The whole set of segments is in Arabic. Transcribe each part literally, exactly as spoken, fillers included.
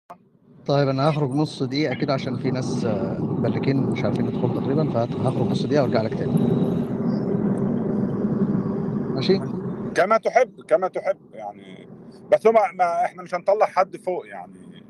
طيب انا هخرج نص دقيقة كده عشان في ناس آه، مبلكين مش عارفين يدخلوا تقريبا، فهخرج نص دقيقة وارجع لك تاني. ماشي. كما تحب كما تحب يعني. بس هو ما ما- احنا مش هنطلع حد فوق يعني.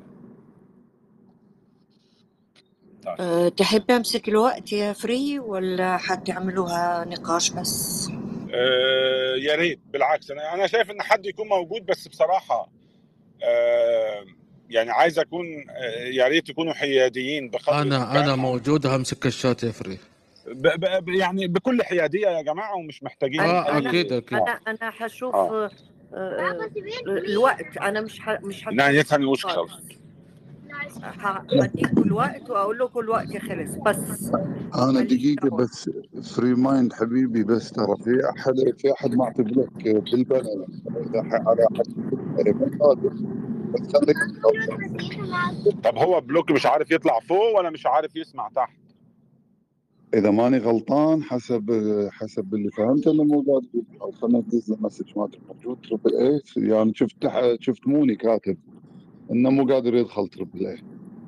طيب. أه تحب أمسك الوقت يا فري ولا حتعملوها نقاش بس؟ آه يا ريت، بالعكس انا انا شايف ان حد يكون موجود، بس بصراحه آه يعني عايز اكون آه يا ريت يكونوا حياديين بقدر انا انا الامكان. موجود همسك الشات يا فري. ب ب ب- يعني بكل حياديه يا جماعه، ومش محتاجين أنا اه أنا اكيد اي اكيد. أنا اه أنا حشوف اه أه أه الوقت. أنا مش ح... مش لا هتكلم يتهني وش خلاص. خالص. ه- هديكوا الوقت وأقول لكم الوقت خلص بس. انا ماليش دقيقة دعوة. بس. فري مايند حبيبي، بس ترى في احد في احد معطي بلوك بالبنل، اذا ح- على حسب ما قادر، بس خليك طب هو بلوك مش عارف يطلع فوق ولا مش عارف يسمع تحت؟ اذا ماني غلطان حسب حسب اللي فهمته انه مو قادر يدخل. خلنا ندز له مسج مالته موجود تربل اي، يعني شفت تح- شفت موني كاتب انه مو قادر يدخل تربل اي.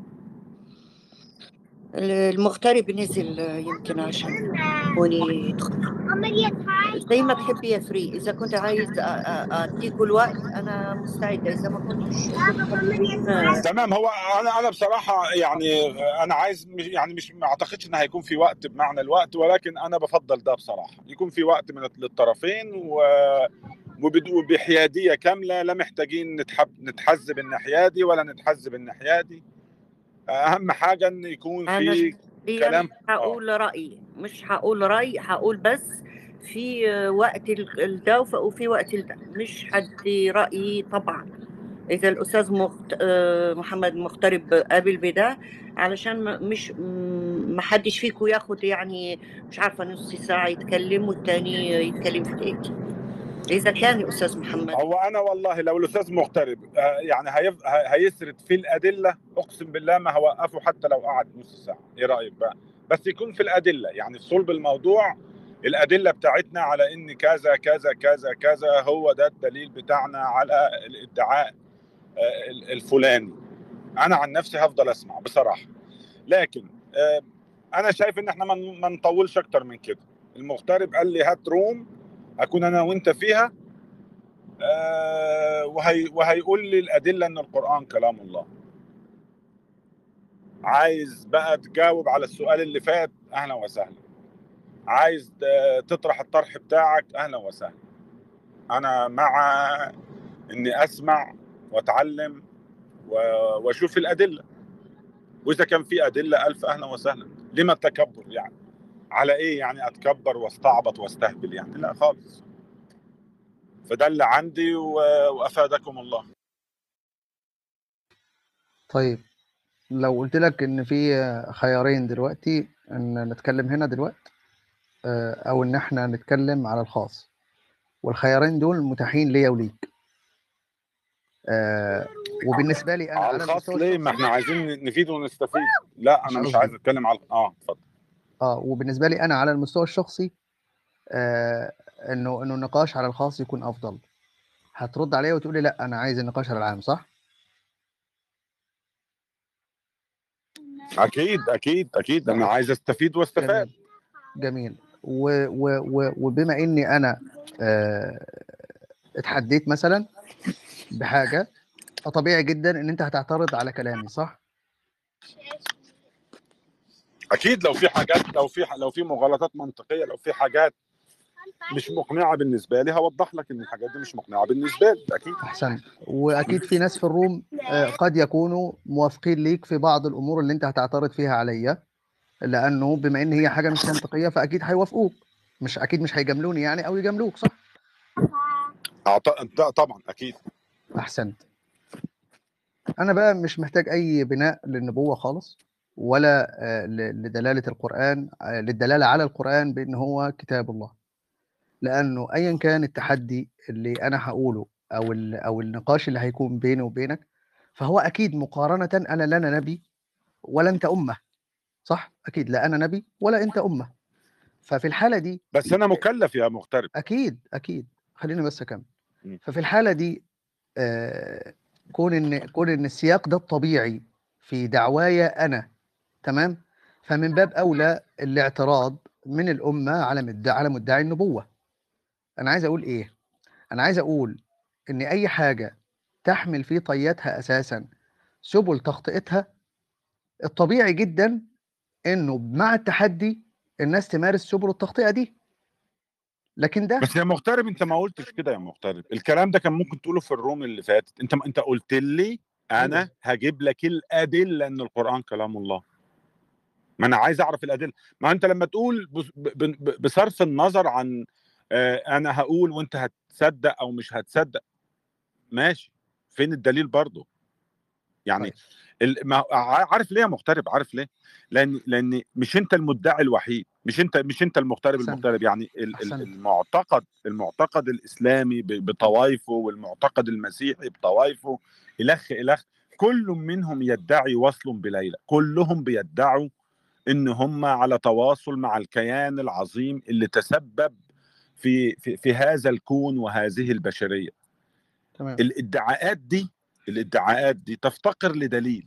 المغترب نزل آه، يمكن عشان هوني يدخل. زي ما تحبي يا فري. إذا كنت عايز أ- أ- أديكوا الوقت أنا مستعدة. إذا ما كنتش كنتوا حابين آه، تمام. هو انا انا بصراحه يعني انا عايز مش يعني مش ما اعتقدش ان هيكون في وقت بمعنى الوقت، ولكن انا بفضل ده بصراحه، يكون في وقت من للطرفين و وبد- وبحياديه كامله، لا محتاجين نتحب نتحزب الناحيه دي ولا نتحزب الناحيه دي. اهم حاجه ان يكون أنا في شخصيا كلام. اه هقول رأيي، مش هقول رأي، هقول بس في آه، وقت ال- الده وف- وفي وقت الده. مش حدي رأيي طبعا. إذا الأستاذ مخت... آه، محمد مغترب قابل بده، علشان ما- مش م- ما حدش فيكم ياخد يعني مش عارفة نص ساعة يتكلم والتاني يتكلم في دقيقتين. إذا كان يا أستاذ محمد. هو انا والله لو الاستاذ مغترب آه، يعني هيف- ه- هيسرد في الادله، اقسم بالله ما هوقفه حتى لو قعد نص ساعه. ايه رايك بقى؟ بس يكون في الادله، يعني في صلب الموضوع، الادله بتاعتنا على ان كذا كذا كذا كذا هو ده الدليل بتاعنا على الادعاء آه، الفلاني. انا عن نفسي هفضل اسمع بصراحه، لكن آه، انا شايف ان احنا ما ما نطولش اكتر من كده. المغترب قال لي هات روم اكون انا وانت فيها، آه، وهي وهيقول لي الادله ان القران كلام الله. عايز بقى تجاوب على السؤال اللي فات، اهلا وسهلا. عايز آه، تطرح الطرح بتاعك، اهلا وسهلا. انا مع اني اسمع واتعلم و- واشوف الادله، واذا كان في ادله الف اهلا وسهلا. لما التكبر يعني؟ على ايه يعني اتكبر واستعبط واستهبل يعني؟ لا خالص. فده اللي عندي و- وافادكم الله. طيب لو قلت لك ان في آه، خيارين دلوقتي، ان نتكلم هنا دلوقتي آه، او ان احنا نتكلم على الخاص، والخيارين دول متاحين ليا وليك. آه، وبالنسبة لي انا على على الخاص المستوى ليه؟ ما الشخصي احنا عايزين نفيد ونستفيد. لا مش انا مش عايز قصدي. اتكلم على اه اتفضل. اه وبالنسبة لي انا على المستوى الشخصي آه انه انه النقاش على الخاص يكون افضل. هترد عليا وتقول لي لا انا عايز النقاش على العام، صح؟ اكيد اكيد اكيد انا عايز استفيد واستفاد. جميل جميل. و و و وبما اني انا آه اتحديت مثلا بحاجة، فطبيعي جدا ان انت هتعترض على كلامي، صح؟ اكيد لو في حاجات، لو في لو في مغالطات منطقيه، لو في حاجات مش مقنعه بالنسبه لي، هوضح لك ان الحاجات دي مش مقنعه بالنسبه لي. اكيد. احسنت. واكيد في ناس في الروم آه قد يكونوا موافقين ليك في بعض الامور اللي انت هتعترض فيها عليا، لانه بما ان هي حاجة مش منطقية فاكيد هيوافقوك. مش اكيد مش هيجاملوني يعني او يجاملوك، صح؟ أعط... ده طبعا اكيد. احسنت. انا بقى مش محتاج اي بناء للنبوة خالص، ولا آه، ل- لدلالة القرآن، آه، للدلالة على القرآن بأن هو كتاب الله. لأنه أيا كان التحدي اللي أنا هقوله أو ال- أو النقاش اللي هيكون بيني وبينك، فهو أكيد مقارنة أنا لا أنا نبي ولا أنت أمة، صح؟ أكيد لا أنا نبي ولا أنت أمة. ففي الحالة دي بس انا مكلف يا مغترب. أكيد أكيد خليني بس أكمل. م. ففي الحالة دي آه، كون ان كون ان السياق ده الطبيعي في دعوايا انا، تمام، فمن باب اولى الاعتراض من الامه على مدعي على مدعي النبوه. انا عايز اقول ايه؟ انا عايز اقول ان اي حاجه تحمل في طياتها اساسا سبل تخطئتها، الطبيعي جدا انه مع التحدي الناس تمارس سبل التخطئه دي. لكن ده بس يا مغترب انت ما قلتش كده يا مغترب، الكلام ده كان ممكن تقوله في الروم اللي فاتت. انت انت قلت لي انا ايوه هجيب لك الادله ان القران كلام الله. ما انا عايز اعرف الادله. ما انت لما تقول بص- ب- ب- بصرف النظر عن آه، انا هقول وانت هتصدق او مش هتصدق، ماشي، فين الدليل برضه؟ يعني طيب ال- ما ع- عارف ليه يا مغترب؟ عارف ليه؟ لان لان مش انت المدعي الوحيد، مش انت مش انت المغترب احسنت المغترب يعني ال- ال- احسنت المعتقد المعتقد الاسلامي ب- بطوائفه، والمعتقد المسيحي بطوائفه، الخ الخ كل منهم يدعي وصل بليلى، كلهم بيدعوا ان هم على تواصل مع الكيان العظيم اللي تسبب في في, في هذا الكون وهذه البشريه. تمام الادعاءات دي الادعاءات دي تفتقر لدليل،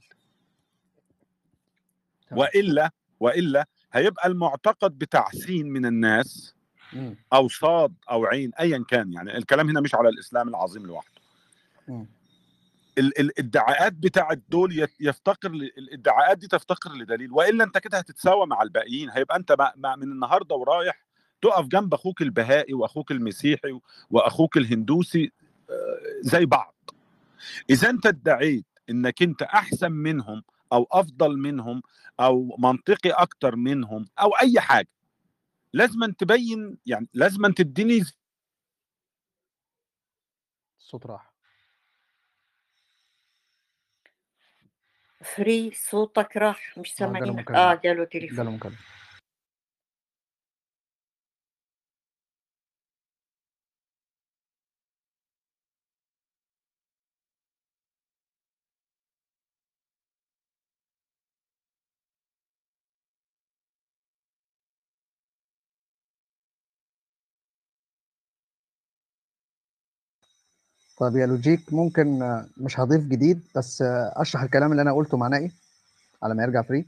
تمام والا والا هيبقى المعتقد بتاع سين من الناس مم. او صاد او عين ايا كان. يعني الكلام هنا مش على الاسلام العظيم لوحده. مم. ال- الادعاءات بتاعت دول يت- يفتقر ل- الادعاءات دي تفتقر لدليل، والا انت كده هتتساوى مع الباقيين. هيبقى انت مع مع- من النهارده ورايح تقف جنب اخوك البهائي واخوك المسيحي واخوك الهندوسي آه، زي بعض. اذا انت ادعيت انك انت احسن منهم او افضل منهم او منطقي اكتر منهم او اي حاجه، لازم تبين، يعني لازم تديني. الصوت راح. فري صوتك راح، مش اه جاله سامعينك. مكالمه اه جاله جاله تليفون. مكالمه. طيب يا لوجيك، ممكن آه، مش هضيف جديد، بس آه، اشرح الكلام اللي انا قلته معناه ايه على ما يرجع فري.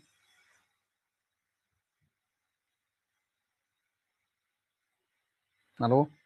الو.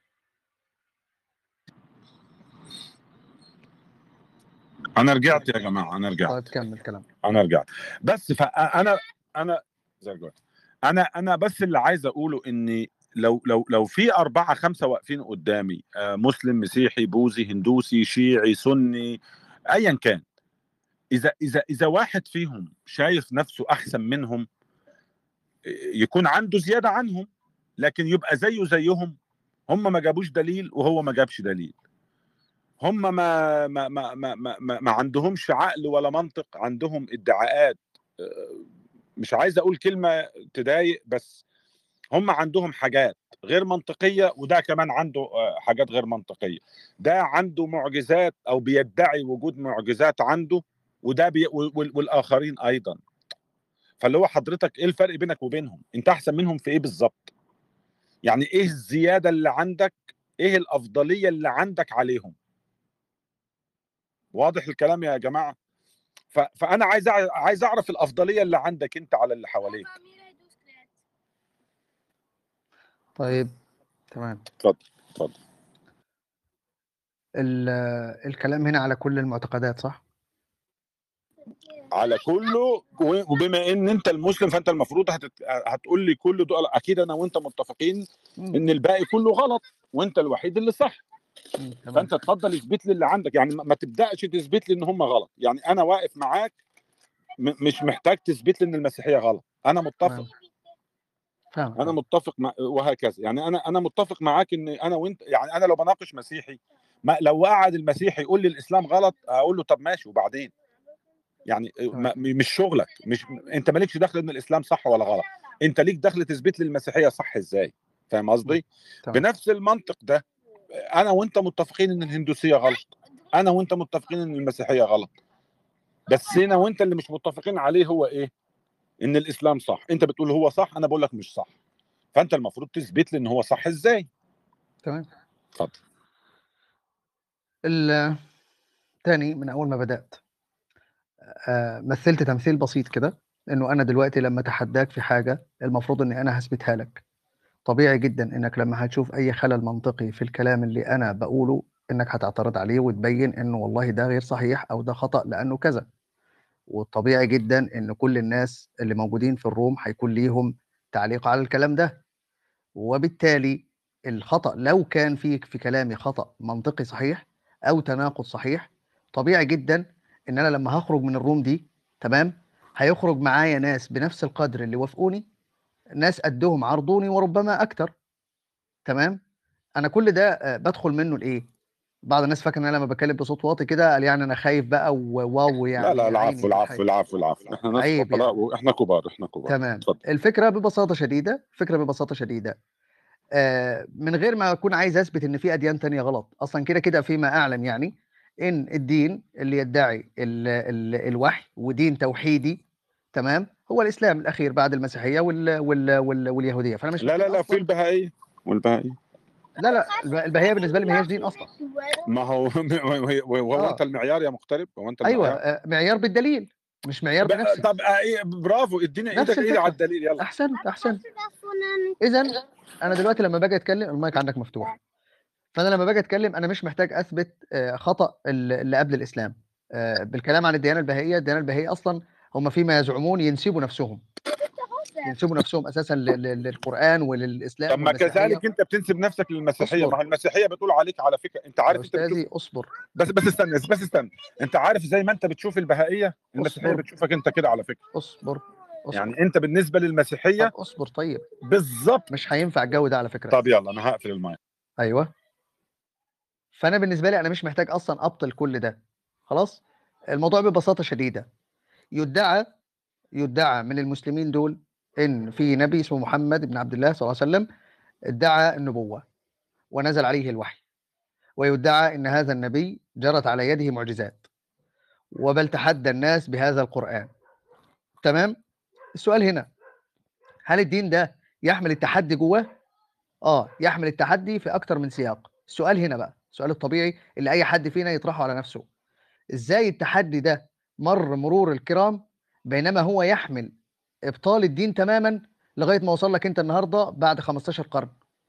انا رجعت يا جماعه، انا رجعت طيب كمل كلام. انا رجعت بس فانا انا زي الجوات. انا انا بس اللي عايز اقوله ان لو لو لو في اربعه خمسه واقفين قدامي، آه، مسلم مسيحي بوذي هندوسي شيعي سني ايا كان، اذا اذا اذا واحد فيهم شايف نفسه احسن منهم يكون عنده زياده عنهم، لكن يبقى زيه زيهم. هم ما جابوش دليل وهو ما جابش دليل. هم ما ما ما ما ما, ما, ما عندهمش عقل ولا منطق، عندهم ادعاءات. آه، مش عايز اقول كلمه تضايق، بس هم عندهم حاجات غير منطقيه، وده كمان عنده آه، حاجات غير منطقيه. ده عنده معجزات او بيدعي وجود معجزات عنده، وده بي وال- والاخرين ايضا. فاللي هو حضرتك ايه الفرق بينك وبينهم؟ انت احسن منهم في ايه بالظبط؟ يعني ايه الزياده اللي عندك؟ ايه الافضليه اللي عندك عليهم؟ واضح الكلام يا جماعه؟ ف... فانا عايز أع... عايز اعرف الافضليه اللي عندك انت على اللي حواليك. طيب تمام. اتفضل اتفضل. ال- آه، الكلام هنا على كل المعتقدات، صح؟ على كله، و- وبما ان انت المسلم فانت المفروض هتت... هتقول لي كل دول. اكيد انا وانت متفقين مم. ان الباقي كله غلط وانت الوحيد اللي صح. مم. تمام فانت اتفضل اثبت لي اللي عندك. يعني ما ما تبداش تثبت لي ان هم غلط. يعني انا واقف معاك، م... مش محتاج تثبت لي ان المسيحيه غلط. انا متفق تمام. فاهمك انا فاهم. متفق مع وهكذا. يعني انا انا متفق معاك ان انا وانت، يعني انا لو بناقش مسيحي، ما لو قعد المسيحي يقول لي الاسلام غلط هقول له طب ماشي وبعدين. يعني ما تمام مش شغلك، مش انت مالكش دخل ان الاسلام صح ولا غلط. انت ليك دخل تثبت لي المسيحيه صح ازاي. فاهم مم. قصدي؟ تمام بنفس المنطق ده انا وانت متفقين ان الهندوسيه غلط، انا وانت متفقين ان المسيحيه غلط. بس انا وانت اللي مش متفقين عليه هو ايه؟ ان الاسلام صح. انت بتقول هو صح، انا بقول لك مش صح. فانت المفروض تثبت لي ان هو صح ازاي. تمام. اتفضل. ال- تاني من أول ما بدأت آه، مثلت تمثيل بسيط كده، إنه أنا دلوقتي لما أتحداك في حاجة المفروض إني أنا هثبتها لك. طبيعي جدا إنك لما هتشوف أي خلل منطقي في الكلام اللي أنا بقوله إنك هتعترض عليه وتبين إنه والله ده غير صحيح أو ده خطأ لأنه كذا. والطبيعي جدا إن كل الناس اللي موجودين في الروم هيكون ليهم تعليق على الكلام ده، وبالتالي الخطأ لو كان في في كلامي خطأ منطقي صحيح أو تناقض صحيح، طبيعي جدا إن أنا لما هخرج من الروم دي تمام هيخرج معايا ناس بنفس القدر اللي وافقوني، ناس قدهم عرضوني وربما أكتر. تمام. أنا كل ده آه، بدخل منه لإيه؟ بعض الناس فاكر ان انا لما بتكلم بصوت واطي كده قال يعني انا خايف بقى وواو لا يعني لا، يا العفو عيني العفو الحاجة. العفو العفو، احنا ناس عيب فقراء يعني. واحنا كبار، احنا كبار. تمام. اتفضل. الفكرة ببساطة شديدة الفكرة ببساطة شديدة آه، من غير ما اكون عايز اثبت ان في اديان تانية غلط، اصلا كده كده فيما اعلم يعني ان الدين اللي يدعي ال ال الوحي ودين توحيدي تمام هو الاسلام الاخير بعد المسيحيه وال وال وال واليهوديه، فانا مش لا محتاج لا لا، في اصلا. البهائية والبهائية. لا لا الب- البهائيه بالنسبه لي ما هياش دين اصلا. ما هو وهو انت اه المعيار يا مغترب؟ هو انت ايوه المعيار؟ آه، معيار بالدليل مش معيار بقى- بنفسي. طب آه، ايه، برافو، اديني نفس ايدك ايدي على الفكره. الدليل، يلا. احسنت احسنت. اذا انا دلوقتي لما باجي اتكلم المايك عندك مفتوح، فانا لما باجي اتكلم انا مش محتاج اثبت آه، خطا ال- اللي قبل الاسلام آه، بالكلام عن الديانه البهائيه. الديانه البهائيه اصلا هم فيما يزعمون ينسبوا نفسهم ينسبوا نفسهم اساسا ل- ل- للقران طب وللاسلام ما والمسيحيه. كذلك انت بتنسب نفسك للمسيحيه، ما اصبر هو المسيحيه بتقول عليك على فكره، انت يا عارف انت بتشوف. استاذي اصبر بس بس استنى بس استنى، انت عارف زي ما انت بتشوف البهائيه، المسيحيه اصبر بتشوفك انت كده على فكره. اصبر اصبر. يعني انت بالنسبه طب للمسيحيه اصبر طيب بالظبط. مش هينفع الجو ده على فكره. طب يلا انا هقفل المايك. ايوه. فانا بالنسبه لي انا مش محتاج اصلا ابطل كل ده. خلاص. الموضوع ببساطه شديده يدعى يدعى من المسلمين دول ان في نبي اسمه محمد بن عبد الله صلى الله عليه وسلم ادعى النبوة ونزل عليه الوحي، ويدعى ان هذا النبي جرت على يده معجزات، وبل تحدى الناس بهذا القرآن. تمام. السؤال هنا هل الدين ده يحمل التحدي جواه؟ اه يحمل التحدي في اكتر من سياق. السؤال هنا بقى السؤال الطبيعي اللي اي حد فينا يطرحه على نفسه، ازاي التحدي ده مر مرور الكرام بينما هو يحمل ابطال الدين تماما لغايه ما وصل لك انت النهارده بعد خمستاشر قرن.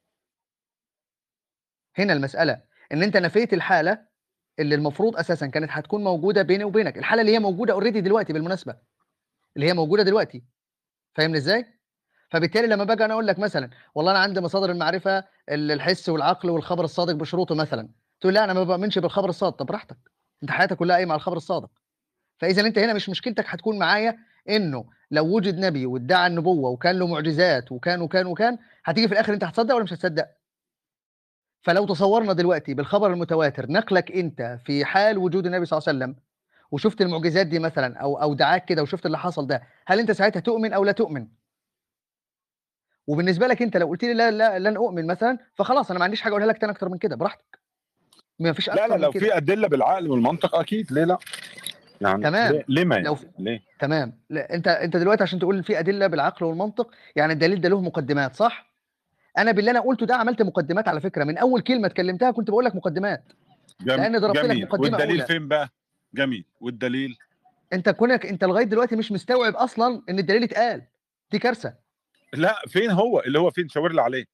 هنا المساله ان انت نفيت الحاله اللي المفروض اساسا كانت هتكون موجوده بيني وبينك، الحاله اللي هي موجوده اوريدي دلوقتي بالمناسبه، اللي هي موجوده دلوقتي. فاهمني ازاي؟ فبالتالي لما باجي انا اقول لك مثلا والله انا عندي مصادر المعرفه ال- الحس والعقل والخبر الصادق بشروطه مثلا، تقول لا انا ما بؤمنش بالخبر الصادق. طب براحتك، انت حياتك كلها قايمه على الخبر الصادق. فاذا انت هنا مش مشكلتك هتكون معايا انه لو وجد نبي وادعى النبوه وكان له معجزات وكان وكان وكان هتيجي في الاخر انت هتصدق ولا مش هتصدق؟ فلو تصورنا دلوقتي بالخبر المتواتر نقلك انت في حال وجود النبي صلى الله عليه وسلم وشفت المعجزات دي مثلا او او دعاك كده وشفت اللي حصل ده، هل انت ساعتها تؤمن او لا تؤمن؟ وبالنسبه لك انت لو قلت لي لا لا لن اؤمن مثلا فخلاص انا ما عنديش حاجه اقولها لك تاني اكتر من كده، براحتك. ما فيش لا لا، اكتر من لو كده. في ادله بالعقل والمنطق اكيد، ليه لا؟ يعني تمام. ليه, ليه ما لو يعني ليه؟ تمام. لا انت انت دلوقتي عشان تقول في ادله بالعقل والمنطق يعني الدليل ده له مقدمات صح؟ انا باللي انا قلته ده عملت مقدمات على فكره، من اول كلمه اتكلمتها كنت بقول لك مقدمات جم... لان ضربت لك جميل، مقدمه والدليل اولى. فين بقى؟ جميل، والدليل؟ انت كونك انت لغايه دلوقتي مش مستوعب اصلا ان الدليل اتقال، دي كارثه. لا، فين هو اللي هو فين؟ شاور لي عليه،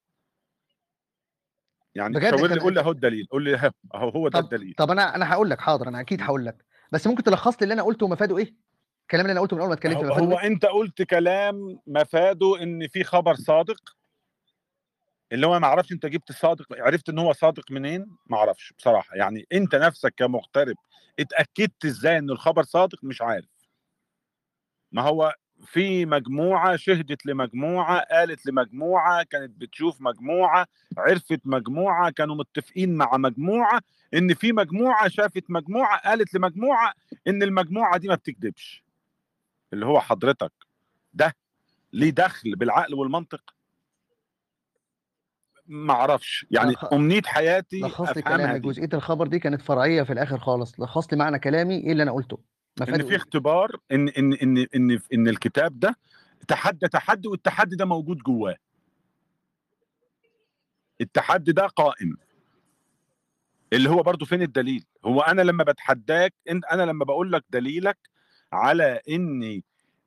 يعني بجد شاور انت لي، قول لي انت اهو الدليل، قول لي اهو اهو هو ده طب الدليل. طب انا انا هقول لك حاضر، انا اكيد هقول لك، بس ممكن تلخص لي اللي انا قلته ومفاده ايه؟ الكلام اللي انا قلته من اول ما اتكلمت هو, مفاده هو ايه؟ انت قلت كلام مفاده ان في خبر صادق، اللي هو ما اعرفش انت جبت الصادق، عرفت ان هو صادق منين؟ ما اعرفش بصراحه، يعني انت نفسك كمغترب اتاكدت ازاي ان الخبر صادق؟ مش عارف. ما هو في مجموعه شهدت لمجموعه، قالت لمجموعه، كانت بتشوف مجموعه، عرفت مجموعه، كانوا متفقين مع مجموعه، ان في مجموعه شافت مجموعه، قالت لمجموعه ان المجموعه دي ما بتكذبش. اللي هو حضرتك ده ليه دخل بالعقل والمنطق؟ ما اعرفش، يعني لخ... امنيه حياتي لخص لي افهمها كلامي، دي، جزئيه الخبر دي كانت فرعيه في الاخر خالص، لخص لي معنى كلامي ايه اللي انا قلته ان مفاده في ايه؟ اختبار، ان ان ان ان ان الكتاب ده تحدى تحدي، والتحدي ده موجود جواه، التحدي ده قائم. اللي هو برضو فين الدليل؟ هو انا لما بتحداك انت، انا لما بقول لك دليلك على اني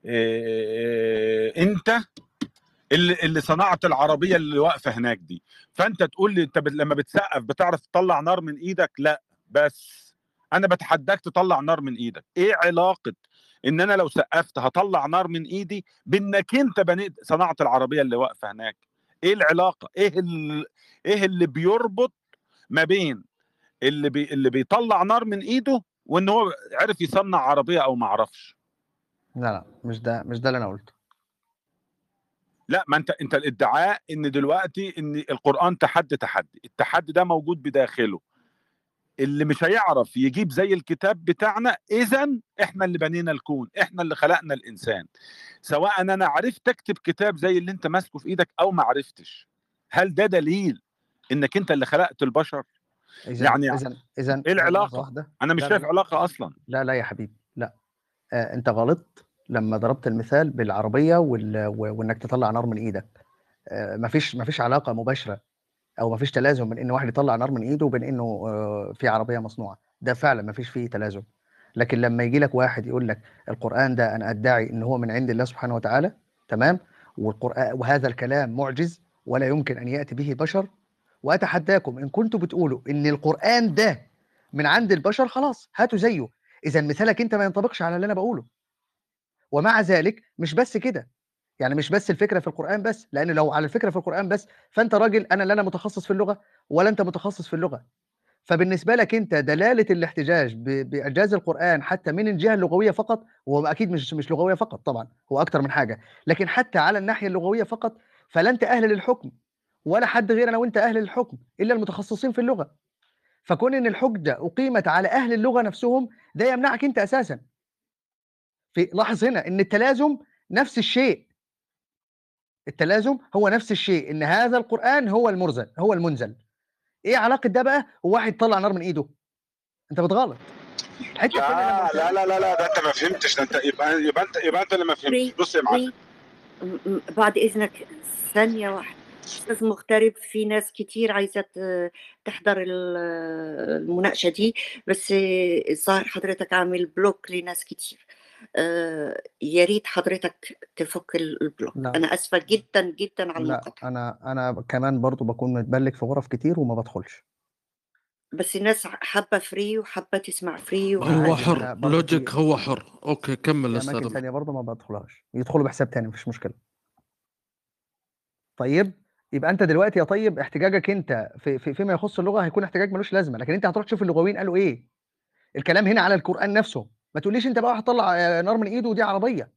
إيه انت اللي اللي صنعت العربيه اللي واقفه هناك دي، فانت تقول لي انت بت- لما بتسقف بتعرف تطلع نار من ايدك؟ لا، بس انا بتحداك تطلع نار من ايدك. ايه علاقه ان انا لو سقفت هطلع نار من ايدي بانك انت بنيت صنعت العربيه اللي واقفه هناك؟ ايه العلاقه؟ ايه ال... ايه اللي بيربط ما بين اللي بي... اللي بيطلع نار من ايده وان هو عرف يصنع عربيه او ما عرفش؟ لا لا مش ده مش ده اللي انا قلته. لا، ما انت انت الادعاء ان دلوقتي ان القرآن تحدي تحدي، التحدي ده موجود بداخله، اللي مش هيعرف يجيب زي الكتاب بتاعنا اذا احنا اللي بنينا الكون، احنا اللي خلقنا الانسان. سواء انا عرفت اكتب كتاب زي اللي انت ماسكه في ايدك او ما عرفتش، هل ده دليل انك انت اللي خلقت البشر؟ اذا يعني اذا اذا ايه اذا لحظه العلاقة؟ واحده. انا مش لا لا شايف لا علاقة اصلا. لا لا يا حبيبي لا. آه انت غلطت لما ضربت المثال بالعربيه وال... و- وانك تطلع نار من ايدك. آه مفيش مفيش علاقه مباشره او مفيش تلازم بين ان واحد يطلع نار من ايده وبين انه آه في عربيه مصنوعه. ده فعلا مفيش فيه تلازم. لكن لما يجي لك واحد يقول لك القران ده انا ادعي ان هو من عند الله سبحانه وتعالى، تمام، والقران وهذا الكلام معجز ولا يمكن ان ياتي به بشر، واتحداكم ان كنتوا بتقولوا ان القران ده من عند البشر، خلاص هاتوا زيه. اذا مثالك انت ما ينطبقش على اللي انا بقوله. ومع ذلك مش بس كده، يعني مش بس الفكره في القران بس، لان لو على الفكره في القران بس فانت راجل، انا لا انا متخصص في اللغه ولا انت متخصص في اللغه. فبالنسبه لك انت دلاله الاحتجاج ب- باعجاز القران حتى من الجهه اللغويه فقط، وهو اكيد مش مش لغويه فقط طبعا، هو اكتر من حاجه، لكن حتى على الناحيه اللغويه فقط فلا انت اهل للحكم ولا حد غيرنا وانت اهل للحكم الا المتخصصين في اللغه. فكون ان الحجه اقيمت على اهل اللغه نفسهم ده يمنعك انت اساسا. في لاحظ هنا ان التلازم نفس الشيء. التلازم هو نفس الشيء، ان هذا القران هو المرسل هو المنزل. ايه علاقه ده بقى وواحد طلع نار من ايده؟ انت بتغلط. الحته الثانيه لما لا قلت لا لك لا لا لا، ده انت ما فهمتش، ده انت يبقى يبقى انت يبقى انت اللي ما فهمتش. فري بص يا معلم، فري م- م- بعد إذنك ثانية واحدة. أستاذ مغترب، في ناس كتير عايزة ت- تحضر ال- المناقشة دي، بس الظاهر حضرتك عامل بلوك لناس كتير. آه، يا ريت حضرتك تفك ال- البلوك. لا أنا آسفة جدا جدا على لا المقاطعة، انا انا كمان برضو بكون متبلك في غرف كتير وما بدخلش. بس الناس حابة فري وحابة تسمع فري هو عادي وحابة. انا حر، برضو في لوجيك هو حر. اوكي كمل في استاذ اماكن محمد. تانية برضو ما بدخلهاش، يدخلوا بحساب تاني مفيش مشكله. طيب يبقى انت دلوقتي يا طيب احتجاجك انت في في فيما يخص اللغه هيكون احتجاج ملوش لازمه، لكن انت هتروح تشوف اللغويين قالوا ايه. الكلام هنا على القران نفسه. ما تقوليش انت بقى هتطلع آه، نار من ايده ودي عربيه.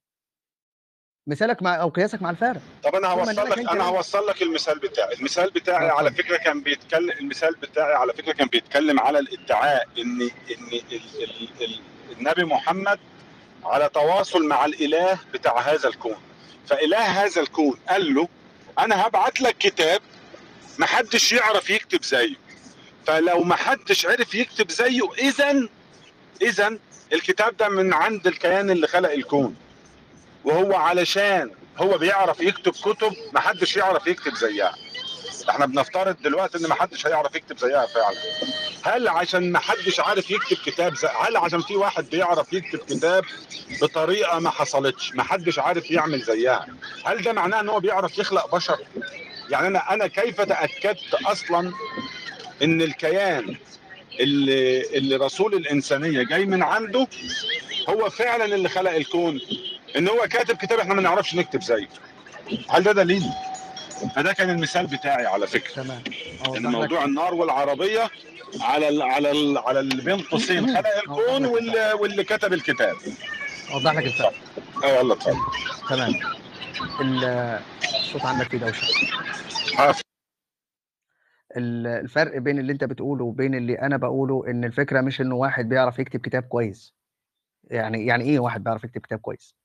مثالك مع او قياسك مع الفارق. طب انا ثم ان هوصل انا كان لك انا كلامي. هوصل لك المثال بتاعي. المثال اه بتاعي على اتفضل. فكره كان بيتكلم المثال بتاعي على فكره كان بيتكلم على الادعاء ان ان ال ال ال النبي محمد على تواصل مع الاله بتاع هذا الكون. فاله هذا الكون قال له انا هبعت لك كتاب محدش يعرف يكتب زيه، فلو محدش عرف يكتب زيه اذا اذا الكتاب ده من عند الكيان اللي خلق الكون، وهو علشان هو بيعرف يكتب كتب محدش يعرف يكتب زيها. احنا بنفترض دلوقتي ان محدش هيعرف يكتب زيها فعلا. هل عشان محدش عارف يكتب كتاب زي، هل عشان في واحد بيعرف يكتب كتاب بطريقه ما حصلتش محدش عارف يعمل زيها، هل ده معناه ان هو بيعرف يخلق بشر؟ يعني انا انا كيف تاكدت اصلا ان الكيان اللي اللي رسول الانسانيه جاي من عنده هو فعلا اللي خلق الكون؟ ان هو كاتب كتاب احنا ما نعرفش نكتب زيه، هل ده دليل؟ فده كان المثال بتاعي على فكره، تمام ان اوضح لك. موضوع النار والعربيه على ال على ال على اللي بين قوسين خلق اوضح الكون لك الفرق. واللي, واللي كتب الكتاب. اوضح لك الفرق. اه يلا اتفضل. ال... تمام. ال... الصوت عندك فيه دوشه. آه، ال- الفرق بين اللي انت بتقوله وبين اللي انا بقوله ان الفكره مش انه واحد بيعرف يكتب كتاب كويس. يعني يعني ايه واحد بيعرف يكتب كتاب كويس؟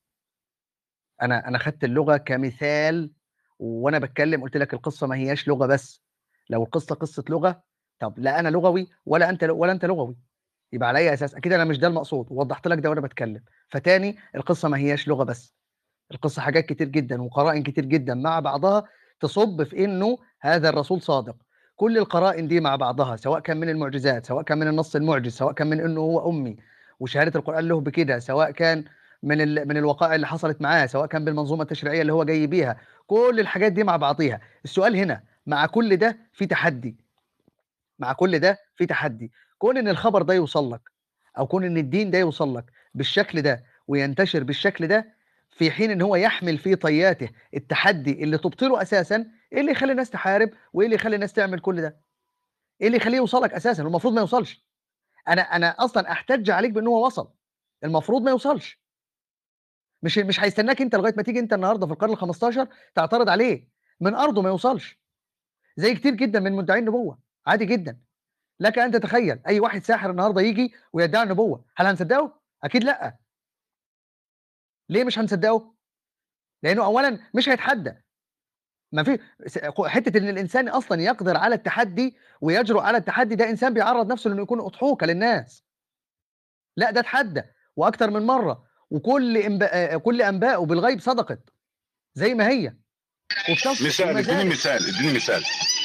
انا انا خدت اللغه كمثال، وانا بتكلم قلت لك القصه ما هياش لغه بس. لو القصه قصه لغه، طب لا انا لغوي ولا انت ولا انت لغوي، يبقى على اي اساس؟ اكيد انا مش ده المقصود، ووضحت لك ده وانا بتكلم. فتاني القصه ما هياش لغه بس، القصه حاجات كتير جدا وقرائن كتير جدا مع بعضها تصب في انه هذا الرسول صادق. كل القرائن دي مع بعضها، سواء كان من المعجزات، سواء كان من النص المعجز، سواء كان من انه هو امي وشهاده القران له بكده، سواء كان من ال... من الوقائع اللي حصلت معاه، سواء كان بالمنظومه التشريعيه اللي هو جاي بيها، كل الحاجات دي مع بعضيها. السؤال هنا، مع كل ده في تحدي، مع كل ده في تحدي. كون ان الخبر ده يوصل لك، او كون ان الدين ده يوصل لك بالشكل ده وينتشر بالشكل ده، في حين ان هو يحمل في طياته التحدي اللي تبطله اساسا، ايه اللي يخلي الناس تحارب؟ وايه اللي يخلي الناس تعمل كل ده؟ ايه اللي يخليه يوصلك اساسا؟ المفروض ما يوصلش. انا انا اصلا احتج عليك بان هو وصل، المفروض ما يوصلش. مش مش هيستناك انت لغايه ما تيجي انت النهارده في القرن الخمستاشر تعترض عليه من ارضه ما يوصلش. زي كتير جدا من مدعي النبوه، عادي جدا. لك ان تتخيل اي واحد ساحر النهارده يجي ويدعي النبوه، هل هنصدقه؟ اكيد لا. ليه مش هنصدقه؟ لانه اولا مش هيتحدى. ما في حته ان الانسان اصلا يقدر على التحدي ويجرؤ على التحدي، ده انسان بيعرض نفسه لانه يكون اضحوكه للناس. لا، ده اتحدى واكتر من مره، وكل انباء كل انباءه بالغيب صدقت زي ما هي وبتصدق مثال، وما اديني زالت. مثال، اديني مثال.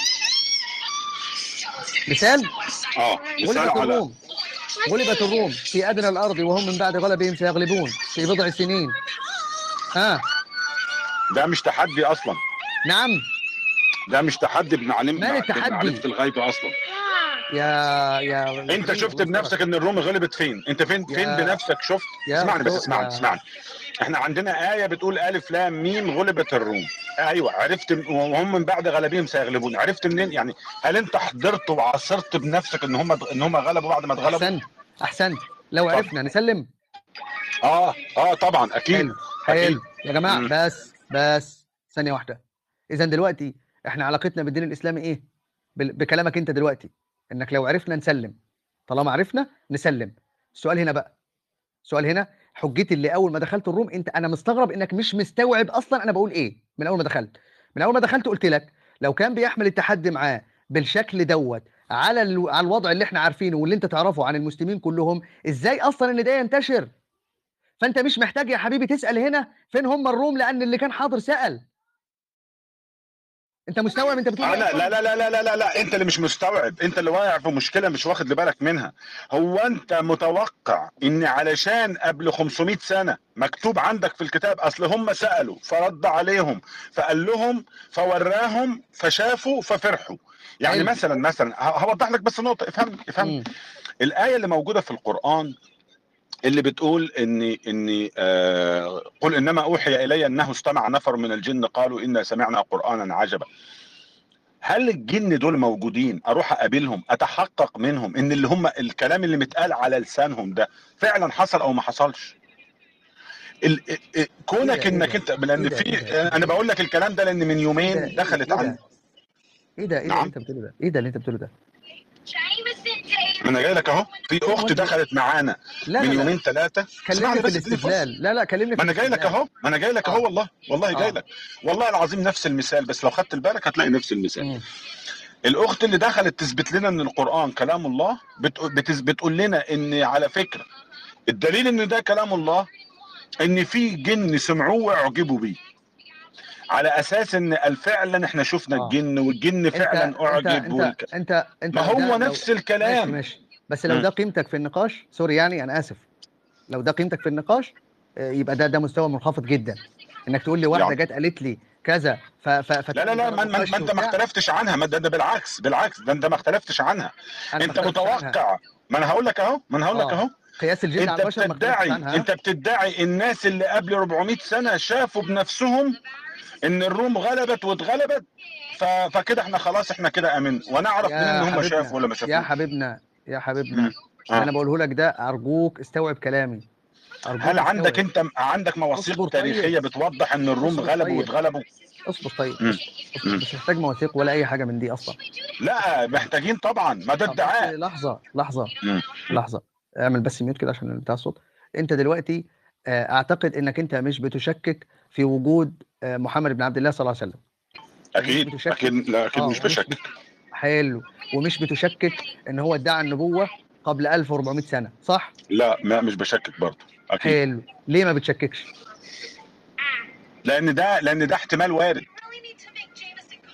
مثال، اه مثال غلبت على الروم غلبت الروم في ادنى الارض وهم من بعد غلبهم سيغلبون في بضع سنين. ها. ده مش تحدي اصلا، نعم. ده مش تحدي بمعلم مال التحدي؟ بمعرفه الغيب اصلا. يا يا انت كريم، شفت الله يسترك. بنفسك ان الروم غلبت فين؟ انت فين فين يا بنفسك شفت؟ يا اسمعني بس، أستاذ- اسمعني يا اسمعني احنا عندنا آية بتقول ألف لام ميم غلبت الروم. ايوه عرفت، وهم من بعد غلبهم سيغلبون، عرفت منين يعني؟ هل انت حضرت وعاصرت بنفسك ان هم ان هم غلبوا بعد ما اتغلبوا؟ احسنت احسنت. لو طب. عرفنا نسلم. اه اه طبعا اكيد. حلو اكيد. حلو يا جماعه. مم. بس بس ثانيه واحده. اذا دلوقتي احنا علاقتنا بالدين الاسلامي ايه؟ بال- بكلامك انت دلوقتي، انك لو عرفنا نسلم. طالما عرفنا نسلم. السؤال هنا بقى، السؤال هنا حجتي اللي اول ما دخلت الروم، انت انا مستغرب انك مش مستوعب اصلا انا بقول ايه. من اول ما دخلت من اول ما دخلت قلت لك لو كان بيحمل التحدي معاه بالشكل دوت على ال... على الوضع اللي احنا عارفينه واللي انت تعرفه عن المسلمين كلهم، ازاي اصلا ان ده ينتشر؟ فانت مش محتاج يا حبيبي تسال هنا فين هم الروم، لان اللي كان حاضر سال. انت مستوعب انت بتقول ايه انا لا اصلا؟ لا لا لا لا لا لا انت اللي مش مستوعب، انت اللي واقع في مشكله مش واخد لي بالك منها. هو انت متوقع ان علشان قبل خمسمائة سنه مكتوب عندك في الكتاب، اصل هم سالوا فرد عليهم فقال لهم فوراهم فشافوا ففرحوا. يعني حلو. مثلا مثلا ه- هوضح لك بس نقطه، افهم افهم. امم الايه اللي موجوده في القران اللي بتقول اني اني آه قل انما اوحي الي انه استمع نفر من الجن قالوا انا سمعنا قرانا عجبا. هل الجن دول موجودين اروح اقابلهم اتحقق منهم ان اللي هم الكلام اللي متقال على لسانهم ده فعلا حصل او ما حصلش؟ ال- ال- ال- ايه ده كونك ايه انك ده انت ايه لان ده ايه في، ده ايه ده انا بقول لك الكلام ده لان من ايه ده يومين ايه دخلت ايه عن. ده ايه ده ايه ده اللي نعم. انت بتقوله ده؟ ايه ده اللي انت بتقوله ده؟ ما انا جاي لك اهو، في هو اخت انت دخلت معانا لا من لا لا يومين ثلاثه. كلمني اسمعني في بس اديني فرصه. الاستدلال. لا لا كلمني في ما انا جاي لك الاستدلال. اهو، ما انا جاي لك اه اهو، والله والله جاي اه لك. والله العظيم نفس المثال، بس لو خدت بالك هتلاقي نفس المثال. امم الاخت اللي دخلت تثبت لنا ان القران كلام الله بتقول بتز- بتقول لنا ان على فكره الدليل ان ده كلام الله ان في جن سمعوه واعجبوا بيه، على اساس ان فعلا احنا شفنا اه الجن والجن انت فعلا انت اعجب انت والك... انت انت ما لو ده هو لو نفس ماشي الكلام. ماشي، بس لو مم. ده قيمتك في النقاش، سوري يعني انا اسف، لو ده قيمتك في النقاش، آه، يبقى ده ده مستوى منخفض جدا. انك تقول لي واحده يعني جت قالت لي كذا ف ف لا لا فتعمل لا ضرب ما, ما, ما وخش انت ما وبتاع. اختلفتش عنها، ما ده, ده بالعكس بالعكس، ده انت ما اختلفتش عنها. انا ما انت اختلفتش عنها. متوقع، ما انا هقول لك اهو ما انا هقول لك اه اهو. قياس الجن على انت البشر ما اختلفتش بتدعي عنها. انت بتدعي الناس اللي قبل أربعمائة سنه شافوا بنفسهم ان الروم غلبت واتغلبت، ف... فكده احنا خلاص احنا كده امن، وانا اعرف منين ان يا هم شافوا حبيبنا ولا ما يا شافوش. حبيبنا يا مم. حبيبنا، اللي اه. انا بقوله لك ده ارجوك استوعب كلامي. هل ارجوك عندك استوعب. انت عندك مواثيق اصبر طيب. تاريخيه بتوضح ان الروم اصبر غلبوا طيب. واتغلبوا؟ اصبر طيب مم. اصبر اصبر مم. مش محتاج مواثيق ولا اي حاجه من دي اصلا. لا محتاجين طبعا، ما ده طب بس ادعاء. لحظه لحظه مم. لحظه. اعمل بس ميوت كده عشان بتاع الصوت. انت دلوقتي آه، اعتقد انك انت مش بتشكك في وجود آه، محمد بن عبد الله صلى الله عليه وسلم. ومش اكيد بتشكك. اكيد، لا اكيد اه مش ومش بشكك. حلو. ومش بتشكك ان هو ادعى النبوه قبل ألف وأربعمائة سنه، صح؟ لا ما مش بشكك برضه اكيد. حلو. ليه ما بتشككش؟ لان ده لان ده احتمال وارد.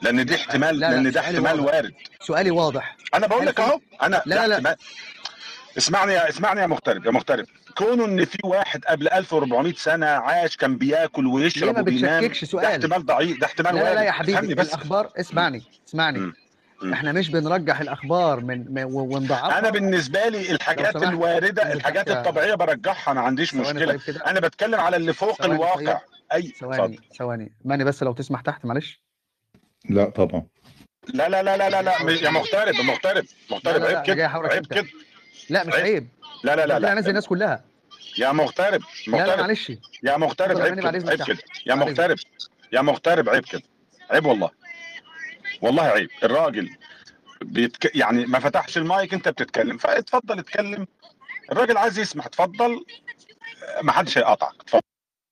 لان دي احتمال، لا لا لان ده سؤالي احتمال واضح وارد. سؤالي واضح انا بقول هل لك في اهو، انا لا ده لا لا احتمال. اسمعني يا اسمعني يا مغترب، يا مغترب، كونه ان في واحد قبل ألف وأربعمية سنه عاش كان بياكل ليه ويشرب ما وبينام، بتشككش ده سؤال؟ احتمال ضعيف، ده احتمال لا لا لا وارد. يا حبيبي افهمني بس. الاخبار، اسمعني اسمعني مم. مم. احنا مش بنرجح الاخبار من, من و- انا ونضعفها. بالنسبه لي لو الحاجات سمحت الوارده، انزل تحت الحاجات يا الطبيعيه برجحها، ما عنديش ثواني مشكله. طيب كده، انا بتكلم على اللي فوق ثواني طيب الواقع. اي ثواني اتفضل. ثواني ماني بس لو تسمح تحت معلش. لا طبعا. لا لا لا لا لا لا يا مغترب، يا مغترب، لا مغترب لا عيب لا انا جاي كده، احاورك عيب انت. كده، لا مش عيب. عيب، لا لا انت لا قلت لي لا هنزل الناس كلها. يا مغترب، لا لا مغترب، معلش يا مغترب اتفضل يا عيب ماني بعد كده، اذنك عيب تحت كده يا بعد اذنك. مغترب، يا مغترب عيب كده، عيب والله، والله عيب. الراجل بيتك... يعني ما فتحش المايك، انت بتتكلم، فاتفضل اتكلم. الراجل عايز يسمع، اتفضل، ما حدش هيقاطعك، اتفضل.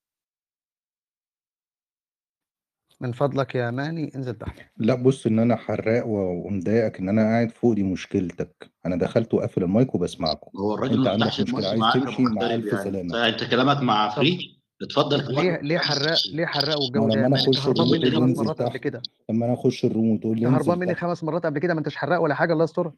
من فضلك يا ماني انزل تحت. لا بص، ان انا حراق و- ومضايقك ان انا قاعد فوق، دي مشكلتك. انا دخلت وقافل المايك وبسمعكم. هو الراجل انت ما عندك فتحش مشكله المايك عايز معاك يا تمشي، مع مغترب، الف يعني سلامه. انت كلامك مع طب فري. اتفضل كلامك ليه مع ليه فري. حراق ليه حراق ما والجو هو ده يا لما انا ماني؟ انت اخش هربان الروم مني تقول لي خمس انزل مرات قبل تحت، كده. لما انا اخش الروم وتقول انت لي هربان انزل مني تحت. خمس مرات قبل كده، ما انتش حراق ولا حاجه الله يسترك.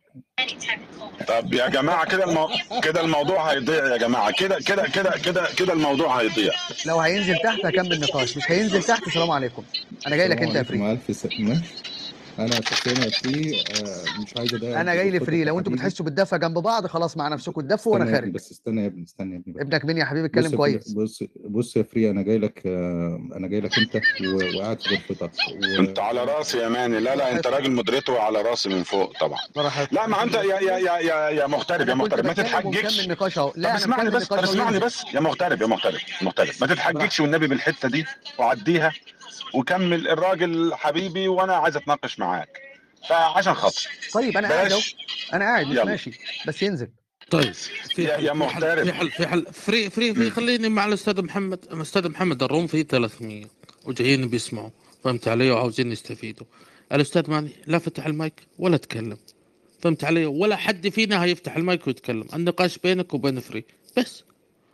طب يا جماعه كده المو... كده الموضوع هيضيع يا جماعه، كده كده كده كده كده الموضوع هيضيع. لو هينزل تحت هكمل نقاش، مش هينزل تحت سلام عليكم. انا جاي لك السلام انت يا عليكم، فري. مع الف سلامه. ماشي. انا شخصيا يا فري آه، مش عايز اضايقك انا جاي لي فري، بغرفتك يا لو انتوا حبيبي. بتحسوا بالدفى جنب بعض خلاص مع نفسكم اتدفوا وانا استنى يا ابني خارج. بس، استنى يا ابني استنى يا ابني بقى. ابنك مين يا حبيبي؟ اتكلم بص يا فري، كويس. بص بص يا فري، انا جاي لك آه، انا جاي لك انت و- وقاعد في غرفتك و... انت على راسي يا ماني، لا لا انت راجل مودريتور على راسي من فوق طبعا. براحتك. لا ما انت يا يا يا يا, يا مغترب، يا انا كنت مغترب ما بتكلم تتحججش. ومكمل نقاش اهو. طب لا انا اسمعني مكمل بس، طب نقاش اهو. اسمعني ينزل بس يا مغترب، يا مغترب، مغترب ما تتحججش براحتك. والنبي بالحته دي، وعديها وكمل. الراجل حبيبي وانا عايز اتناقش معاك، فعشان خاطر طيب انا قاعد اهو، بلاش. انا قاعد مش يلا ماشي بس ينزل. طيب في يا حل يا في حل مغترب. في حل في حل فري فري فري مم. خليني مع الاستاذ محمد. الاستاذ محمد الروم فيه ثلاثمية وجايين بيسمعوا، فهمت علي، وعاوزين يستفيدوا. الاستاذ ماني لا فتح المايك ولا تكلم، فهمت علي، ولا حد فينا هيفتح المايك ويتكلم. النقاش بينك وبين فري بس،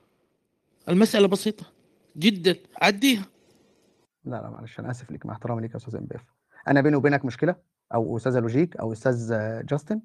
المسألة بسيطة جدا، عديها. لا لا معلش انا اسف ليك، مع احترامي ليك يا استاذ ام بي اف. انا بيني وبينك مشكله، او استاذه لوجيك او استاذ جاستن،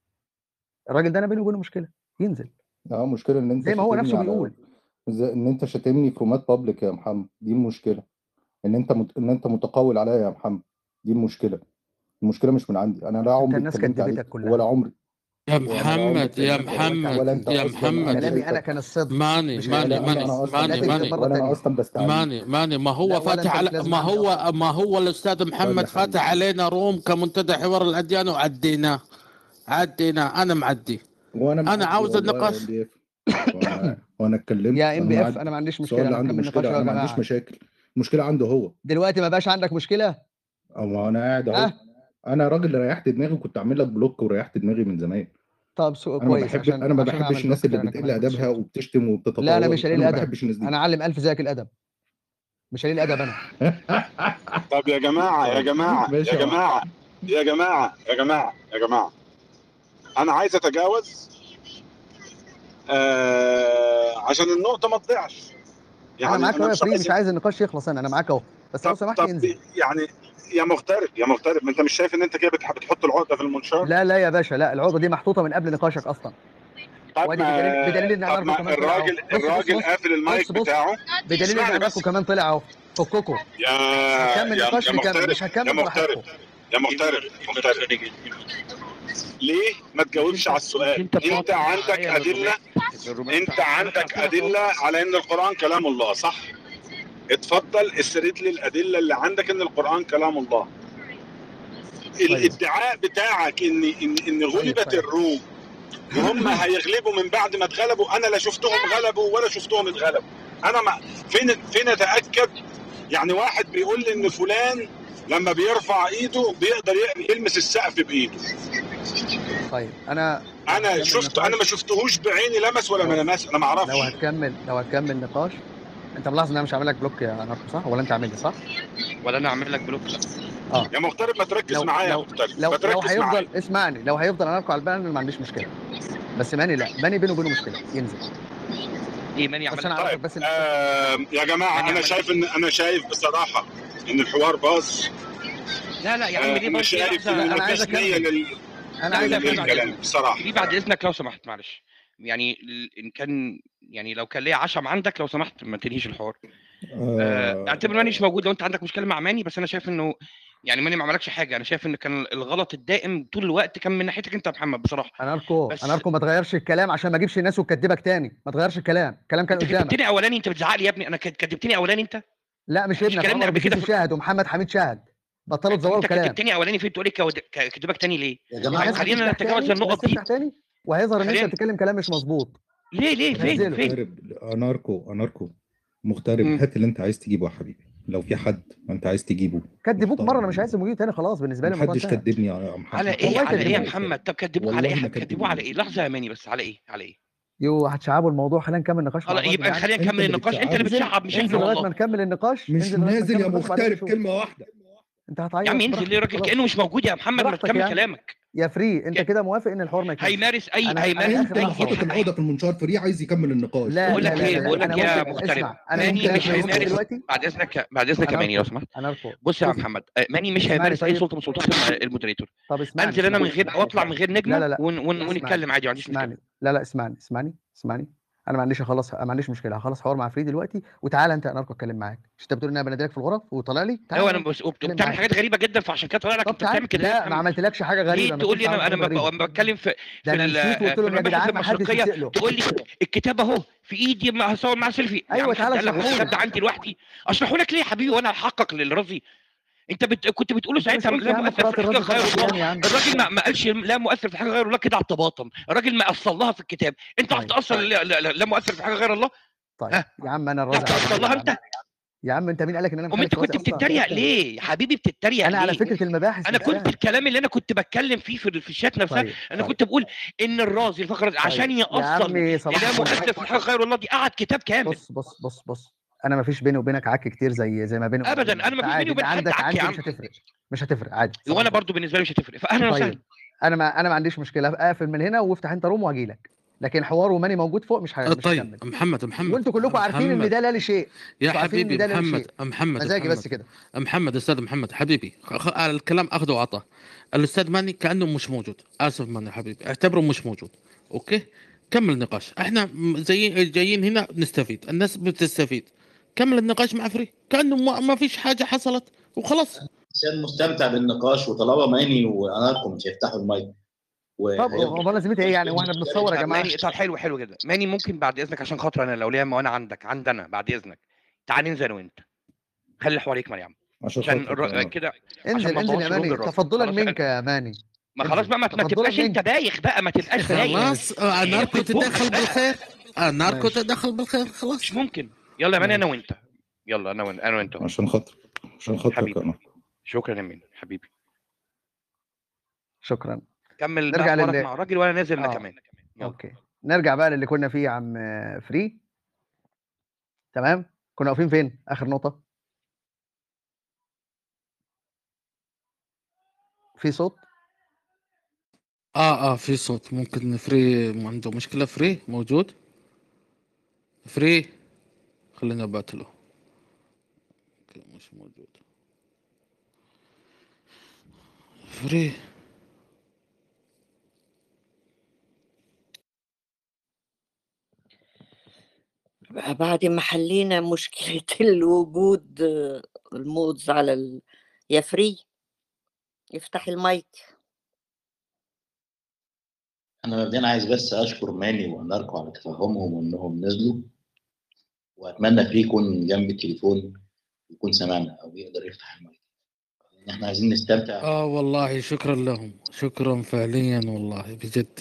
الراجل ده انا بيني وبينه مشكله، ينزل اه مشكله ان انت زي ما هو شاتمني نفسه على بيقول. زي ان انت شاتمني في رومات بابليك يا محمد، دي المشكله. ان انت مت... ان انت متقول عليا يا محمد، دي المشكله. المشكله مش من عندي، انا لا انت عمري الناس اتكلمت عليك كدبتك كلها ولا عمري يا وانا لا عمري محمد يا اتكلمت عليك محمد ولا انت يا اصلا. انا محمد كلامي انا لقيتك كان الصدق ماني مش ماني هيقول ولا لك. انا ماني انا اصلا لا ماني تكذب ماني مره ولا انا ثانيه. اصلا بستعين. ماني ماني ما لا هو ولا فاتح انت على، لازم ما عندي هو اصلا. ما هو الاستاذ طيب محمد يا حبيبي، فاتح علينا روم كمنتدى حوار الاديان وعديناه، عدينا. انا معدي، وانا انا معدي عاوز والله يا النقاش. ام بي اف. وانا وانا اتكلمت يا ام وانا بي اف انا معدي. ما عنديش السؤال مشكله، اللي عنده هنكمل نقاش مشكله، يا انا ما عنديش جماعه. مشاكل. المشكله عنده هو. دلوقتي ما بقاش عندك مشكله. او انا قاعد اهو. ها انا راجل ريحت دماغي، وكنت اعمل لك بلوك وريحت دماغي من زمان. طب سوء انا ما كويس، بحب عشان انا ما عشان اعمل بحبش الناس بلوك اللي انا بتقل كمان ادبها متشكر. وبتشتم لا انا وبتتطاول. مش قليل انا ما الادب، بحبش الناس دي. انا اعلم الف زيك الادب، مش قليل الادب انا. طب يا جماعه، يا طيب جماعه، ماشي يا يا محمد. جماعه، يا جماعه، يا جماعه، يا جماعه، انا عايز اتجاوز آه عشان النقطه ما تضيعش. انا يعني معاك انا اهو يا مش فري، عايز. مش عايز النقاش يخلص، انا انا معاك اهو، بس لو طب سمحت طب ينزل. يعني يا مغترب، يا مغترب، ما انت مش شايف ان انت كده بتح- بتحط العقده في المنشار؟ لا لا يا باشا، لا العقده دي محطوطه من قبل نقاشك اصلا. طب وادي ما بدليل بدليل ان طب اناركو ما كمان طلع اهو. الراجل بص بص الراجل بص قافل المايك بص بص بتاعه. بدليل ان اسمعني اناركو بس كمان طلع اهو. فككوا. يا هكمل يا نقاش يا نكمل، مغترب، مش يا هكمل مغترب، براحتكم. يا مغترب، مغترب، ليه ما تجاوبش على السؤال؟ انت عندك ادله، انت عندك ادله على ان القران كلام الله، صح؟ اتفضل اسرد لي الادله اللي عندك ان القران كلام الله. طيب الادعاء بتاعك ان ان ان طيب غلبت طيب الروم وهم هيغلبوا من بعد ما اتغلبوا، انا لا شفتهم غلبوا ولا شفتهم اتغلبوا. انا ما فين فين اتاكد؟ يعني واحد بيقول لي ان فلان لما بيرفع ايده بيقدر يلمس السقف بايده. طيب انا لو انا هتكمل شفت، انا ما نقاش، شفتهوش بعيني لمس ولا ما لو لمس، انا ما لو اعرفش. هتكمل لو هتكمل نقاش، انت ملاحظ ان انا مش عامل لك بلوك يا اناركو صح؟ ولا انت عامل لي صح؟ ولا انا اعمل لك بلوك؟ لا اه يا مغترب ما تركز لو معايا يا لو مغترب، لو ما لو تركز معايا. هيفضل اسمعني، لو هيفضل اناركو على البان انا ما عنديش مشكله، بس ماني لا، ماني بينه وبينه مشكله، ينزل. ايه ماني يعمل عشان لك؟ اعرفك طيب بس ان آه يا جماعه، ماني انا يعمل شايف لك؟ ان انا شايف بصراحه ان الحوار باظ لا لا يا عم ليه انا برضه شايف لحظه لا، أنا انه عايز تسميه أكمل. لل... أنا لا عايز لا أكمل. بعد للكلام اذنك بصراحه. ليه بعد اذنك لو سمحت معلش يعني ال- ان كان يعني لو كان ليا عشم عندك لو سمحت ما تنهيش الحوار. آه، آه اعتبر ماني مش موجود لو انت عندك مشكله مع ماني، بس انا شايف انه يعني ماني ما عملكش حاجه. انا شايف ان كان الغلط الدائم طول الوقت كان من ناحيتك انت يا محمد بصراحه. أنا أركو بس أنا أركو ما تغيرش الكلام عشان ما أجيبش الناس وتكدبك تاني. ما تغيرش الكلام، الكلام كان انت قدامك. كدبتني اولاني، انت بتزعق لي يا ابني. انا كد- كدبتني اولاني انت. لا مش احنا مش ابنك اتكلمنا عمر قبل كده بسيسي في شاهد ومحمد حميد شاهد. بطلوا تزوروا انت الكلام. كدبتني اولاني فين تقول لي كود- ك- كدبك تاني ليه؟ يا الناس جماعه خلينا هتفتح نتجاوز تاني، الناس النقط دي. تفتح تاني وهيظهر ان انت خلينا بتتكلم كلام مش مظبوط. ليه ليه فين نزله. فين مغترب اناركو اناركو مغترب، مم. هات اللي انت عايز تجيبه يا حبيبي. لو في حد انت عايز تجيبه كدبوك مره، انا مش محترم، عايز مجيب تاني خلاص. بالنسبه لي الموضوع محدش انتهى. كدبني يا محمد. على ايه والله على ايه يا كدبوك. محمد؟ طب كدبوك على والله ايه؟ ما كدبوك على كدبوني. ايه؟ لحظه يا ماني بس على ايه على ايه؟ يو هتشعبوا الموضوع. خلينا نكمل نقاش مع خلاص الراجل يبقى يا عم. خلينا انت نكمل اللي النقاش. انت اللي بتشعبه. بتشعب مش احنا انزل لغايه ما والله. نكمل النقاش. مش انزل لغايه ما نازل نكمل يا النقاش وبعدين مغترب نشوف. كلمه واحده. انت هتعيط. يا عم انزل ليه؟ براحتك راجل خلاص. كانه مش موجود يا محمد، ما براحتك تكمل يا عم. كلامك. يا فري انت ك- كده موافق ان الحوار ما يكملش. هيمارس اي انا هيمارس انا انت اخر اللي مره اي حاطط خلاص. العقده في المنشار، فري عايز يكمل النقاش. لا بقول لا لك لا ايه لا, بقول لا. لك انا يا ممكن مغترب، اسمع. انا ماني ممكن مش اقفل الروم هيمارس. دلوقتي. بعد اذنك بعد اذنك يا انا ماني لو ارفض. سمحت. انا ارفض. بص يا شوف محمد، آه، ماني مش اسمعني هيمارس اي طيب. سلطه من سلطات الم- المودريتور. طب اسمعني انزل انا من اسمعني. غير او اطلع من غير لا نجمه لا لا ون ون اسمعني ونتكلم عادي، ما عنديش مشكله. اسمعني. لا لا اسمعني اسمعني اسمعني. انا ما عنديش اخلص ما عنديش مشكله. هخلص حوار مع فريد دلوقتي وتعالى انت انا اركب اتكلم معاك. مش انت بتقول ان انا بناديلك في الغرف وطالع لي؟ ايوه تعالى انا يلا بس وبت- اتكلم وبتعمل معايا. حاجات غريبه جدا، فعشان كده طالع لك طب انت بتعمل تعالى. كده ليه يا لا ما محمد؟ عملتلكش حاجه ليه غريبه. ما تقول تقولش لي عملت انا حاجه انا غريبه. ب- بتكلم في ده في انا ال- مشيت وقلت في لهم يا المباحث جدعان ما حدش المشرقيه، يسأله. تقول لي الكتاب اهو في ايدي، ما هصور مع سيلفي يا ايوه عم. تعالى حد قال لك اشرحه الكتاب لي. ده عندي لوحدي؟ اشرحه لك ليه يا حبيبي وانا هحقق للرازي؟ انت بت... كنت بتقوله انت مش ساعتها قلت لا يا عم مؤثر قراءه في حاجه الرازي غير فرض الله. صيام يا عم؟ الراجل ما, ما قالش لا مؤثر في حاجه غير الله، كده على الطباطم. الراجل ما اصل لها في الكتاب. انت عرفت طيب اصلا لا, لا, لا, لا مؤثر في حاجه غير الله؟ طيب ها يا عم انا تعرف الرازي توصل عادي لها يا عم. انت؟ يا عم انت مين قالك ان انا قوم مخالف انت رازي كنت اصلا؟ بتتريق ليه يا حبيبي؟ بتتريق انا على ليه؟ فكره المباحث انا مش كنت فاهم. الكلام اللي انا كنت بتكلم فيه في, في الشات نفسها، طيب انا طيب كنت بقول ان الرازي الفقره عشان طيب يا يوصل عمي صباح للا الفل. مؤثر في حاجه غير الله دي قعد كتاب كامل. بص بص بص بص انا ما فيش بيني وبينك عك كتير زي زي ما بيني وبين ابدا الناس. انا ما فيش فعادي بيني اللي وبين حد عندك عك يا عندي عم، مش هتفرق. مش هتفرق عادي. صباح وانا الفل. برضو بالنسبه لي مش هتفرق، فاهلا وسهلا. طيب انا ما انا ما عنديش مشكله. اقفل من هنا وافتح انت روم واجي لك. لكن حوار وماني موجود فوق مش ه... آه، مش هكمل. طيب محمد محمد وانتوا كلكم عارفين ان محمد ده لا لشيء. يا انتوا عارفين ان حبيبي ده لا محمد لشيء. محمد مزاجي محمد بس كده. محمد استاذ محمد حبيبي، خ- خ- الكلام اخذ وعطاء. الاستاذ ماني كانه مش موجود. اسف ماني حبيبي، اعتبره مش موجود. اوكي كمل النقاش. احنا م- زي جايين هنا نستفيد، الناس بتستفيد. كمل النقاش مع فري كانه ما ما فيش حاجه حصلت وخلاص. عشان مستمتع بالنقاش، وطالما ماني واناركم مش هيفتحوا المايك طب وهيفضل امال لازمتها ايه يعني واحنا بنتصور يا طب جماعه؟ ماني طب حلو حلو جدا. ماني ممكن بعد اذنك عشان خاطر انا لو ليا وانا عندك عندنا بعد اذنك تعال ننزل انا وانت، خلي الحوار يكمل يا عم عشان عشان خاطرك يا الر... اناركو. كده عشان انزل ما انزل يا نبوظش الروم ماني للراجل. تفضلا خلاص منك يا ماني. ما خلاص انزل بقى ما, ما تفضلا تبقاش انت منك. بايخ بقى، ما تبقاش بايخ. خلاص آه، هي ناركو في بقك تدخل بقى بالخير. آه، ناركو ماشي تدخل بالخير خلاص. مش ممكن. يلا يا ماني انا ماشي وانت. يلا انا وانت انا وانت أهو. عشان خاطرك عشان خاطرك يا حبيبي اناركو. شكرا يا مين حبيبي. شكرا. كمل بقى نرجع حوارك لل مع الراجل وانا نازل انا اه كمان. يلا. اوكي نرجع بقى للي كنا فيه يا عم فري. تمام كنا واقفين فين اخر نقطه؟ في صوت؟ اه اه في صوت. ممكن فري ما عنده مشكله. فري موجود. فري خلينا باتله. اوكي مش موجود. فري بعد ما حلينا مشكلة الوجود آه، المودز على ال... يا فري يفتح المايك. انا مبدئيا عايز بس اشكر ماني واناركو على تفهمهم وانهم نزلوا، واتمنى فري يكون جنب التليفون يكون سمعنا او يقدر يفتح المايك، لان احنا عايزين نستمتع. اه والله شكرا لهم، شكرا فعليا والله بجد.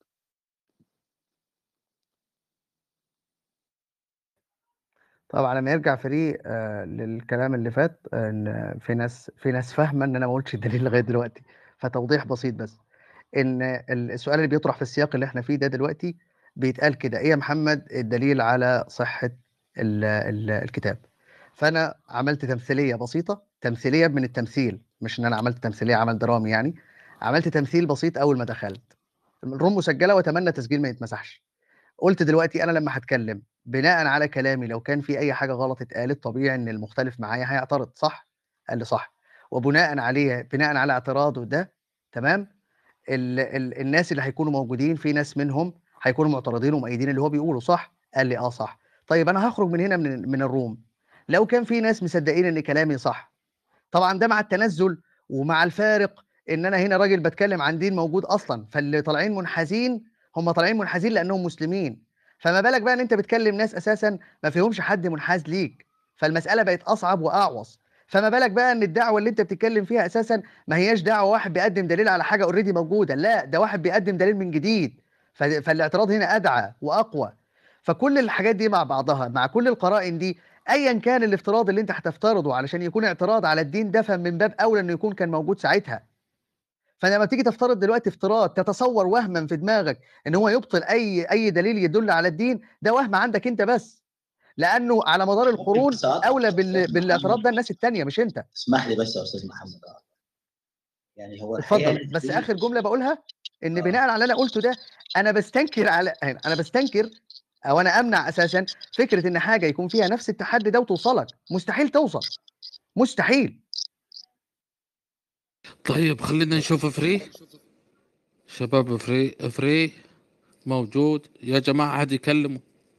طبعا لما يرجع فري آه للكلام اللي فات آه، ان في ناس في ناس فاهمه ان انا ما قلتش الدليل لغايه دلوقتي. فتوضيح بسيط بس ان ال- السؤال اللي بيطرح في السياق اللي احنا فيه ده دلوقتي بيتقال كده: ايه يا محمد الدليل على صحه ال ال الكتاب؟ فانا عملت تمثيليه بسيطه، تمثيليه من التمثيل، مش ان انا عملت تمثيليه عمل درامي يعني. عملت تمثيل بسيط اول ما دخلت. الروم مسجله واتمنى تسجيل ما يتمسحش. قلت دلوقتي انا لما هتكلم بناء على كلامي لو كان في اي حاجه غلط اتقالت طبيعي ان المختلف معايا هيعترض، صح؟ قال لي صح. وبناء عليه بناء على اعتراضه ده تمام، ال ال الناس اللي هيكونوا موجودين في ناس منهم هيكونوا معترضين ومؤيدين اللي هو بيقوله صح؟ قال لي اه صح. طيب انا هخرج من هنا من من الروم لو كان في ناس مصدقين ان كلامي صح، طبعا ده مع التنزل ومع الفارق ان انا هنا راجل بتكلم عن دين موجود اصلا، فاللي طالعين منحازين هم طالعين منحازين لانهم مسلمين، فما بالك بقى ان انت بتكلم ناس اساسا ما فيهمش حد منحاز ليك، فالمساله بقت اصعب واعوص. فما بالك بقى ان الدعوه اللي انت بتتكلم فيها اساسا ما هياش دعوه واحد بيقدم دليل على حاجه اوريدي موجوده، لا ده واحد بيقدم دليل من جديد، ف- فالاعتراض هنا ادعى واقوى. فكل الحاجات دي مع بعضها مع كل القرائن دي، ايا كان الافتراض اللي انت هتفترضه علشان يكون اعتراض على الدين ده، فمن باب اولى انه يكون كان موجود ساعتها. فلما تيجي تفترض دلوقتي افتراض تتصور وهما في دماغك ان هو يبطل اي اي دليل يدل على الدين، ده وهم عندك انت بس، لانه على مدار ممكن القرون بس اقطع اولى استاذ بال... بالاعتراض محمد، ده الناس التانيه مش انت. اسمح لي بس يا استاذ محمد. اه يعني هو الحقيقه اتفضل. ان بس في اخر جمله بقولها ان اه بناء على اللي انا قلته ده، انا بستنكر على انا بستنكر او انا امنع اساسا فكره ان حاجه يكون فيها نفس التحدي ده وتوصلك، مستحيل توصل، مستحيل. طيب خلينا نشوف فري. شباب فري فري موجود يا جماعة، حد يكلمه.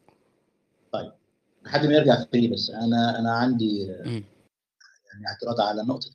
طيب لحد ما يرجع فري، بس انا انا عندي مم. يعني اعتراض على نقطه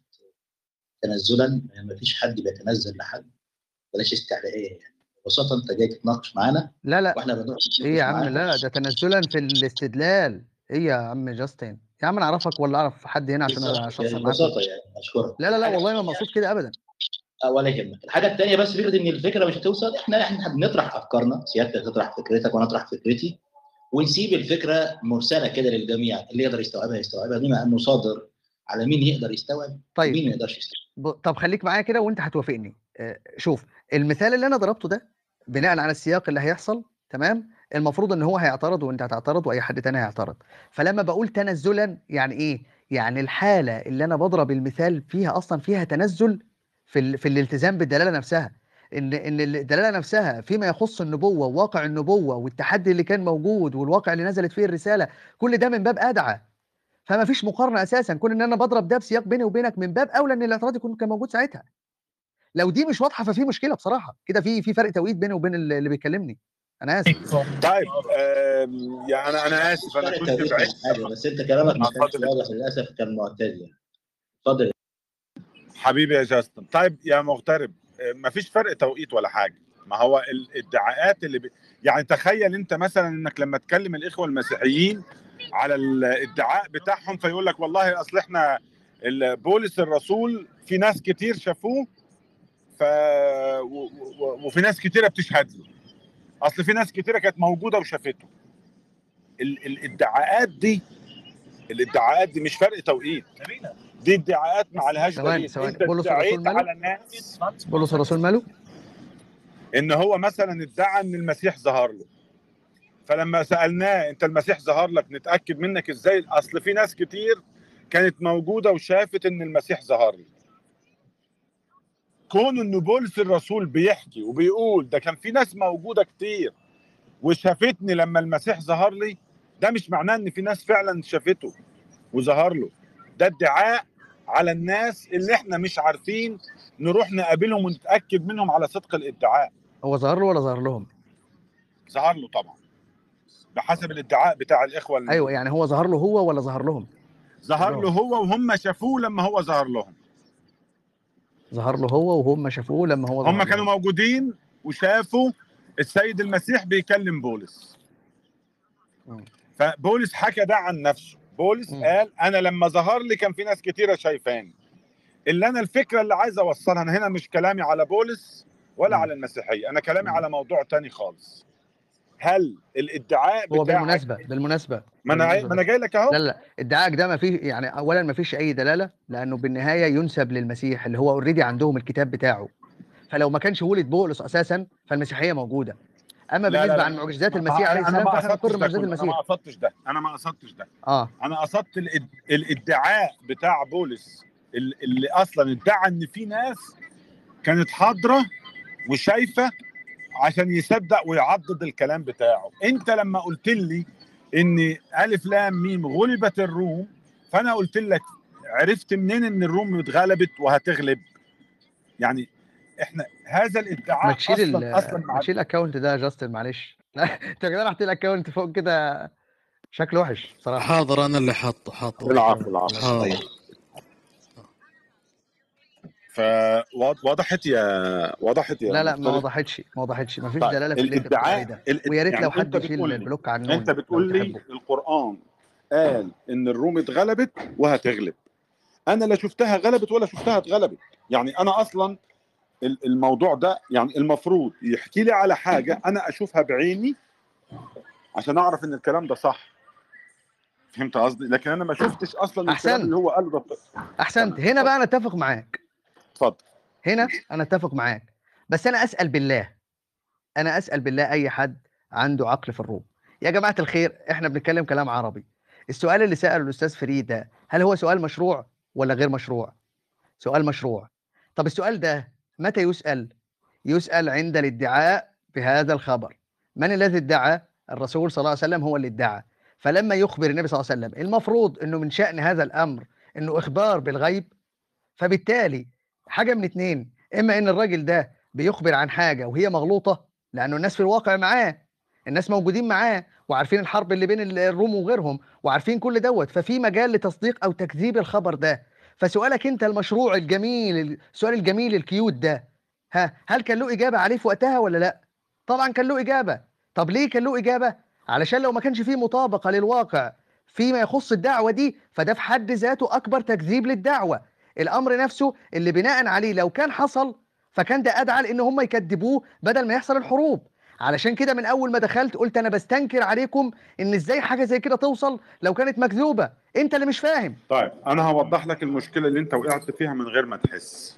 تنزلا. ما فيش حد بيتنزل لحد، بلاش استعلاءيه يعني. ببساطه انت جاي تتناقش معانا لا لا واحنا بنروح ايه يا نتناقش عم، معاك. لا ده تنزلا في الاستدلال. ايه يا عم جاستن، يا عم انا اعرفك ولا اعرف حد هنا عشان بالظبط اشخصن يعني معاكم؟ ببساطه يعني. اشكرك. لا لا لا الحاجه والله ما الثانيه مقصود كده ابدا. ولا يهمك. الحاجه الثانيه بس فكره ان الفكره مش هتوصل. احنا احنا بنطرح افكارنا، سيادتك تطرح فكرتك وانا اطرح فكرتي، ونسيب الفكره مرسله كده للجميع، اللي يقدر يستوعبها يستوعبها، بما انه صادر على مين يقدر يستوعب طيب ومين ما يقدرش يستوعب. ب... طب خليك معايا كده وانت هتوافقني. آه شوف المثال اللي انا ضربته ده بناء على السياق اللي هيحصل تمام، المفروض ان هو هيعترض وانت هتعترض واي حد تاني هيعترض. فلما بقول تنزلا يعني ايه؟ يعني الحاله اللي انا بضرب المثال فيها اصلا فيها تنزل في ال... في الالتزام بالدلاله نفسها، ان ان الدلاله نفسها فيما يخص النبوه وواقع النبوه والتحدي اللي كان موجود والواقع اللي نزلت فيه الرساله، كل ده من باب ادعى. فما فيش مقارنه اساسا، كون ان انا بضرب ده بسياق بيني وبينك من باب اولى ان الاعتراض يكون كان موجود ساعتها. لو دي مش واضحه ففي مشكله بصراحه، كده في في فرق توقيت بيني وبين اللي اللي بيكلمني. انا اسف. طيب آم، يعني انا انا اسف انا فرق كنت توقيت بعيد. ولا حاجه، بس انت كلامك ما كانش اتفضل واضح للاسف، كان معتدل يعني. اتفضل. حبيبي يا جاستن. طيب يا مغترب، ما فيش فرق توقيت ولا حاجه. ما هو الادعاءات اللي ب... يعني تخيل انت مثلا انك لما تكلم الاخوه المسيحيين على الادعاء بتاعهم فيقول لك والله اصل احنا بولس الرسول في ناس كتير شافوه ف و... و... وفي ناس كتيره بتشهد له، اصل في ناس كتيره كانت موجوده وشافته. ال... الادعاءات دي الادعاءات دي مش فرق توقيت، دي ادعاءات ما عليهاش ثواني دليل. ثواني انت بولس الرسول ادعيت ماله؟ على الناس بولس الرسول ماله؟ ان هو مثلا ادعى ان المسيح ظهر له، فلما سالناه انت المسيح ظهر لك نتاكد منك ازاي؟ اصل في ناس كتير كانت موجوده وشافت ان المسيح ظهر له. كون ان بولس الرسول بيحكي وبيقول ده كان في ناس موجوده كتير وشافتني لما المسيح ظهر لي، ده مش معناه ان في ناس فعلا شافته وظهر له. ده ادعاء على الناس اللي احنا مش عارفين نروح نقابلهم ونتاكد منهم على صدق الادعاء. هو ظهر له ولا ظهر لهم؟ ظهر له طبعا بحسب الادعاء بتاع الاخوه ايوه الموجودين. يعني هو ظهر له هو ولا ظهر لهم؟ ظهر لهم. له هو وهم شافوه لما هو ظهر لهم. ظهر له هو وهم شافوه لما هو ظهر هم كانوا لهم. موجودين وشافوا السيد المسيح بيكلم بولس. مم. فبولس حكى ده عن نفسه. بولس مم. قال انا لما ظهر لي كان في ناس كتيره شايفاني. اللي انا الفكره اللي عايز اوصلها انا هنا مش كلامي على بولس ولا مم. على المسيحيه، انا كلامي مم. على موضوع تاني خالص. هل الادعاء هو بتاعك بالمناسبه بالمناسبه ما انا بالمناسبه ما انا بس، جاي لك اهو. لا لا ادعائك ده ما فيه، يعني اولا ما فيش اي دلاله لانه بالنهايه ينسب للمسيح اللي هو اوريدي عندهم الكتاب بتاعه، فلو ما كانش ولد بولس اساسا فالمسيحيه موجوده. اما لا لا بالنسبه لا عن معجزات ما المسيح عليه انا انا السلام ما فاحنا قصدتش نقر ده معجزات كله، انا ما المسيح. قصدتش ده انا ما قصدتش ده اه انا قصدت الاد... الادعاء بتاع بولس ال- اللي اصلا ادعى ان في ناس كانت حاضره وشايفه عشان يصدق ويعضد الكلام بتاعه. انت لما قلت لي ان الف لام ميم غلبت الروم، فانا قلت لك عرفت منين ان الروم اتغلبت وهتغلب؟ يعني احنا هذا ما الادعاء تشيل ال اصلا اصلا ما مع تشيل الاكونت ده يا جاستن معلش. انت يا جدعان حاطين الاكونت فوق كده شكله وحش بصراحه. حاضر انا اللي حاطه حاطه العفو العفو. حاضر. فوضحت يا وضحت يا لا لا ما مختلف. وضحتش ما وضحتش ما فيش طيب دلاله في اللي انت بتقول عليه الادعاء ده. الاد- ويا ريت يعني لو انت حد يشيل بتقول لي البلوك عنون انت لو بتقول لي تحبه. القرآن قال ان الروم اتغلبت وهتغلب. انا لا شفتها غلبت ولا شفتها اتغلبت. يعني انا اصلا ال- الموضوع ده يعني المفروض يحكي لي على حاجه انا اشوفها بعيني عشان اعرف ان الكلام ده صح. فهمت قصدي؟ لكن انا ما شفتش اصلا الكلام احسنت اللي هو قاله ده. احسنت تمام، هنا اتفضل. بقى انا اتفق معاك. اتفضل. هنا انا اتفق معاك بس انا اسال بالله انا اسال بالله اي حد عنده عقل في الروم. يا جماعه الخير احنا بنتكلم كلام عربي. السؤال اللي ساله الاستاذ فريد ده هل هو سؤال مشروع ولا غير مشروع؟ سؤال مشروع. طب السؤال ده متى يسال؟ يسال عند الادعاء بهذا الخبر. من الذي ادعى؟ الرسول صلى الله عليه وسلم هو اللي ادعى. فلما يخبر النبي صلى الله عليه وسلم المفروض انه من شأن هذا الامر انه اخبار بالغيب. فبالتالي حاجه من اتنين، اما ان الراجل ده بيخبر عن حاجه وهي مغلوطه لانه الناس في الواقع معاه، الناس موجودين معاه وعارفين الحرب اللي بين ال- الروم وغيرهم وعارفين كل دوت، ففي مجال لتصديق او تكذيب الخبر ده. فسؤالك انت المشروع الجميل، السؤال الجميل الكيوت ده، ها هل كان له اجابه عليه في وقتها ولا لا؟ طبعا كان له اجابه. طب ليه كان له اجابه؟ علشان لو ما كانش فيه مطابقه للواقع فيما يخص الدعوه دي فده في حد ذاته اكبر تكذيب للدعوه. الامر نفسه اللي بناء عليه لو كان حصل فكان ده ادعى لان هم يكذبوه بدل ما يحصل الحروب. علشان كده من اول ما دخلت قلت انا بستنكر عليكم ان ازاي حاجه زي كده توصل لو كانت مكذوبه. انت اللي مش فاهم. طيب انا هوضح لك المشكله اللي انت وقعت فيها من غير ما تحس.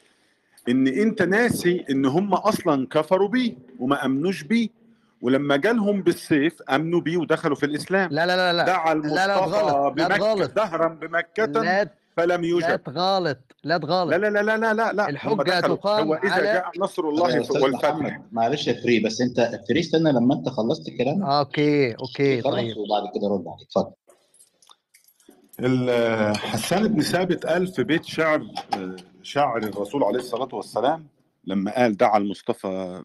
ان انت ناسي ان هم اصلا كفروا بيه وما امنوش بيه، ولما جالهم بالسيف امنوا بيه ودخلوا في الاسلام. لا لا لا لا دعا لا لا المصطفى تغلط لا بمكه تغلط دهرا بمكه لا فلم لا يوجد. تغلط لا لا تغلط. لا لا لا لا لا لا هم الحجه دخلوا. تقام هو اذا على جاء نصر طب يا الله استاذ والفتح. محمد معلش يا فري، بس انت فري استنى لما انت خلصت كلامك اوكي اوكي خلاص طيب. وبعد كده رد عليك. اتفضل. ال- حسان بن ثابت قال في بيت شعر شاعر الرسول عليه الصلاة والسلام لما قال دعا المصطفى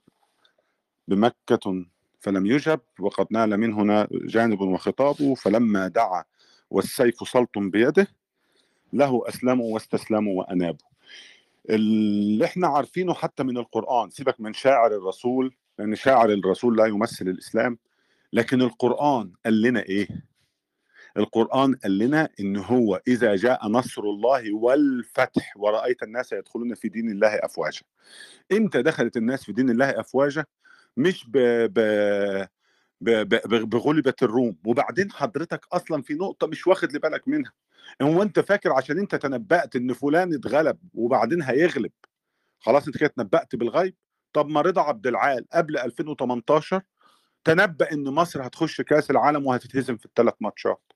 بمكة فلم يجب وقد نال منه جانب وخطاب فلما دعا والسيف سلط بيده له أسلموا واستسلموا وأنابوا. اللي احنا عارفينه حتى من القرآن، سيبك من شاعر الرسول لأن شاعر الرسول لا يمثل الإسلام، لكن القرآن قال لنا إيه؟ القرآن قال لنا إن هو إذا جاء نصر الله والفتح ورأيت الناس يدخلون في دين الله أفواجا. إمتى دخلت الناس في دين الله أفواجا؟ مش ب... ب... ب... ب... بغلبة الروم. وبعدين حضرتك أصلا في نقطة مش واخد لبالك منها. هو أنت فاكر عشان أنت تنبأت إن فلان اتغلب وبعدين هيغلب خلاص أنت كده تنبأت بالغيب؟ طب ما رضا عبد العال قبل ألفين وتمنتاشر تنبأ إن مصر هتخش كأس العالم وهتتهزم في الثلاث ماتشات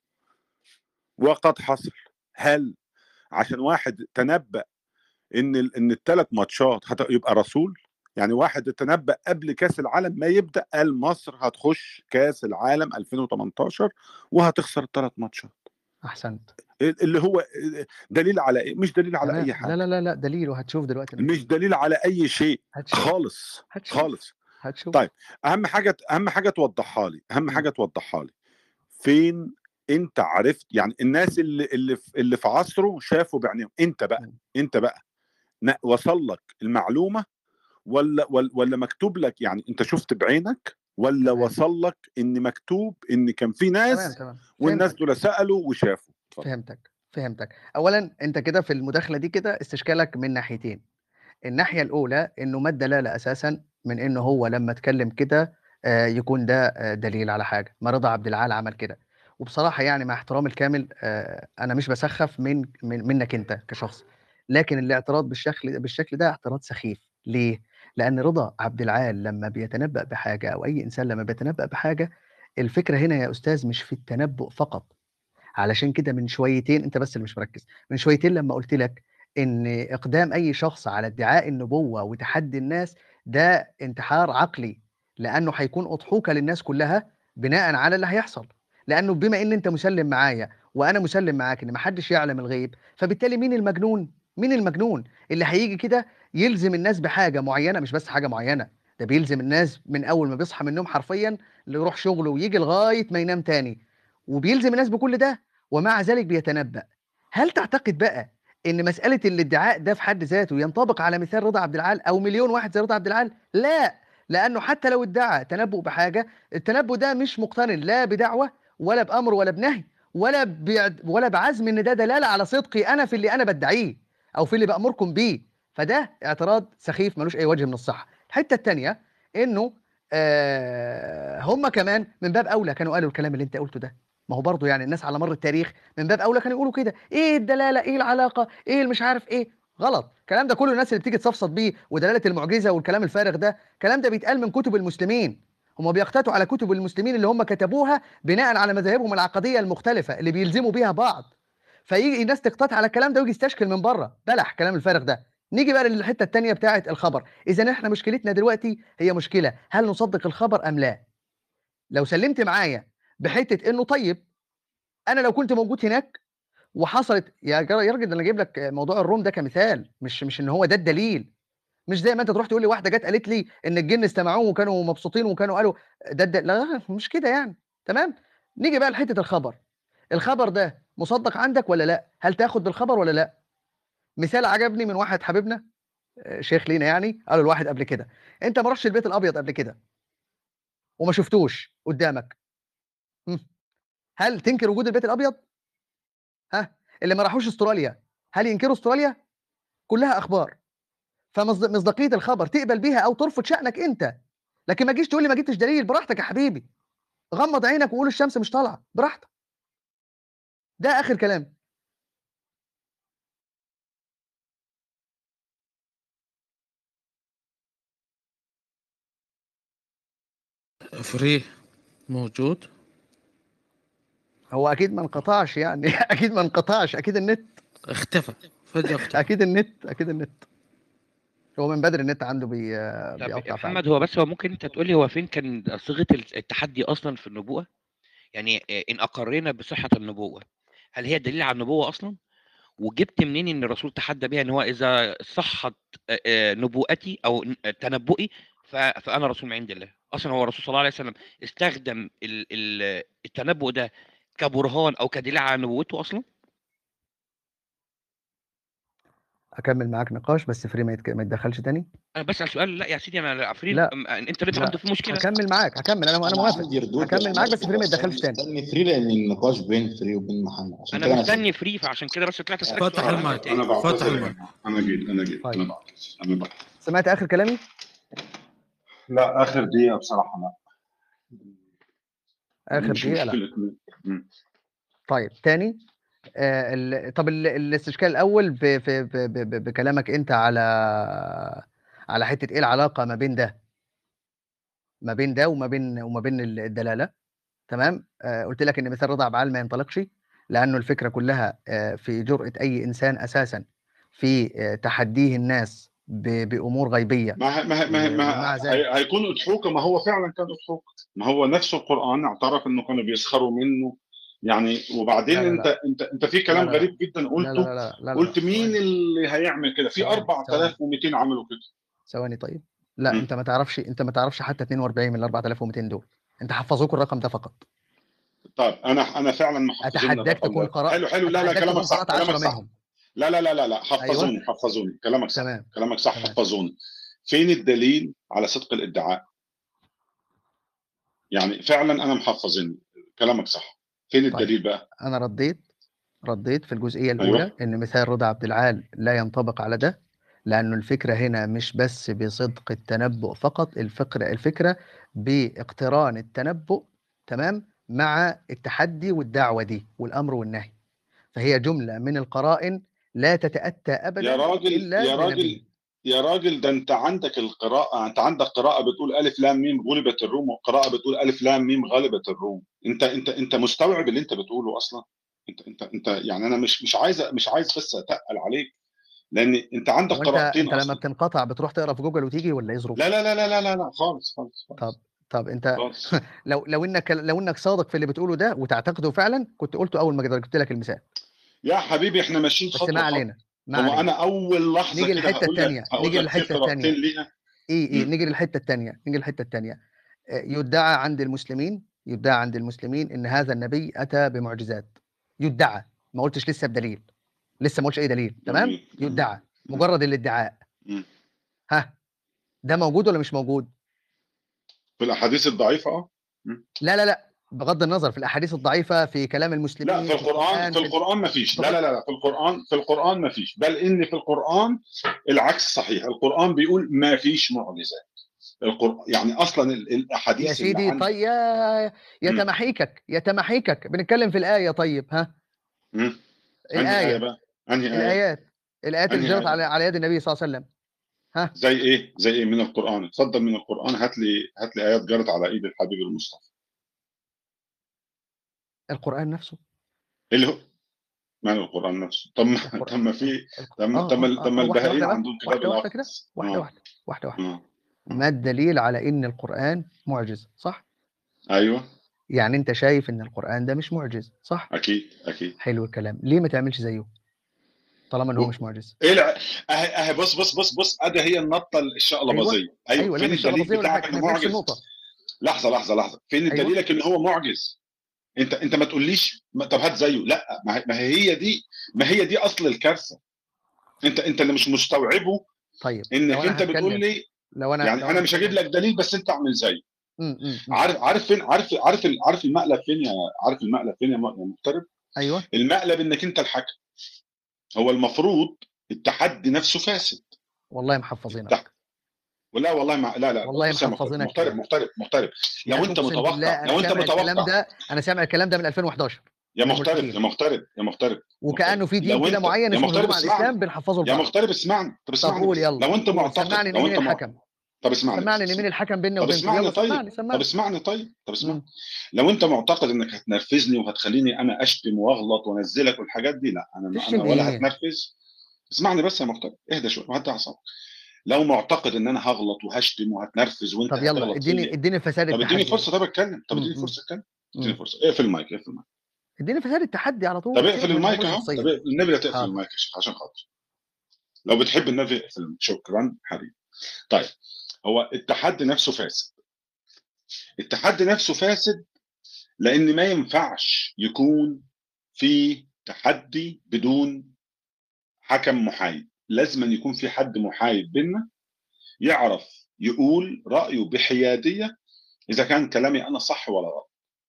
وقد حصل. هل عشان واحد تنبأ ان ال... ان الثلاث ماتشات هتبقى رسول؟ يعني واحد تنبأ قبل كاس العالم ما يبدأ قال مصر هتخش كاس العالم ألفين وتمنتاشر وهتخسر الثلاث ماتشات. احسنت. اللي هو دليل على ايه؟ مش دليل على تمام. اي حاجه. لا لا لا لا دليل وهتشوف دلوقتي. مش دليل على اي شيء هتشوف خالص هتشوف خالص. هتشوف. طيب اهم حاجه اهم حاجه توضحها لي اهم م. حاجه توضحها لي فين انت عرفت؟ يعني الناس اللي اللي في, اللي في عصره شافوا بعينيهم. انت بقى م. انت بقى وصل لك المعلومه ولا ولا, ولا مكتوب لك؟ يعني انت شفت بعينك ولا تمام. وصل لك ان مكتوب ان كان في ناس تمام تمام والناس فهمتك دول سالوا وشافوا؟ اتفضل. فهمتك فهمتك. اولا انت كده في المداخله دي كده استشكالك من ناحيتين. الناحيه الاولى انه ما الدلاله اساسا من انه هو لما اتكلم كده آه، يكون ده آه، دليل على حاجه. ما رضا عبد العال عمل كده. وبصراحه يعني مع احترامي الكامل آه، انا مش بسخف من, من منك انت كشخص، لكن الاعتراض بالشكل بالشكل ده اعتراض سخيف. ليه؟ لان رضا عبد العال لما بيتنبأ بحاجه او اي انسان لما بيتنبأ بحاجه، الفكره هنا يا استاذ مش في التنبؤ فقط. علشان كده من شويتين انت بس اللي مش مركز. من شويتين لما قلت لك ان اقدام اي شخص على ادعاء النبوه وتحدي الناس ده انتحار عقلي، لانه هيكون اضحوكه للناس كلها بناء على اللي هيحصل. لانه بما ان انت مسلم معايا وانا مسلم معاك ان ما حدش يعلم الغيب، فبالتالي مين المجنون؟ مين المجنون اللي هيجي كده يلزم الناس بحاجه معينه؟ مش بس حاجه معينه، ده بيلزم الناس من اول ما بيصحى من النوم حرفيا اللي يروح شغله ويجي لغايه ما ينام تاني، وبيلزم الناس بكل ده، ومع ذلك بيتنبأ. هل تعتقد بقى ان مساله الادعاء ده في حد ذاته ينطبق على مثال رضا عبد العال او مليون واحد زي رضا عبد العال؟ لا، لانه حتى لو ادعى تنبؤ بحاجه، التنبؤ ده مش مقترن لا بدعوه ولا بامر ولا بنهي ولا بعد ولا بعزم ان ده دلاله على صدقي انا في اللي انا بدعيه او في اللي بامركم بيه. فده اعتراض سخيف ملوش اي وجه من الصحه. الحته الثانيه انه آه هم كمان من باب اولى كانوا قالوا الكلام اللي انت قلته ده. ما هو برضه يعني الناس على مر التاريخ من باب اولى كانوا يقولوا كده، ايه الدلاله، ايه العلاقه، ايه اللي مش عارف ايه. غلط الكلام ده كله. الناس اللي بتيجي تصفصف بيه ودلاله المعجزه والكلام الفارغ ده، الكلام ده بيتقال من كتب المسلمين. هم بيقتاتوا على كتب المسلمين اللي هم كتبوها بناء على مذاهبهم العقديه المختلفه اللي بيلزموا بيها بعض. فيجي الناس تقتات على الكلام ده ويجي يستشكل من بره بلح كلام الفارغ ده. نيجي بقى للحته الثانيه بتاعه الخبر. اذا احنا مشكلتنا دلوقتي هي مشكله هل نصدق الخبر ام لا. لو سلمت معايا بحته انه طيب انا لو كنت موجود هناك وحصلت يا جر- يا راجل، ده انا جايب لك موضوع الروم ده كمثال، مش مش ان هو ده الدليل. مش زي ما انت تروح تقول لي واحده جت قالت لي ان الجن استمعوه وكانوا مبسوطين وكانوا قالوا ده الدليل. لا مش كده يعني. تمام. نيجي بقى لحته الخبر. الخبر ده مصدق عندك ولا لا؟ هل تاخد بالخبر ولا لا؟ مثال عجبني من واحد حبيبنا، آه، شيخ لينا يعني، قالوا الواحد قبل كده انت ما رحتش البيت الابيض قبل كده وما شفتوش قدامك، هم، هل تنكر وجود البيت الابيض؟ ها، اللي ما راحوش استراليا هل ينكروا استراليا؟ كلها اخبار. فمصداقيه الخبر تقبل بيها او ترفض شأنك انت، لكن ما تجيش تقول لي ما جبتش دليل. براحتك يا حبيبي، غمض عينك وقول الشمس مش طالعه براحتك. ده اخر كلام. فري موجود. هو اكيد ما انقطعش يعني اكيد ما انقطعش، اكيد النت اختفى فجأة اختفى. اكيد النت اكيد النت هو من بدري النت عنده بي... طب يا بيقطع فعلا. محمد، هو بس هو ممكن انت تقول لي هو فين كان صيغه التحدي اصلا في النبوه؟ يعني آه، ان اقرينا بصحه النبوه، هل هي دليل على النبوه اصلا؟ وجبت منين ان الرسول تحدى بيها ان هو اذا صحت آه، آه، نبوءتي او ن- تنبؤي ف- فانا رسول من عند الله؟ اصلا هو الرسول صلى الله عليه وسلم استخدم ال- ال- التنبؤ ده كبرهان او كدليل على نبوته اصلا؟ اكمل معاك نقاش بس فري ما, يتك... ما يتدخلش تاني. انا بسال سؤال. لا يا سيدي، انا عفريت لا الانترنت لا عنده فيه مشكله. هكمل معاك هكمل انا انا انا موافق عندي ردود هكمل معاك بس فري ما بس انا يتدخلش تاني. مستني فري لان النقاش بين فري وبين محمد، عشان انا كده انا مستني فري، فعشان كده بس طلعت اسالك فتح سؤال. المايك انا فتح بعتذر يا المايك. جماعه، انا جيت انا جيت طيب. انا بعتذر انا بعتذر. سمعت اخر كلامي؟ لا اخر دقيقه بصراحه لا. اخر مش دقيقه لا. مشكله. مم. طيب تاني. آه ال... طب ال... الاستشكال الاول ب... ب... ب... ب... ب... بكلامك انت على على حته ايه العلاقه ما بين ده ما بين ده وما بين وما بين الدلاله. تمام. آه قلت لك ان مثال رضا عبعال ما ينطلقش لانه الفكره كلها آه في جرأه اي انسان اساسا في آه تحديه الناس ب... بامور غيبيه، ما ه- ما ه- ما ه- و... ما ومع ه- ذلك هي- هيكون اضحوكه. ما هو فعلا كان اضحوك. ما هو نفس القران اعترف انه كانوا بيسخروا منه يعني. وبعدين لا لا انت لا انت انت في لا كلام لا لا غريب جدا لا لا قلته. لا لا لا قلت لا مين ثواني اللي هيعمل كده؟ في ثواني ثواني أربعة آلاف ومئتين عملوا كده. ثواني طيب. لا مم. انت ما تعرفش انت ما تعرفش حتى اتنين واربعين من ال أربعة آلاف ومئتين دول. انت حفظوك الرقم ده فقط. طيب انا انا فعلا محفظين اتحداك الرقم تكون ده. قرات حلو حلو. لا لا اتحداك كلامك تكون صح قرات كلامك عشرة صح. منهم. لا لا لا لا لا ايوه حفظوني حفظوني. كلامك صح تمام كلامك صح تمام. حفظوني. فين الدليل على صدق الادعاء؟ يعني فعلا انا محفظين كلامك صح. فين طيب الدليل بقى؟ انا رديت رديت في الجزئيه الاولى ايوه ان مثال رضا عبد العال لا ينطبق على ده، لانه الفكره هنا مش بس بصدق التنبؤ فقط، الفكره الفكره باقتران التنبؤ تمام مع التحدي والدعوه دي والامر والنهي. فهي جمله من القرائن لا تتاتى يا ابدا راجل الا يا بنبي. راجل يا راجل، ده انت عندك القراءة. انت عندك قراءة بتقول ألف لام ميم غلبت الروم، وقراءة بتقول ألف لام ميم غلبت الروم. انت انت انت مستوعب اللي انت بتقوله اصلا؟ انت انت انت يعني انا مش مش عايز مش عايز بس اتقل عليك، لان انت عندك هو انت قراءتين انت لما اصلا. بتنقطع بتروح تقرا في جوجل وتيجي ولا ايه ظروفك؟ لا لا لا لا لا لا خالص خالص طب خالص. طب أنت خالص. لو لو إنك لو إنك صادق في اللي بتقوله ده وتعتقده فعلًا، كنت قُلته أول ما جبت لك المثال. يا حبيبي إحنا ماشيين بس خطوة ما خطوة. علينا، ما هو علينا. أنا أول لحظة نيجي كده للحتة هاقول لك التانية، هاقول نيجي لك في للحتة قراءتين التانية. ليها. إيه، إيه، إمم. نيجي للحتة التانية، نيجي للحتة التانية. آآ يُدّعى عند المسلمين يُدّعى عند المسلمين إن هذا النبي أتى بمعجزات. يُدّعى، ما قُلتش لسه بدليل، لسه ما قُلتش أي دليل، تمام؟ جميل، جميل. يُدّعى، إمم. مجرد الادعاء. إمم. ها، ده موجود والّا مش موجود؟ في الأحاديث الضعيفة آه. إمم. لا، لا، لأ، بغض النظر في الأحاديث الضعيفة، في كلام لأ، المسلمين، في في القرآن القرآن، في في ال القرآن ما فيش. لا، بغض لا، لا، لا، في القرآن في القرآن ما فيش، بل إن في القرآن العكس صحيح. القرآن بيقول ما فيش معجزات. القر يعني أصلًا ال يا الأحاديث اللي سيدي عندك. طي يا يا إمم. تماحيكك، يا تماحيكك، بنتكلم في الآية طيب، ها؟ إمم. أنهي آية الآية، بقى؟ أنهي آية؟ الآيات، الآيات اللي أنهي جرت على آية؟ على يد النبي صلى الله عليه وسلم. ها؟ زي إيه؟ زي إيه من القرآن؟ اتفضل من القرآن هات لي هات لي آيات جرت على إيد الحبيب المصطفى. القرآن نفسه. اللي هو ماله القرآن نفسه؟ طب ما القر طب ما ال في الق طب ما آه، طب آه، ما طب آه، ما آه، واحدة، البهائين واحدة بقى، عندهم كتاب واحدة، واحدة كده، الأقدس. واحدة، آه. واحدة، واحدة، واحدة. آه. ما آه. الدليل على إن القرآن معجز، صح؟ أيوه. يعني أنت شايف إن القرآن ده مش معجز، صح؟ أكيد، أكيد. حلو الكلام، ليه ما تعملش زيه؟ طالما إن هو و مش معجز. إيه الع أهي أهي بُص، بُص، بُص، بُص، أدي هي النطة أيوه، الشقلباظية. أيوه، أيوه، لا فين مش الدليل شقلباظية ولا حاجة، بتاعك إحنا إنه في نفس معجز؟ النقطة. لحظة، لحظة، لحظة، فين أيوه. دليلك إن هو معجز؟ أنت أنت ما تقوليش م طب هات زيه، لأ، ما هي ما هي دي ما هي دي أصل الكارثة. أنت أنت اللي مش مستوعبه طيب لو إنك أنا أنت بتقول هاتكلم لي لو أنا يعني لو أنا أنا مش هاجيب هاتكلم لك دليل بس أنت اعمل زيه. إمم، إمم، إمم. عارف عارف فين عارف عارف ال عارف المقلب فين يا عارف المقلب فين يا م يا مغترب؟ أيوه. المقلب إنك أنت الحكم. هو المفروض التحدي نفسه فاسد. والله التح محفظينك. ولا والله ما لا، لا، والله بُص يا مغترب، محفظينك مغترب، يعني. مغترب، مغترب، يا لو أخي أنت أقسم متوقع بالله أنا لو أنت سامع الكلام متوقع ده أنا سامع الكلام ده من ألفين وحداشر يا من مغترب، يا الملحدين. مغترب، يا مغترب، مغترب، وكأنه في دين لو كده أنت معين يا اسمه مغترب الهجوم على الإسلام اسمعني، بنحفظه يا لبعض. مغترب اسمعني، طب طب اسمعني قُل بس، يالّا، لو أنت قُل، معتقد سمّعني إن لو مين أنت مع الحكم، طب اسمعني سمّعني بس، إن مين اسمعني. الحكم بيننا طب وبينكم، اسمعني يالّا طيب، سمّعني، طب سمّعني. اسمعني طيب، طب اسمعني. إمم. لو أنت معتقد إنك هتنرفزني وهتخلّيني أنا أشتم وأغلط وأنزّلك والحاجات دي، لأ، أنا ما أنا تشتم ولا إيه؟ هاتنرفز. اسمعني بس يا مغترب، اهدى شوية وهدّي أعصابك. لو معتقد إن أنا هاغلط وهاشتم وهاتنرفز وأنت طب يالّا هتغلط ادّيني فيّا، ادّيني فساد طب ادّيني التحدي يالّا. فرصة طيب أتكلم، طب إمم، ادّيني إمم، فرصة أتكلم، ادّيني إمم. فرصة، اقفل المايك، اقفل المايك. ادّيني فساد التحدي على طب طول، اقفل سيبك من المايك الأمور أهو، طب الشخصية. اق النبي لا تقفل حاضر. المايك يا شيخ عشان خاطري. لو بتحب النبي اقفل المايك. شكرًا حبيبي. طيب، هو التحدي نفسه فاسد. التحدي نفسه فاسد لإن ما ينفعش يكون في تحدي بدون حكم محايد. لازمًا يكون في حد محايد بيننا يعرف يقول رأيه بحيادية إذا كان كلامي أنا صح والّا غلط.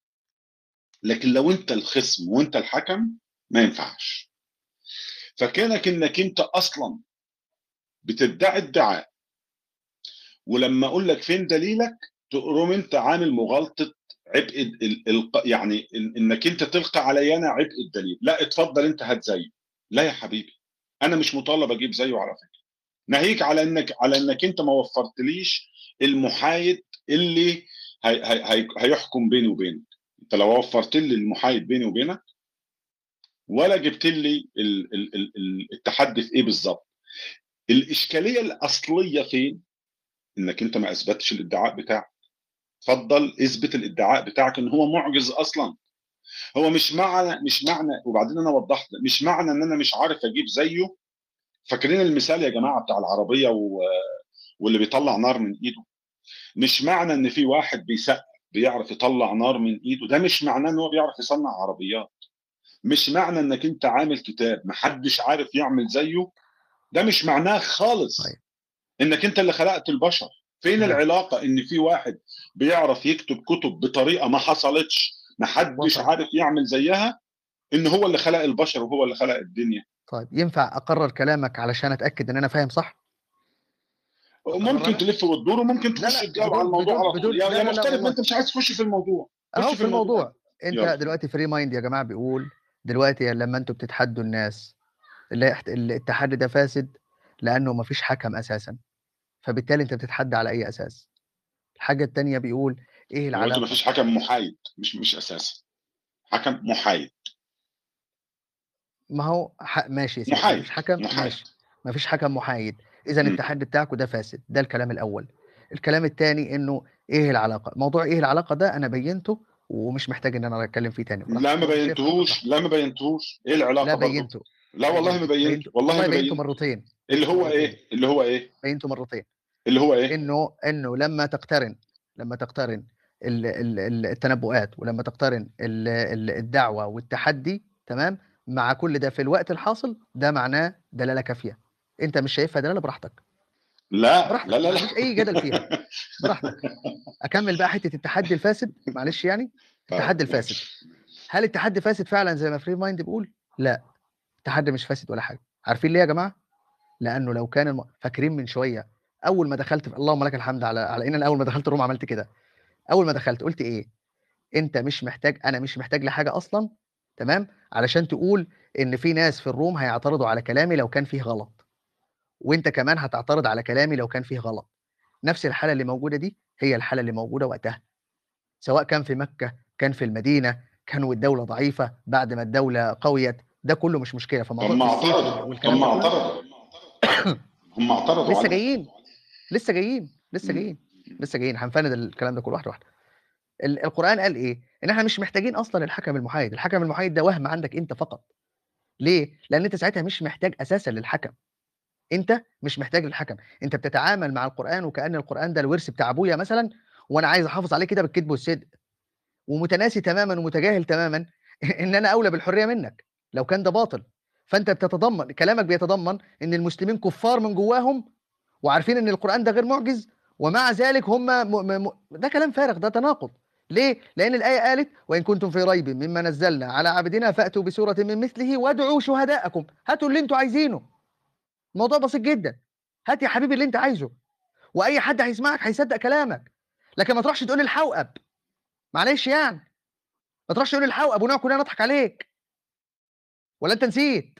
لكن لو أنت الخصم وأنت الحكم ما ينفعش. فكونك إنك أنت أصلًا بتدعي ادعاء ولمّا أقول لك فين دليلك تقوم أنت عامل مغالطة عبء ال ال الق يعني إن إنك أنت تلقي عليّا أنا عبء الدليل. لأ اتفضل أنت هات زيه. لا يا حبيبي، أنا مش مطالب أجيب زيه على فكرة. ناهيك على إنك على إنك أنت ما وفّرتليش المحايد اللي هي هي هي هيحكم بيني وبينك. أنت لو وفّرت لي المحايد بيني وبينك ولا جبت لي ال ال ال ال التحدي في إيه بالضبط. الإشكالية الأصلية فين؟ إنك أنت ما أثبتش الادعاء بتاعك. اتفضل اثبت الادعاء بتاعك إن هو مُعجز أصلًا. هو مش معنى مش معنى وبعدين أنا وضّحت، مش معنى إن أنا مش عارف أجيب زيه. فاكرين المثال يا جماعة بتاع العربية و واللي بيطلّع نار من إيده. مش معنى إن في واحد بيسقّف بيعرف يطلّع نار من إيده، ده مش معناه إن هو بيعرف يصنّع عربيات. مش معنى إنك أنت عامل كتاب ما حدش عارف يعمل زيه، ده مش معناه خالص طيب. إنك أنت اللي خلقت البشر. فين تمام. العلاقة إن في واحد بيعرف يكتب كتب بطريقة ما حصلتش، ما حدش وصلت. عارف يعمل زيها، إن هو اللي خلق البشر وهو اللي خلق الدنيا؟ طيب ينفع أقرّر كلامك علشان أتأكد إن أنا فاهم صح؟ أقرّر ممكن أنا؟ تلف وتدور وممكن لا، تخش لأ، تجاوب على بدون الموضوع بدون على طول. بدون يا لا، يا لا، لا مغترب ما والله. أنت مش عايز تخش في الموضوع، أهو خش في في الموضوع. الموضوع. أنت يالّا. دلوقتي free mind يا جماعة بيقول دلوقتي لمّا أنتم بتتحدّوا الناس اللي هي احت ال التحدّي ده فاسد لأنه ما فيش حَكَم أساسًا، فبالتالي أنت بتتحدّى على أي أساس؟ الحاجة التانية بيقول إيه أنا قُلت ما العلاقة؟ فيش حكم محايد، مش مش أساسًا. حكم محايد. ما هو ح ماشي يا سيدي، ما محايد، فيش حَكَم محايد. ماشي، ما فيش حَكَم محايد، إذًا إمم. التحدّي بتاعكم ده فاسد، ده الكلام الأول. الكلام التاني إنه ايه العلاقه؟ موضوع ايه العلاقه ده انا بينته ومش محتاج ان انا اتكلم فيه تاني. براحتك. لا ما لو مش شايف حاجة بينتهوش، براحتك. لا ما بينتهوش، ايه لا العلاقه برضه؟ بينته لا والله ما بينته بينته، بينته والله والله ما بينته بينته. مرتين. اللي بينته هو مرتين ايه؟ اللي هو ايه؟ بينته مرتين اللي هو ايه؟ انه انه لما تقترن لما تقترن ال- ال- ال- التنبؤات، ولما تقترن ال- ال- الدعوه والتحدي، تمام، مع كل ده في الوقت الحاصل، ده معناه دلاله كافيه. انت مش شايفها دلاله، براحتك لا براحتك، لا لا ما لا. عنديش اي جدل فيها، براحتك. اكمل بقى حته التحدي الفاسد، معلش يعني. التحدي طيب الفاسد، ماشي. هل التحدي فاسد فعلا زي ما فري مايند بيقول؟ لا، التحدي مش فاسد ولا حاجه. عارفين ليه يا جماعه؟ لانه لو كان الم... فاكرين من شويه اول ما دخلت في... اللهم لك الحمد على على ان انا اول ما دخلت الروم عملت كده. اول ما دخلت قلت ايه؟ انت مش محتاج، انا مش محتاج لحاجه اصلا، تمام، علشان تقول ان في ناس في الروم هيعترضوا على كلامي لو كان فيه غلط، وانت كمان هتعترض على كلامي لو كان فيه غلط. نفس الحاله اللي موجوده دي هي الحاله اللي موجوده وقتها، سواء كان في مكه، كان في المدينه، كانوا الدوله ضعيفه بعد ما الدوله قويت، ده كله مش مشكله. طب فموضوع ما السيف وال- اعترضوا، طب والكلام ده ما كله اعترضوا، هم اعترضوا لسه عليه. جايين لسه جايين لسه مم. جايين لسه جايين هنفند الكلام ده كله واحده واحده. ال- القرآن قال إيه؟ إن إحنا مش محتاجين أصلًا الحكم المحايد، الحكم المحايد ده وهم عندك أنت فقط. ليه؟ لأن أنت ساعتها مش محتاج أساسًا للحكم، أنت مش محتاج للحكم، أنت بتتعامل مع القرآن وكأن القرآن ده الورث بتاع أبويا مثلًا، وأنا عايز أحافظ عليه كده بالكدب والصدق، ومتناسي تمامًا ومتجاهل تمامًا إن أنا أولى بالحرية منك، لو كان ده باطل. فأنت بتتضمن كلامك بيتضمن إن المسلمين كفار من جواهم، وعارفين إن القرآن ده غير معجز، ومع ذلك هم م م م ده كلام فارغ، ده تناقض. ليه؟ لأن الآية قالت: "وإن كنتم في ريب مما نزلنا على عبدنا فأتوا بسورة من مثله وادعوا شهداءكم." هاتوا اللي أنتم عايزينه. الموضوع بسيط جدًا. هات يا حبيبي اللي أنت عايزه، وأي حد هيسمعك هيصدق كلامك. لكن ما تروحش تقول لي الحوأب، معلش يعني، ما تروحش تقول لي الحوأب ونقعد كلنا نضحك عليك. والّا أنت نسيت؟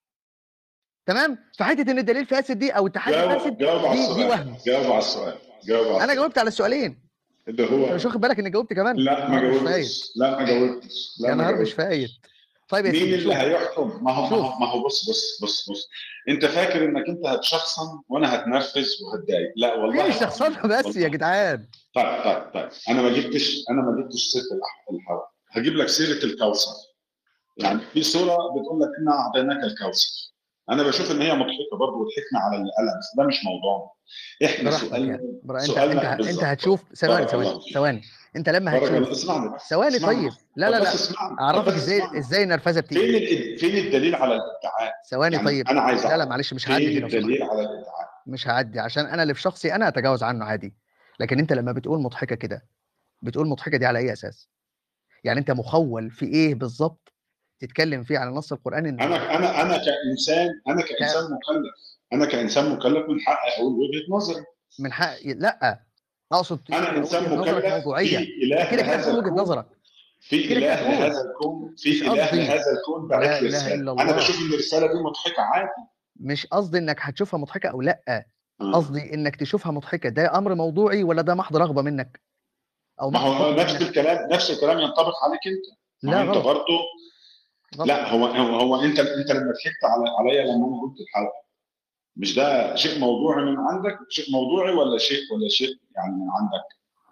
تمام؟ فحتة إن الدليل فاسد دي أو التحدي فاسد، جاوب جاوب على دي دي السؤال، وهم. جاوب على السؤال، جاوب على أنا السؤال. جاوبت على السؤالين. اللي أنت مش هو واخد بالك إني جاوبت كمان؟ لا يا ما نهار مش فايت، جاوبتش، لا ما جاوبتش، لا يا ما نهار مش جاوبتش. فايت. طيب يا مين سيدي، اللي شوف هيحكم؟ ما هو ما شوف هو ما هو بص بص بص بص انت فاكر انك انت هتشخصن وانا هتنرفز وهتضايق؟ لا والله فين العظيم الشخصنة لا. بس يا والله جدعان؟ طيب طيب طيب انا ما جبتش انا ما جبتش سيره الأح- الهواء، هجيب لك سيره الكوثر. يعني في سوره بتقول لك انا اعطيناك الكوثر، انا بشوف ان هي مضحكه برضه وضحكنا على اللي قالها، بس ده مش موضوعنا. احنا براحتك يعني، سؤالنا برا انت انت سؤالنا ه- انت بالظبط. هتشوف. ثواني بارك ثواني الله فيك، ثواني انت لما بارك الله. هتشوف. اسمعني بس، ثواني اسمعني طيب، بس. لا طب لا بس لا، اسمعني، طب اعرفك بس ازاي اسمعني. ازاي النرفزه فين بتيجي. ال- فين الدليل على الادعاء؟ ثواني يعني طيب، انا عايز لا لا اعرف معلش مش هعدي فين دي لو سمحت، الدليل على الادعاء؟ مش هعدي عشان انا اللي في شخصي انا اتجاوز عنه عادي. لكن انت لما بتقول مضحكه كده، بتقول مضحكه دي على اي اساس؟ يعني انت مخول في ايه بالظبط تتكلم فيه على نص القران انه انا مضحك؟ انا انا كانسان انا ك... كانسان مكلف، انا كانسان مكلف من حقي اقول وجهه نظري. من حق، لا، اقصد انا تبقى انسان وجهه نظرك مكلف موضوعيه. في انت اله كده كده لهذا هتقول وجهه الكون، نظرك، في كده كده اله هتقول. لهذا الكون، مش في اله قصدي، لهذا الكون لا بعت لي اله رساله، الا انا الله، بشوف ان الرساله دي مضحكه عادي. مش قصدي انك هتشوفها مضحكه او لا، آه. قصدي انك تشوفها مضحكه ده امر موضوعي ولا ده محض رغبه منك او ما محض هو حكم نفس منك؟ الكلام، نفس الكلام ينطبق عليك انت. ما هو لا انت غلط، برضه غلط. لا هو هو, هو انت انت لما ضحكت على عليا لما انا قلت الحلقه، مش ده شيء موضوعي من عندك؟ شيء موضوعي ولا شيء ولا شيء يعني من عندك؟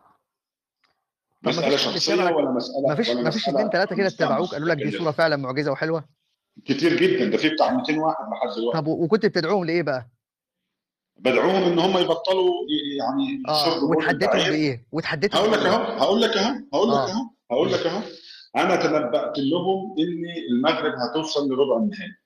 طب ما مساله فيش حد شخصيه اتبعك؟ ولا ما مساله فيش ولا ما فيش مساله اتنين تلاته ولا كده مساله اتبعوك قالوا لك دي صوره مستقله؟ فعلا معجزه وحلوه؟ كتير جدا، ده في بتاع مئتين واحد لحد دلوقتي. طب و- وكنت بتدعوهم لايه بقى؟ بدعوهم ان هم يبطلوا ي- يعني اه، شرب بول وتحديتهم البعير. بايه؟ وتحديتهم هقول لك بايه؟ اهو هقول لك اهو هقول لك اه، اهو هقول قول. لك اهو انا تنبأت لهم ان المغرب هتوصل لربع النهائي،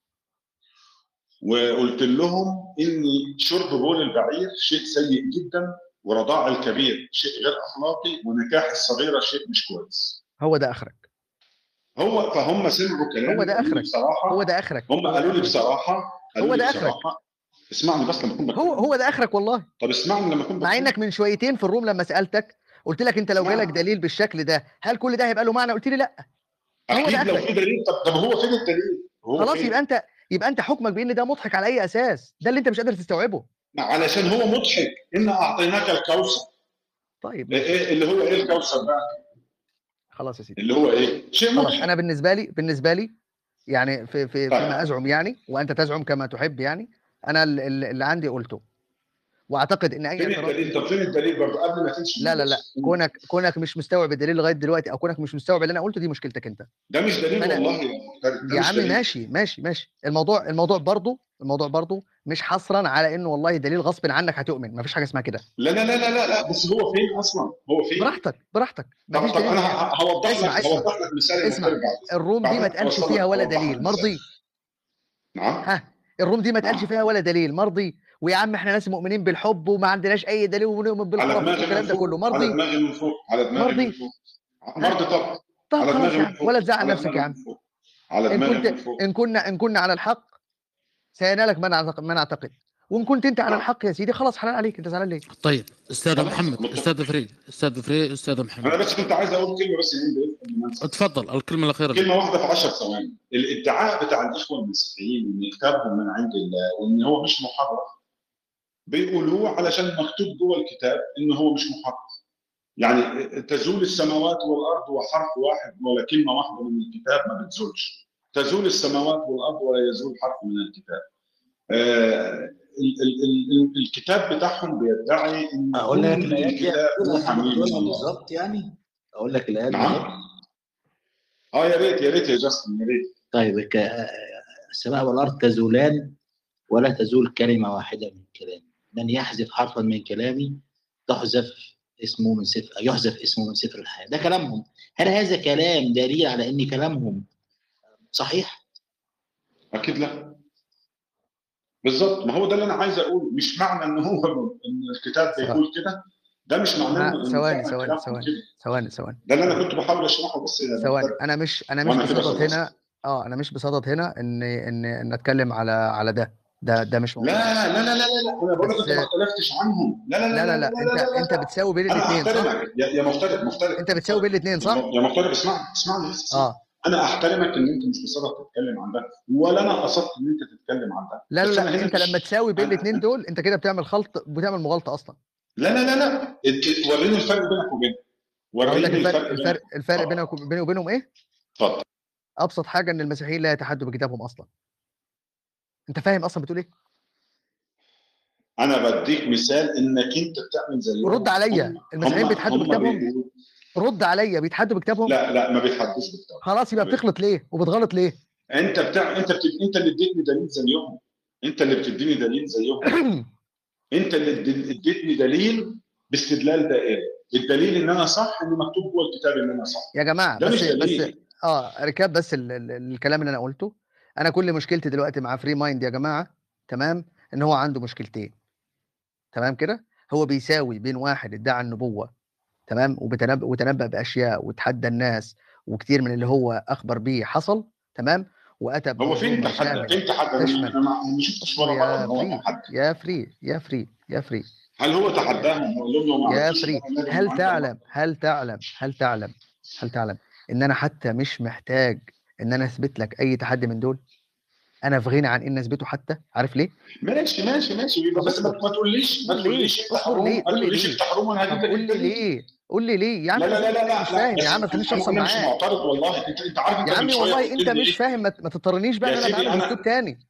وقلت لهم ان شرب بول البعير شيء سيء جدا، ورضاع الكبير شيء غير اخلاقي، ونكاح الصغيره شيء مش كويس. هو ده اخرك، هو فهم سمعوا هو كلامي ده وقالوا لي اخرك، بصراحه، هو ده اخرك، هم هو ده قالوا لي اخرك، بصراحه قالوا هو لي ده اخرك، بصراحه اسمعني بس لما اكون هو بتكلم. هو ده اخرك والله. طب اسمعني لما اكون مع بتكلم. انك من شويتين في الروم لما سالتك قلت لك انت لو جالك اسمعني، دليل بالشكل ده هل كل ده هيبقى له معنى؟ قلت لي لا. هو ده اكيد لو في اخرك. دليل. طب طب هو فين الدليل؟ هو خلاص، يبقى فين؟ انت يبقى انت حكمك بان ده مضحك على اي اساس؟ ده اللي انت مش قادر تستوعبه. علشان هو مضحك. انا اعطيناك الكوثر. طيب إيه ماشي، إيه اللي هو ايه الكوثر بقى؟ خلاص يا سيدي، اللي هو ايه؟ شيء خلاص. انا مضحك. بالنسبه لي بالنسبه لي يعني في في فيما طيب ازعم يعني، وانت تزعم كما تحب يعني، انا ال- ال- اللي عندي قلته، واعتقد ان اي فين اعتراض الدليل؟ طب فين الدليل برضه قبل ما تمشي؟ لا لا لا كونك كونك مش مستوعب الدليل لغايه دلوقتي، او كونك مش مستوعب اللي انا قلته، دي مشكلتك انت. ده مش دليل فأنا والله يا مختلف، ده يا مش عم دليل. ماشي ماشي ماشي الموضوع الموضوع برضه الموضوع برضه مش حصرا على انه والله دليل غصب عنك هتؤمن، مفيش حاجه اسمها كده. لا لا لا لا لا لا بس هو فين اصلا؟ هو فين؟ براحتك براحتك طب مفيش طب دليل. انا ه- هوضح اسمع لك اسمع هوضح لك مثال انك اسمع ترجع. الروم دي ما بعدين اتقالش اوصل فيها لك ولا اوضح لك دليل مثال. مرضي. نعم ها الروم دي ما اتقالش نعم فيها ولا دليل مرضي، ويا عم احنا ناس مؤمنين بالحب وما عندناش اي دليل ونؤمن على بالخرافات دماغي من والكلام ده كله. فوق، على مرضي دماغي من فوق، على دماغي من مرضي فوق. ها مرضي طبعا. طب على خلاص دماغي يا من عم فوق، ولا تزعل على نفسك يا دماغي عم. من فوق، على ان دماغي كنت من فوق. ان كنا ان كنا على الحق سينالك ما نعتقد ما نعتقد، وان كنت انت على نعم الحق يا سيدي خلاص حلال عليك، انت زعلان ليه؟ طيب استاذ خلاص محمد، متفق. استاذ فري، استاذ فري، استاذ انا محمد، بس كنت عايز اقول كلمه بس يا هند قبل ما انسى. اتفضل الكلمه الاخيره لك. كلمه واحده في عشر ثواني. الادعاء بتاع الاخوه المسيحيين ان كتابهم من عند الله وان هو مش محرف بيقولوه علشان مكتوب جوه الكتاب ان هو مش محرف. يعني تزول السماوات والارض وحرف واحد ولا كلمه واحده من الكتاب ما بتزولش. تزول السماوات والارض ولا يزول حرف من الكتاب. آه ال ال ال الكتاب بتاعهم بيدعي ان اقول لك كل الايات دي الكتاب روح من الله. بالظبط يعني اقول لك الايات نعم بالظبط. اه يا ريت يا ريت يا جاستن يا ريت. طيب ك- السماء والارض تزولان ولا تزول كلمه واحده من كلامي، من يحذف حرفا من كلامي تحذف اسمه من سفر يحذف اسمه من سفر الحياه. ده كلامهم. هل هذا كلام دليل على ان كلامهم صحيح؟ اكيد لا. بالظبط، ما هو ده اللي انا عايز اقوله. مش معنى ان هو ان الكتاب بيقول كده ده مش معناه ما ان ثواني فعلا ثواني كلامهم ثواني كده. ثواني ثواني ده اللي انا كنت بحاول اشرحه بس يا ثواني مختلف. انا مش انا مش وانا كده بصدد خلصت. هنا اه انا مش بصدد هنا ان ان ان اتكلم على على ده ده ده مش لا موضوعي. لا لا لا لا لا انا بقول لك بس انت ما اختلفتش عنهم. لا لا لا لا لا لا لا لا انت لا لا انت لا. بتساوي بين انا الاثنين صح؟ احترمك يا يا مختلف مختلف انت بتساوي بين الاثنين صح؟ يا مختلف اسمعني اسمعني بس اسمعني. اه انا احترمك ان انت مش بصدد تتكلم عن ده ولا انا قصدت ان انت تتكلم عن ده. لا لا بس انا لا هنا انت لما مش تساوي بين أنا- الاثنين دول انت كده بتعمل خلط، بتعمل مغالطه اصلا. لا لا لا لا انت وريني الفرق بينك وبينه. اقول لك وريني الفرق الفرق الفرق بينك. الفرق اتفضل بينك بيني وبينهم ايه؟ اتفضل. ابسط حاجه ان المسيحيين لا يتحدوا بكتابهم اصلا. انت فاهم اصلا بتقول ايه؟ انا بديك مثال انك انت بتعمل زيهم. رد عليا، هم المسيحيين هم بيتحدوا هم بكتابهم؟ بيقولوا رد عليا، بيتحدوا بكتابهم؟ لا لا ما بيتحدوش بالكتاب. خلاص يبقى ما بيت- بتخلط ليه وبتغلط ليه؟ انت بتاع انت بت... انت اللي اديتني دليل زيهم. انت اللي بتديني دليل زيهم. انت اللي اد- اديتني دليل باستدلال دائري. الدليل ان انا صح ان مكتوب جوه الكتاب ان انا صح. يا جماعه ده بس مش بس دليل. اه ركاب بس ال ال الكلام اللي انا قلته. انا كل مشكلتي دلوقتي مع فري مايند يا جماعه، تمام، ان هو عنده مشكلتين. تمام كده؟ هو بيساوي بين واحد ادعى النبوه، تمام، وبتنبأ وتنبأ باشياء وتحدى الناس، وكتير من اللي هو اخبر بيه حصل، تمام، واتى هو فين بمنظومه تحدى؟ شامله فين تحدى؟ انا تشمل. ما ما- ما شفتش اصبر ولا مره يا ان هو فري تحدى. يا فري يا فري يا فري هل هو تحداهم وقال لهم لو ما يا عرفتوش فري يبقى نادي من هل عند الله؟ تعلم هل تعلم هل تعلم هل تعلم ان انا حتى مش محتاج ان انا اثبت لك اي تحدي من دول؟ انا في غنى عن ان اثبته حتى. عارف ليه؟ ماشي ماشي ماشي يبقى طب بس ما اصبر ما تقوليش ما اصبر ليه تقوليش افتح اصبر ليه روم ما قول لي تقوليش ليه افتح روم انا طب هجيب قول لك لي الدليل. ليه قول لي ليه يا عم. لا لا لا انت لا مش لا فاهم بس يا عم، ما انا تخلينيش افصل انا مش معاك معترض والله. انت انت عارف يا انت من عمي، شويه والله قلت انت لي مش ايه؟ فاهم. ما ما تضطرنيش بقى يا ان انا سيدي اتعامل باسلوب انا تاني.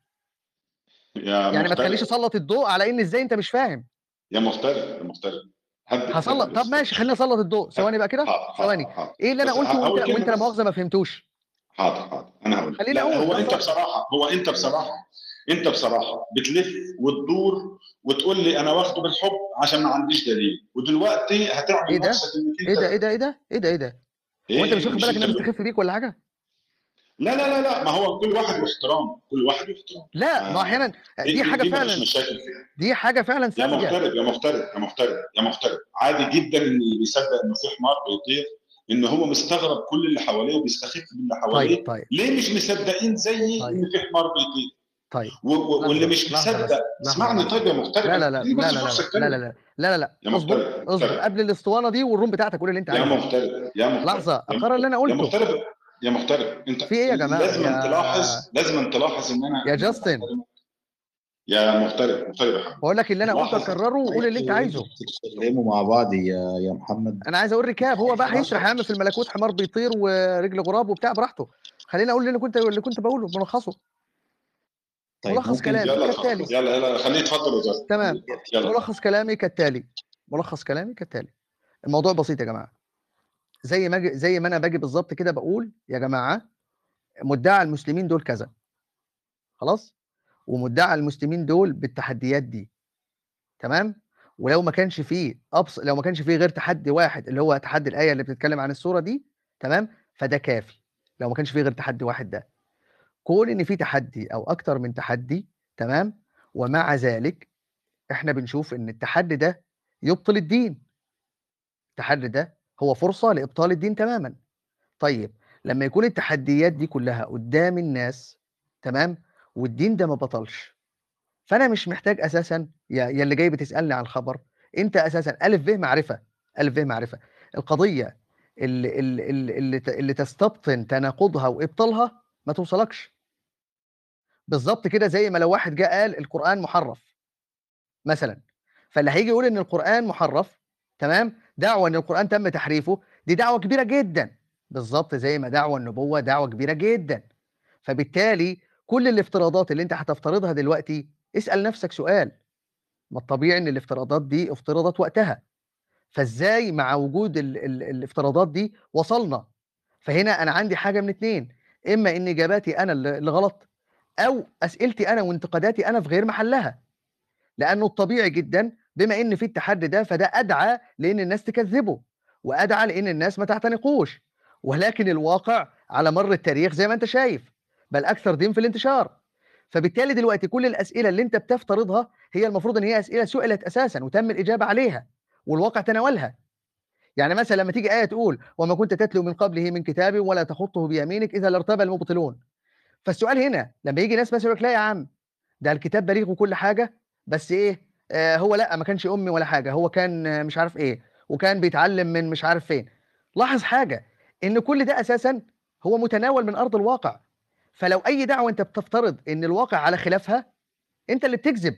يا يعني ما تخليش مختلف اسلط الضوء على ان ازاي انت مش فاهم. يا مختلف يا مختلف هدي هدي هسلط. طب بس ماشي خلينا نسلط الضوء. ثواني بقى كده، حاضر ثواني. حاضر حاضر ايه اللي انا بس قلته وانت هقول كلمه وانت لا بس. مؤاخذه ما فهمتوش؟ حاضر حاضر انا هقول. خليني لا اقول هو انت لحظه. بصراحه هو انت بصراحه انت بصراحه بتلف وتدور وتقول لي انا واخده بالحب عشان ما عنديش دليل، ودلوقتي هتعمل ايه ده نفسك انك ايه انت ده ايه ده ايه ده ايه ده ايه ده هو انت مش ايه واخد مش بالك ان انت انا بت... مستخف بيك ولا حاجه؟ لا لا لا لا ما هو كل واحد واحترام كل واحد واحترام. لا ما احيانا دي, دي دي, حاجه دي ما فيش فعلا مشاكل فيها. دي حاجه فعلا يا ساذجه. مغترب يا مغترب يا مغترب يا مغترب عادي جدا ان اللي بيصدق انه في حمار بيطير ان هو مستغرب كل اللي حواليه وبيستخف باللي حواليه. طيب طيب ليه مش مصدقين زيي طيب ان في حمار بيطير؟ طيب و- و- واللي لحظه مش لحظه بس مصدق لحظه اسمعني بس طيب يا مغترب لا لا لا اديني بس لا لا فرصه لا لا اتكلم. لا لا لا لا يا اصبر مغترب اصبر مغترب قبل الاسطوانه دي والروم بتاعتك قول اللي انت يا عايزه. مغترب يا مغترب لحظه يا اقرر اللي انا مغترب يا قلته. مغترب يا مغترب انت في ايه يا جماعه لازم يا تلاحظ لازم تلاحظ ان انا يا ان انا جاستن؟ بحترمك. يا مغترب مغترب يا حبيبي بقول لك اللي انا قلته لاحظ. اكرره وقول اللي انت عايزه. تتكلموا مع بعض يا يا محمد. انا عايز اقول ركاب. هو بقى هيشرح يا عم في الملكوت حمار بيطير ورجل غراب وبتاع، براحته. خليني اقول اللي انا كنت اللي كنت بقوله ملخصه. طيب ملخص ممكن كلامي يلا كالتالي. يلا يلا خليه يتفضل يا جاسم. تمام. يلا ملخص كلامي كالتالي ملخص كلامي كالتالي الموضوع بسيط يا جماعه. زي ما أجي زي ما انا باجي بالظبط كده باقول يا جماعه مدعي المسلمين دول كذا، خلاص؟ ومدعي المسلمين دول بالتحديات دي، تمام؟ ولو ما كانش فيه أبس لو ما كانش فيه غير تحدي واحد اللي هو تحدي الآية اللي بتتكلم عن السورة دي، تمام؟ فده كافي. لو ما كانش فيه غير تحدي واحد ده. كون إن في تحدي أو أكتر من تحدي، تمام؟ ومع ذلك إحنا بنشوف إن التحدي ده يبطل الدين. التحدي ده هو فرصة لإبطال الدين تمامًا. طيب لمّا يكون التحديات دي كلها قدّام الناس، تمام؟ والدين ده ما بطلش، فأنا مش محتاج أساسًا يا يا اللي جاي بتسألني على الخبر، أنت أساسًا أ ب معرفة، أ ب معرفة. القضية ال ال ال اللي ت اللي تستبطن تناقضها وإبطالها ما توصلكش. بالضبط كده زي ما لو واحد جه قال القرآن محرّف مثلًا، فاللي هييجي يقول إن القرآن محرّف، تمام؟ دعوى إن القرآن تم تحريفه، دي دعوة كبيرة جدًا، بالضبط زي ما دعوى النبوة دعوة كبيرة جدًا. فبالتالي كل الافتراضات اللي أنت هتفترضها دلوقتي، اسأل نفسك سؤال، ما الطبيعي إن الافتراضات دي افترضت وقتها، فإزاي مع وجود ال ال الافتراضات دي وصلنا؟ فهنا أنا عندي حاجة من اتنين، إما إن إجاباتي أنا ال اللي غلط، أو أسئلتي أنا وانتقاداتي أنا في غير محلها. لأنه الطبيعي جدًا بما إن في التحدي ده، فده أدعى لإن الناس تكذّبه، وأدعى لإن الناس ما تعتنقوش، ولكن الواقع على مَر التاريخ زي ما أنت شايف، بل أكثر دين في الانتشار. فبالتالي دلوقتي كل الأسئلة اللي أنت بتفترضها هي المفروض إن هي أسئلة سُئلت أساسًا وتم الإجابة عليها، والواقع تناولها. يعني مثلًا لمّا تيجي آية تقول: "وما كنت تتلو من قبله من كتاب ولا تخطه بيمينك إذا لارتاب المبطلون." فالسؤال هنا لمّا ييجي ناس مثلًا يقول لك: "لا يا عم، ده الكتاب بليغ وكل حاجة، بس إيه، آآ هو لأ ما كانش أمي ولا حاجة، هو كان آه، مش عارف إيه، وكان بيتعلّم من مش عارف فين." لاحظ حاجة، إن كل ده أساسًا هو متناول من أرض الواقع، فلو أي دعوة أنت بتفترض إن الواقع على خلافها، أنت اللي بتكذب،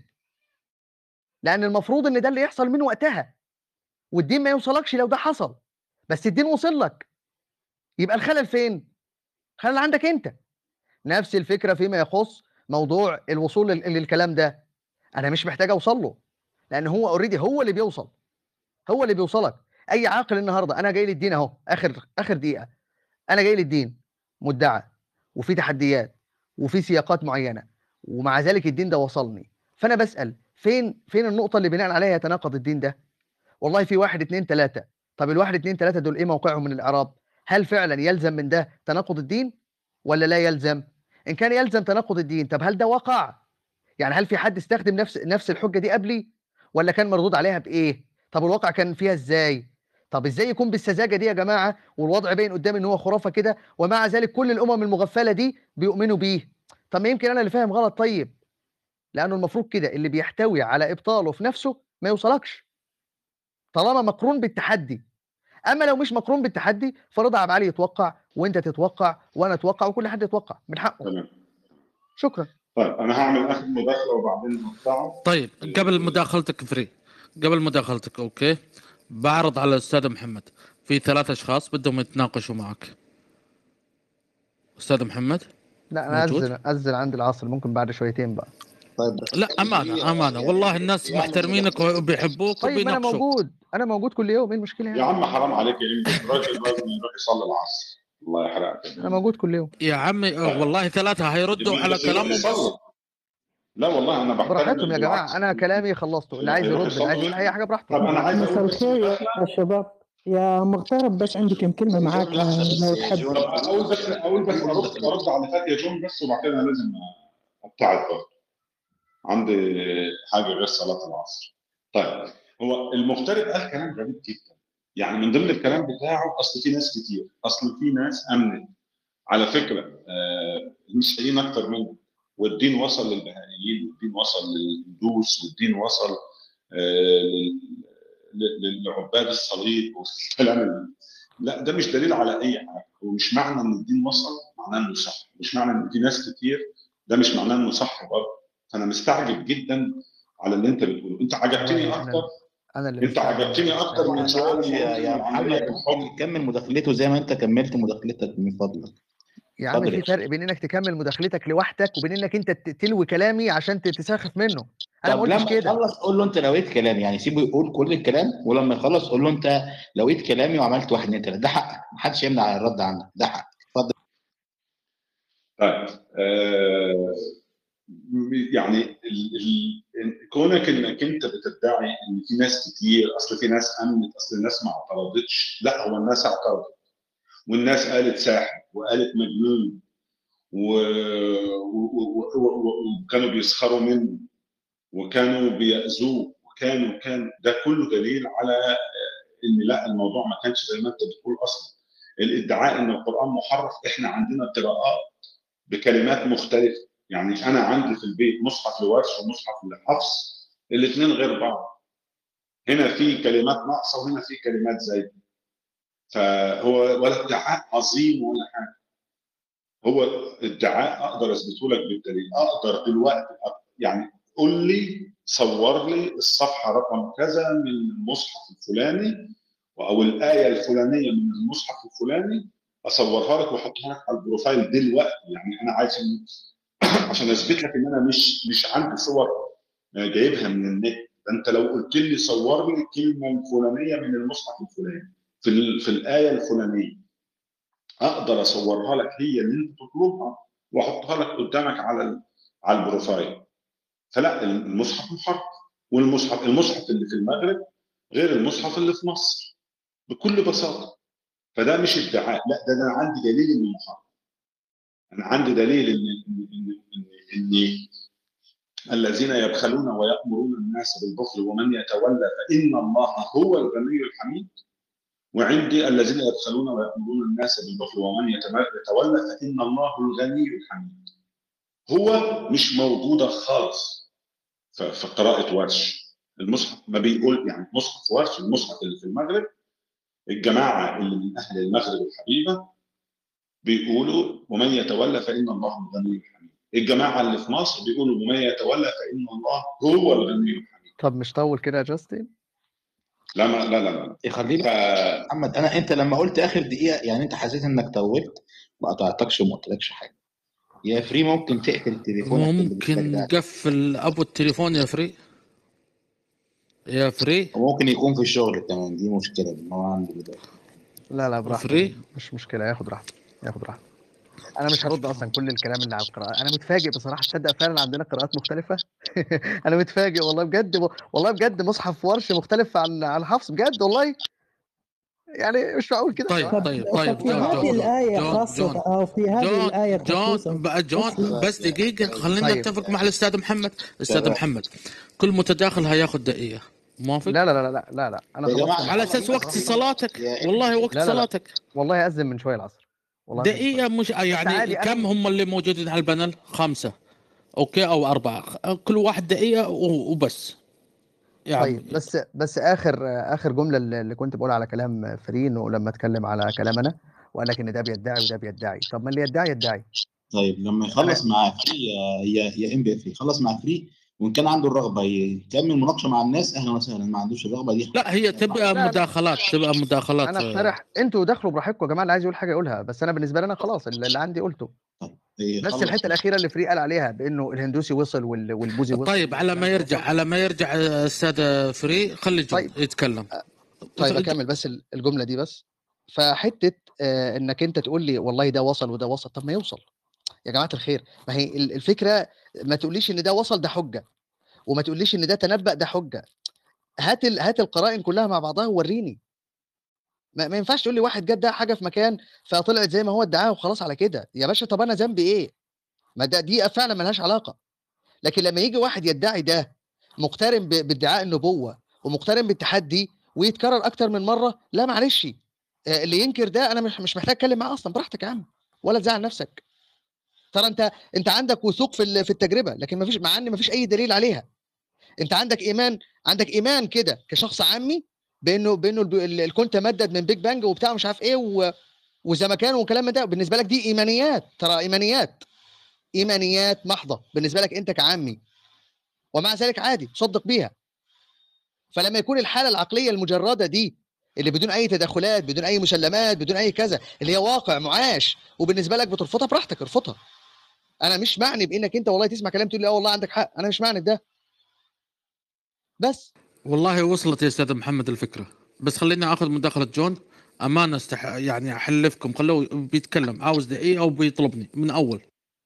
لأن المفروض إن ده اللي يحصل من وقتها، والدين ما يوصلكش لو ده حصل، بس الدين وصل لك، يبقى الخلل فين؟ الخلل عندك أنت. نفس الفكرة فيما يخص موضوع الوصول لل للكلام ده، أنا مش محتاج أوصل له، لأن هو already هو اللي بيوصل، هو اللي بيوصلك. أي عاقل النهارده أنا جاي للدين أهو، آخر آخر دقيقة، أنا جاي للدين مُدّعى وفي تحديات وفي سياقات معيّنة، ومع ذلك الدين ده وصلني، فأنا باسأل فين فين النقطة اللي بناءً عليها يتناقض الدين ده؟ والله في واحد، اتنين، تلاتة. طب ال1، اتنين، تلاتة دول إيه موقعهم من الإعراب؟ هل فعلًا يلزم من ده تناقض الدين والّا لا يلزم؟ إن كان يلزم تناقض الدين، طب هل ده وقع؟ يعني هل في حد استخدم نفس نفس الحجة دي قبلي والّا كان مردود عليها بإيه؟ طب الواقع كان فيها إزاي؟ طب إزاي يكون بالسذاجة دي يا جماعة والوضع باين قدّامي إن هو خرافة كده ومع ذلك كل الأمم المغفلة دي بيؤمنوا بيه؟ طب ما يمكن أنا اللي فاهم غلط طيب، لأنه المفروض كده اللي بيحتوي على إبطاله في نفسه ما يوصلكش، طالما مقرون بالتحدي. أمّا لو مش مقرون بالتحدي، فرضا عبد العالي يتوقّع وأنت تتوقّع وأنا أتوقّع وكل حد يتوقّع من حقه. تمام. شكرًا. طيب انا هعمل اخر مداخله وبعدين نقطعه. طيب قبل مداخلتك فري قبل مداخلتك أوكي، بعرض على الأستاذ محمد في ثلاث أشخاص بدهم يتناقشوا معك. أستاذ محمد لأ أنا موجود؟ أأذن أأذن عند العصر ممكن بعد شويتين بقى. طيب بس لا أمانة أمانة والله الناس يعني محترمينك وبيحبوك طيب ما أنا وبيناقشوك. موجود، أنا موجود كل يوم، إيه المشكلة يا يعني؟ عم حرام عليك يا انجز، راجل لازم يروح يصلي العصر، الله يحرقك. أنا موجود كل يوم. يا عمي والله ثلاثة هيردوا على بس يروح كلامهم بس. يصلي. لا والله انا بحترم براحتهم يا جماعة، بالعكس. أنا كلامي خلصته، اللي عايز يروح يرد اللي عايز يصلي. يقول أي حاجة براحته. طب انا عايز مساء اقول بس الخير مداخله. يا شباب. يا مغترب بس عندي كم كلمة معاك جون لحظه بس لو يا تحب. جون. طب اقول بس اقول بس ارد ارد على فاتي يا جون بس، وبعد كده انا لازم ابتعد برضه، عندي حاجه غير صلاه العصر. طيب هو المغترب قال كلام غريب جدا، يعني من ضمن الكلام بتاعه اصل في ناس كتير، اصل في ناس امنت على فكره آه المسيحيين اكتر منه، والدين وصل للبهائيين والدين وصل للهندوس والدين وصل آه لعباد الصليب والكلام. لا ده مش دليل على اي حاجه، ومش معنى ان الدين وصل معناه انه صح، مش معنى ان في ناس كتير ده مش معناه انه صح برضه. فانا مستعجب جدا على اللي انت بتقوله. انت عجبتني والله اكتر، أنا اللي انت مستعجب. عجبتني اكتر من سؤال معلش يا يا العمليه محمد، بالحب. ممكن يكمل مداخلته زي ما انت كملت مداخلتك من فضلك. يا عم اتفضل يا في فرق استاذ. بين انك تكمل مداخلتك لوحدك وبين انك انت ت- تلوي كلامي عشان ت- تسخف منه. انا ما طب قلتش لما كده. يخلص قول له انت لويت كلامي، يعني سيبه يقول كل الكلام، ولما يخلص قول له انت لويت كلامي وعملت واحد اتنين تلاته، ده حقك، محدش يمنع الرد عنك، ده حقك. اتفضل. طيب آه يعني ال ال كونك انك انت بتدعي ان في ناس كتير، اصل في ناس امنت، اصل الناس ما اعترضتش، لا هو الناس اعترضت، والناس قالت ساحر وقالت مجنون وكانوا بيسخروا منه وكانوا بيأذوه وكانوا كان ده كله دليل على ان لا الموضوع ما كانش زي ما انت بتقول اصلا. الادعاء ان القرآن محرف، احنا عندنا قراءات بكلمات مختلفة، يعني انا عندي في البيت مصحف لورش ومصحف لحفص، الاثنين غير بعض، هنا في كلمات ناقصة وهنا في كلمات زايدة، فهو ولا ادعاء عظيم ولا حاجة، هو ادعاء اقدر اثبته لك بالدليل، اقدر دلوقتي يعني قول لي صور لي الصفحه رقم كذا من المصحف الفلاني او الايه الفلانيه من المصحف الفلاني، اصورها لك واحطها لك على البروفايل دلوقتي، يعني انا عايز عشان اثبت لك ان انا مش مش عندي صور جايبها من النت، انت لو قلت لي صور لي الكلمه الفلانيه من المصحف الفلاني في في الايه الفلانيه، اقدر اصورها لك هي اللي انت تطلبها واحطها لك قدامك على على البروفايل. فلا المصحف محرف، والمصحف المصحف اللي في المغرب غير المصحف اللي في مصر بكل بساطه، فده مش ادعاء، لا ده انا عندي دليل انه محرف، انا عندي دليل ان ان ان, إن, إن الذين يبخلون ويأمرون الناس بالبخل ومن يتولى فإن الله هو الغني الحميد، وعندي الذين يبخلون ويأمرون الناس بالبخل ومن يتولى فإن الله الغني الحميد. هو مش موجودة خالص في قراءة ورش، المصحف ما بيقول، يعني مصحف ورش المصحف اللي في المغرب الجماعة اللي من أهل المغرب الحبيبة بيقولوا ومن يتولى فإن الله الغني الحميد، الجماعة اللي في مصر بيقولوا ومن يتولى فإن الله هو الغني الحميد. طب مش طول كده يا جاستن؟ لا ما لا لا لا يخليني ف... محمد، انا انت لما قلت اخر دقيقه يعني انت حسيت انك طولت، ما قطعتكش وما قلتلكش حاجه. يا فري ممكن تقفل تليفونك اللي ممكن بيجيلك ده، نقفل ابو التليفون يا فري يا فري وممكن يكون في الشغل كمان، دي مشكله ان هو عنده دلوقتي. لا لا براحته، فري مش مشكله، ياخد راحته ياخد راحته. انا مش هرد اصلا كل الكلام اللي على القراءه، انا متفاجئ بصراحه، تصدق فعلا عندنا قراءات مختلفه. انا متفاجئ والله بجد، والله بجد مصحف ورش مختلف عن عن حفص بجد والله، يعني مش معقول كده. طيب طب طيب طب طيب في جون هذه جون جون الآية جون خاصة جون أو في هذه جون الآية جون خصوصا بقى جون أصلا بس دقيقة، خلينا طيب نتفق مع الأستاذ محمد. أستاذ محمد كل متداخل هياخد دقيقة، موافق؟ لا لا لا لا لا لا انا يا خلصت جماعه من على حفص أساس وقت خلاص. صلاتك، يا والله وقت لا لا لا صلاتك والله أذن من شويه العصر، والله أذن من دقيقة، شويه. مش يعني عادي، أنا كم م- هم اللي موجودين على البانل؟ خمسة أوكي أو أربعة، كل واحد دقيقة و- وبس يا عمي. طيب بس بس اخر اخر جمله اللي اللي كنت بقول على كلام فرين، ولما اتكلم على كلام انا وقال لك ان ده بيدعي وده بيدعي، طب ما اللي يدعي يدعي. طيب لما انا يخلص مع فري يا يا يا ام بي اف يخلص مع فري، وان كان عنده الرغبه يكمل مناقشه مع الناس اهلا وسهلا، ما عندوش الرغبه دي لا هي تبقى لا لا مداخلات، تبقى مداخلات انا آه، اقترح انتوا دخلوا براحتكم يا جماعه، اللي عايز يقول حاجه يقولها، بس انا بالنسبه لي انا خلاص اللي اللي عندي قلته. طيب بس يخلص. الحته الاخيره اللي فري قال عليها بانه الهندوسي وصل وال- والبوذي وصل طيب على ما والكلام ده يرجع وصل. على ما يرجع آه، أستاذ فري خلي جون طيب يتكلم. طيب اكمل بس ال- الجمله دي بس. فحته آه انك انت تقول لي والله ده وصل وده وصل، طب ما يوصل يا جماعه الخير، ما هي ال- الفكره ما تقوليش ان ده وصل ده حجه، وما تقوليش ان ده تنبأ ده حجه. هات ال... هات القرائن كلها مع بعضها ووريني. ما, ما ينفعش تقول لي واحد جد ده حاجه في مكان فطلعت زي ما هو ادعاها وخلاص على كده يا باشا، طب انا ذنبي ايه؟ ما ده دي فعلا ملهاش علاقه. لكن لما يجي واحد يدعي ده مقترن ب... بادعاء النبوه ومقترن بالتحدي ويتكرر اكتر من مره، لا معلش آه، اللي ينكر ده انا مش مش محتاج اتكلم معاه اصلا، براحتك يا عم ولا تزعل نفسك. ترى انت انت عندك وثوق في ال- في التجربه، لكن ما فيش، مع ان ما فيش اي دليل عليها. انت عندك ايمان، عندك ايمان كده كشخص عامي بانه بانه الب- ال- الكون تمدد من بيج بانج وبتاع مش عارف ايه و... وزمكان وكلام من ده، بالنسبه لك دي ايمانيات، ترى ايمانيات ايمانيات محضه بالنسبه لك انت كعامي، ومع ذلك عادي تصدق بيها. فلما يكون الحاله العقليه المجرده دي اللي بدون اي تدخلات، بدون اي مسلمات، بدون اي كذا، اللي هي واقع معاش، وبالنسبه لك بترفضها براحتك، ارفضها. انا مش معني بانك انت والله تسمع كلام تقول لي اه والله عندك حق، انا مش معني بده. بس والله وصلت يا استاذ محمد الفكره، بس خليني اخذ مداخله جون. امانه استح... يعني احلفكم خلوه بيتكلم، عاوز دقيقه وبيطلبني من اول.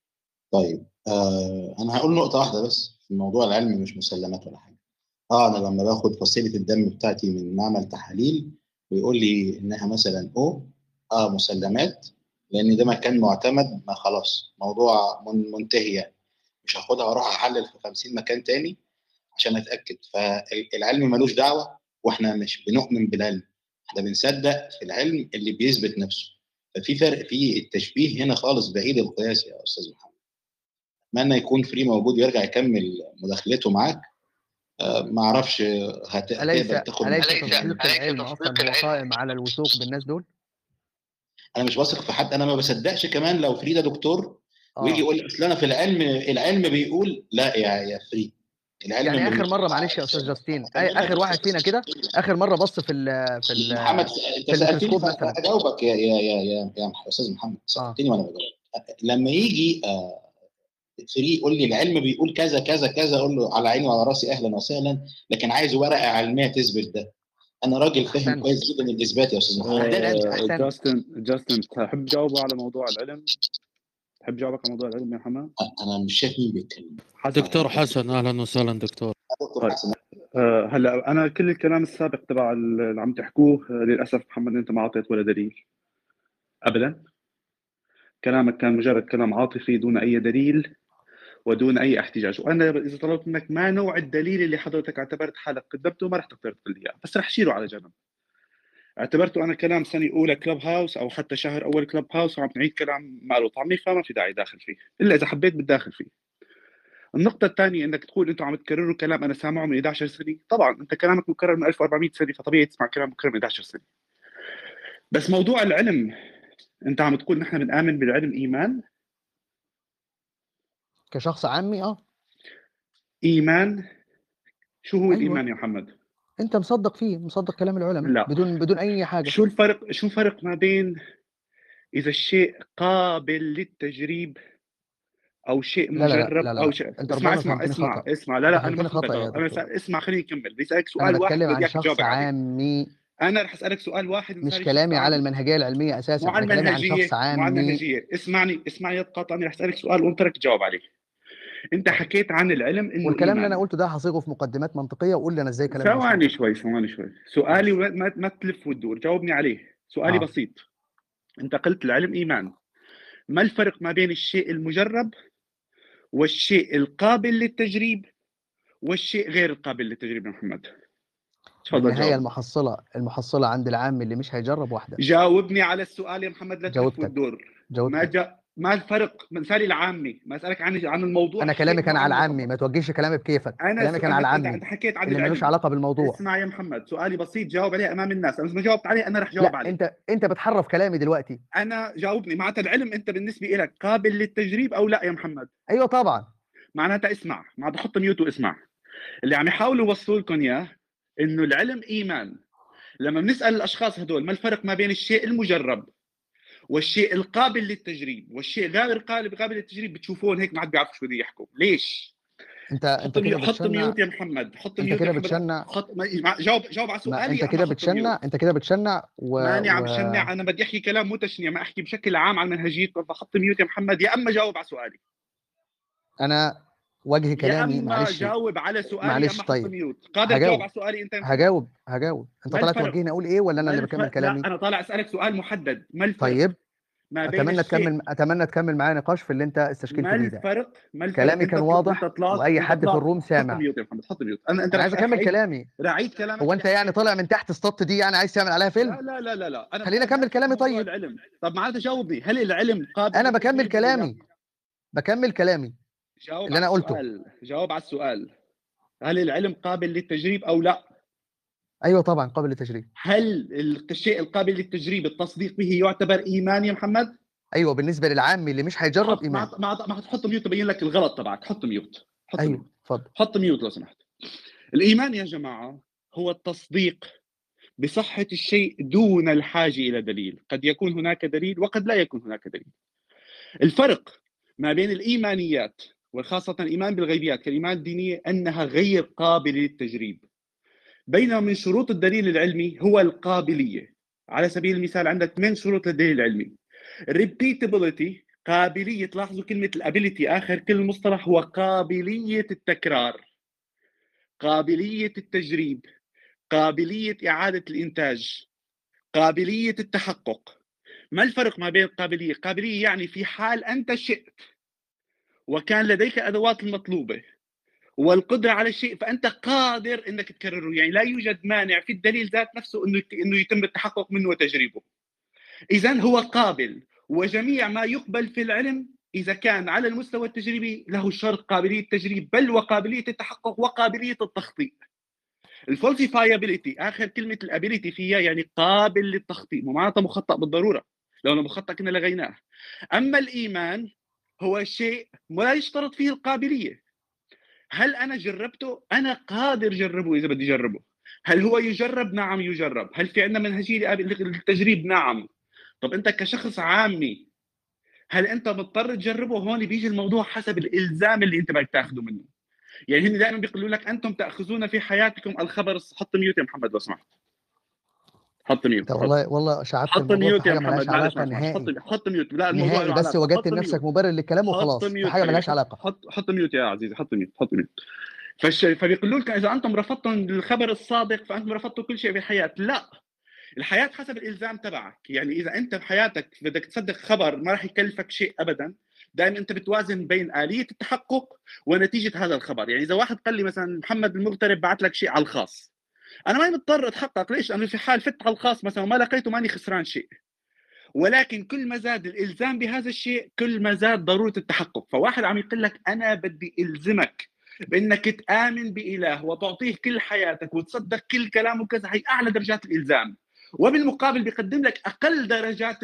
طيب آه انا هقول نقطه واحده بس في موضوع العلم، مش مسلمات ولا حاجه. اه انا لما باخد فصيله الدم بتاعتي من معمل تحاليل ويقول لي انها مثلا او اه مسلمات، لان ده مكان معتمد، ما خلاص موضوع من منتهي يعني. مش هاخدها واروح احلل في خمسين مكان تاني عشان اتاكد. فالعلم ملوش دعوه، واحنا مش بنؤمن بالعلم، احنا بنصدق في العلم اللي بيثبت نفسه. ففي فرق في التشبيه هنا خالص بعيد القياس يا استاذ محمد. اتمنى يكون فري موجود ويرجع يكمل مداخلته معاك. آه ما اعرفش هت... أليس هتقبل تاخد أليس أليس تصديق العلم أصلا هو قائم على الوثوق بالناس دول؟ انا مش واثق في حد، انا ما بصدقش كمان لو فري ده دكتور ويجي اه يقول لي اصل انا في العلم، العلم بيقول لا يا يا فري. العلم يعني اخر من مره معلش يا استاذ جاستين، أي اخر واحد فينا كده اخر مره بص في ال في ال محمد انت في سالتني الميكروسكوب مثلا. فاجاوبك يا يا يا يا, يا استاذ محمد، سالتني اه وانا بجاوب. لما يجي آه فري يقول لي العلم بيقول كذا كذا كذا، اقول له على عيني وعلى راسي اهلا وسهلا، لكن عايز ورقه علميه تثبت ده. انا راجل فاهم احسنت كويس جدا الاثبات يا استاذ محمد. احسنت آه، احسنت جاستن جاستن تحب تجاوبه على موضوع العلم؟ تحب جاوبك على موضوع العلم يا محمد؟ انا مش شايف مين بيتكلم. حسن. دكتور حسن، اهلا وسهلا دكتور. دكتور طيب حسن. آه، هلا انا كل الكلام السابق تبع اللي عم تحكوه، آه، للاسف محمد انت ما اعطيت ولا دليل ابدا. كلامك كان مجرد كلام عاطفي دون اي دليل ودون اي احتجاج، وانا اذا طلبت منك ما نوع الدليل اللي حضرتك اعتبرت حالك قدمته ما رح تقدر تقول لي اياه، بس رح شيله على جنب. اعتبرته انا كلام سنه اولى كلب هاوس او حتى شهر اول كلب هاوس وعم نعيد كلام ما له طعمه، فما في داعي داخل فيه الا اذا حبيت بتداخل فيه. النقطة الثانية انك تقول انتم عم تكرروا كلام انا سامعه من إحدى عشرة سنة، طبعا انت كلامك مكرر من ألف وأربعمئة سنة، فطبيعي تسمع كلام مكرر من إحدى عشرة سنة. بس موضوع العلم، انت عم تقول نحن بنآمن بالعلم ايمان؟ كشخص عامي اه ايمان؟ شو هو ايوه الايمان يا محمد؟ انت مصدق فيه، مصدق كلام العلماء لا. بدون بدون اي حاجه. شو الفرق شو الفرق ما بين اذا الشيء قابل للتجريب او شيء لا لا لا مجرب لا لا, او لا. شيء؟ انت اسمع ربما اسمع فهمتني اسمع خطا اسمع لا انت لا انا ما فهمتني فهمتك خطا يا غلط. انا دكتور. سأ... اسمع خليني اكمل. بدي اسالك انا سؤال واحد بتكلم عن وبدي اياك شخص تجاوب عليه. عامي، انا رح اسالك سؤال واحد مش وثاني كلامي شخص على عام. المنهجيه العلميه اساسا، مو على انا كلامي عن شخص المنهجيه مو على عامي. المنهجيه اسمعني اسمعني لا تقاطعني. رح اسالك سؤال وانت بدك تجاوب عليه. انت طيب. حكيت عن العلم انه والكلام اللي انا ايمان. قلته ده هصيغه في مقدمات منطقيه، وقول لي انا ازاي كلامي مش ثواني منطقي. شوي ثواني شوي سؤالي ماشي. ما, ما تلف وتدور، جاوبني عليه. سؤالي اه بسيط. انت قلت العلم ايمان، ما الفرق ما بين الشيء المجرب والشيء القابل للتجريب والشيء غير القابل للتجريب يا محمد؟ تفضل بالنهايه جاوب. المحصله المحصله عند العام اللي مش هيجرب واحده. جاوبني على السؤال يا محمد، لا تلف جاوبتك وتدور. ما جاوبتك جا... ما الفرق؟ مثالي العامي، ما اسالك عن عن الموضوع انا الشيء كلامي كان على المعين العامي، فقط. ما توجهش كلامي بكيفك. انا كلامي سو... كان على انت انت العامي انت حكيت عن اللي ملوش العلم. علاقه بالموضوع. اسمع يا محمد، سؤالي بسيط جاوب عليه امام الناس. انا ما جاوبت عليه انا رح جاوب لا عليه. انت انت بتحرف كلامي دلوقتي. انا جاوبني. معناتها العلم انت بالنسبه لك قابل للتجريب او لا يا محمد؟ ايوه طبعا. معناتها اسمع، معناتها حط ميوت واسمع. اللي عم يحاولوا يوصلوا لكم اياه انه العلم ايمان. لما بنسال الاشخاص هدول ما الفرق ما بين الشيء المجرب والشيء القابل للتجريب والشيء غير قابل قابل للتجريب، بتشوفون هيك ما عاد بيعرفوا شو بده يحكوا. ليش؟ انت حط انت كده ميوت حط بتشنع ميوت يا محمد، حط انت ميوت يا كده محمد. بتشنع حط ما... جاوب جاوب على ما سؤالي انت اما كده حط ميوت. بتشنع انت كده بتشنع و... ماني عم و... شنع، انا بدي احكي كلام مو تشنيع، ما احكي بشكل عام عن منهجيتكم. فحط ميوت يا محمد، يا اما جاوب على سؤالي. انا وجه يا كلامي اما معلش جاوب على سؤالي يا معلش اما حط طيب ميوت. قادر تجاوب هجاوب على سؤالي انت يا محمد؟ هجاوب هجاوب انت ما طالع الفرق؟ توجهني اقول ايه ولا انا ما اللي الفرق؟ بكمل كلامي؟ لا انا طالع اسالك سؤال محدد. ما الفرق طيب ما بين اتمنى الشيء تكمل اتمنى تكمل معايا نقاش في اللي انت استشكلت ما بيه ده. الفرق ما الفرق كلامي انت كان طل... واضح انت طلعت واي انت حد في طلعت. الروم حط سامع. ميوت يا محمد، حط ميوت. انا انت انا رح عايز اكمل أعيد... كلامي. رح اعيد كلامك. هو انت يعني طالع من تحت السط دي يعني عايز تعمل عليها لا فيلم؟ لا لا لا لا انا خليني اكمل كلامي موضوع طيب. العلم. طب معناته جاوبني، هل العلم قابل انا بكمل للتجريب او لا؟ كلامي بكمل كلامي جاوب اللي على انا قلته. السؤال، جاوب على السؤال. هل العلم قابل للتجريب او لا؟ ايوه طبعا قابل للتجريب. هل الشيء القابل للتجريب التصديق به يعتبر ايمان يا محمد؟ ايوه بالنسبه للعامي اللي مش هيجرب ايمان. ما ما ما تحط ميوت تبين لك الغلط تبعك. حط ميوت حط ايوه ميوت اتفضل. حط ميوت لو سمحت. الايمان يا جماعه هو التصديق بصحة الشيء دون الحاجة إلى دليل. قد يكون هناك دليل وقد لا يكون هناك دليل. الفرق ما بين الإيمانيات وخاصة الإيمان بالغيبيات كالإيمان الدينية أنها غير قابلة للتجريب، بينما من شروط الدليل العلمي هو القابلية. على سبيل المثال عندك من شروط الدليل العلمي repeatability، قابلية. لاحظوا كلمة الابيليتي آخر كل مصطلح، هو قابلية التكرار، قابلية التجريب، قابلية إعادة الإنتاج، قابلية التحقق. ما الفرق ما بين القابلية؟ قابلية يعني في حال أنت شئت وكان لديك أدوات المطلوبة والقدرة على الشيء فأنت قادر أنك تكرره، يعني لا يوجد مانع في الدليل ذات نفسه أنه إنه يتم التحقق منه وتجريبه. إذن هو قابل، وجميع ما يقبل في العلم إذا كان على المستوى التجريبي له شرط قابلية التجريب، بل وقابلية التحقق وقابلية التخطيط. الفالسيفايابيليتي آخر كلمة الابيليتي فيها يعني قابل للتخطيط، مو معناتها مخطئ بالضرورة، لو أنا مخطئ كنا لغيناه. أما الإيمان هو شيء لا يشترط فيه القابلية. هل أنا جربته؟ أنا قادر جربه إذا بدي جربه. هل هو يجرب؟ نعم يجرب. هل في عندنا منهجية للتجريب؟ نعم. طب أنت كشخص عامي هل أنت مضطر تجربه؟ هون بيجي الموضوع حسب الإلزام اللي أنت بدك تاخذه منه. يعني هن دائما بيقولوا لك أنتم تأخذون في حياتكم الخبر. حط ميوت يا محمد لو سمحت. حط ميوت. طب والله والله شعبت حط الموضوع في ميوت يا حاجه ملهاش محمد، معلش علاقه معلش معلش. نهائي حط حط ميوت. لا الموضوع نهائي، له بس علاقة. وجدت حط لنفسك ميوت. مبرر للكلام حط وخلاص، في ميوت حاجه حبيبي. ملهاش حط علاقه. حط حط ميوت يا عزيزي. حط ميوت. حط ميوت. فالش... فبيقولوا لك اذا انتم رفضتم الخبر الصادق فانتم رفضتوا كل شيء في الحياه. لا، الحياه حسب الالزام تبعك. يعني اذا انت بحياتك بدك تصدق خبر ما راح يكلفك شيء ابدا، دائما انت بتوازن بين اليه التحقق ونتيجه هذا الخبر. يعني اذا واحد قال لي مثلا محمد المغترب بعث لك شيء على الخاص، انا ماني مضطر اتحقق. ليش؟ انا في حال فت على الخاص مثلا وما لقيته ماني خسران شيء. ولكن كل ما زاد الالزام بهذا الشيء كل ما زاد ضروره التحقق. فواحد عم يقول لك انا بدي الزمك بانك تامن باله وتعطيه كل حياتك وتصدق كل كلامه وكذا، هي اعلى درجات الالزام. وبالمقابل بيقدم لك اقل درجات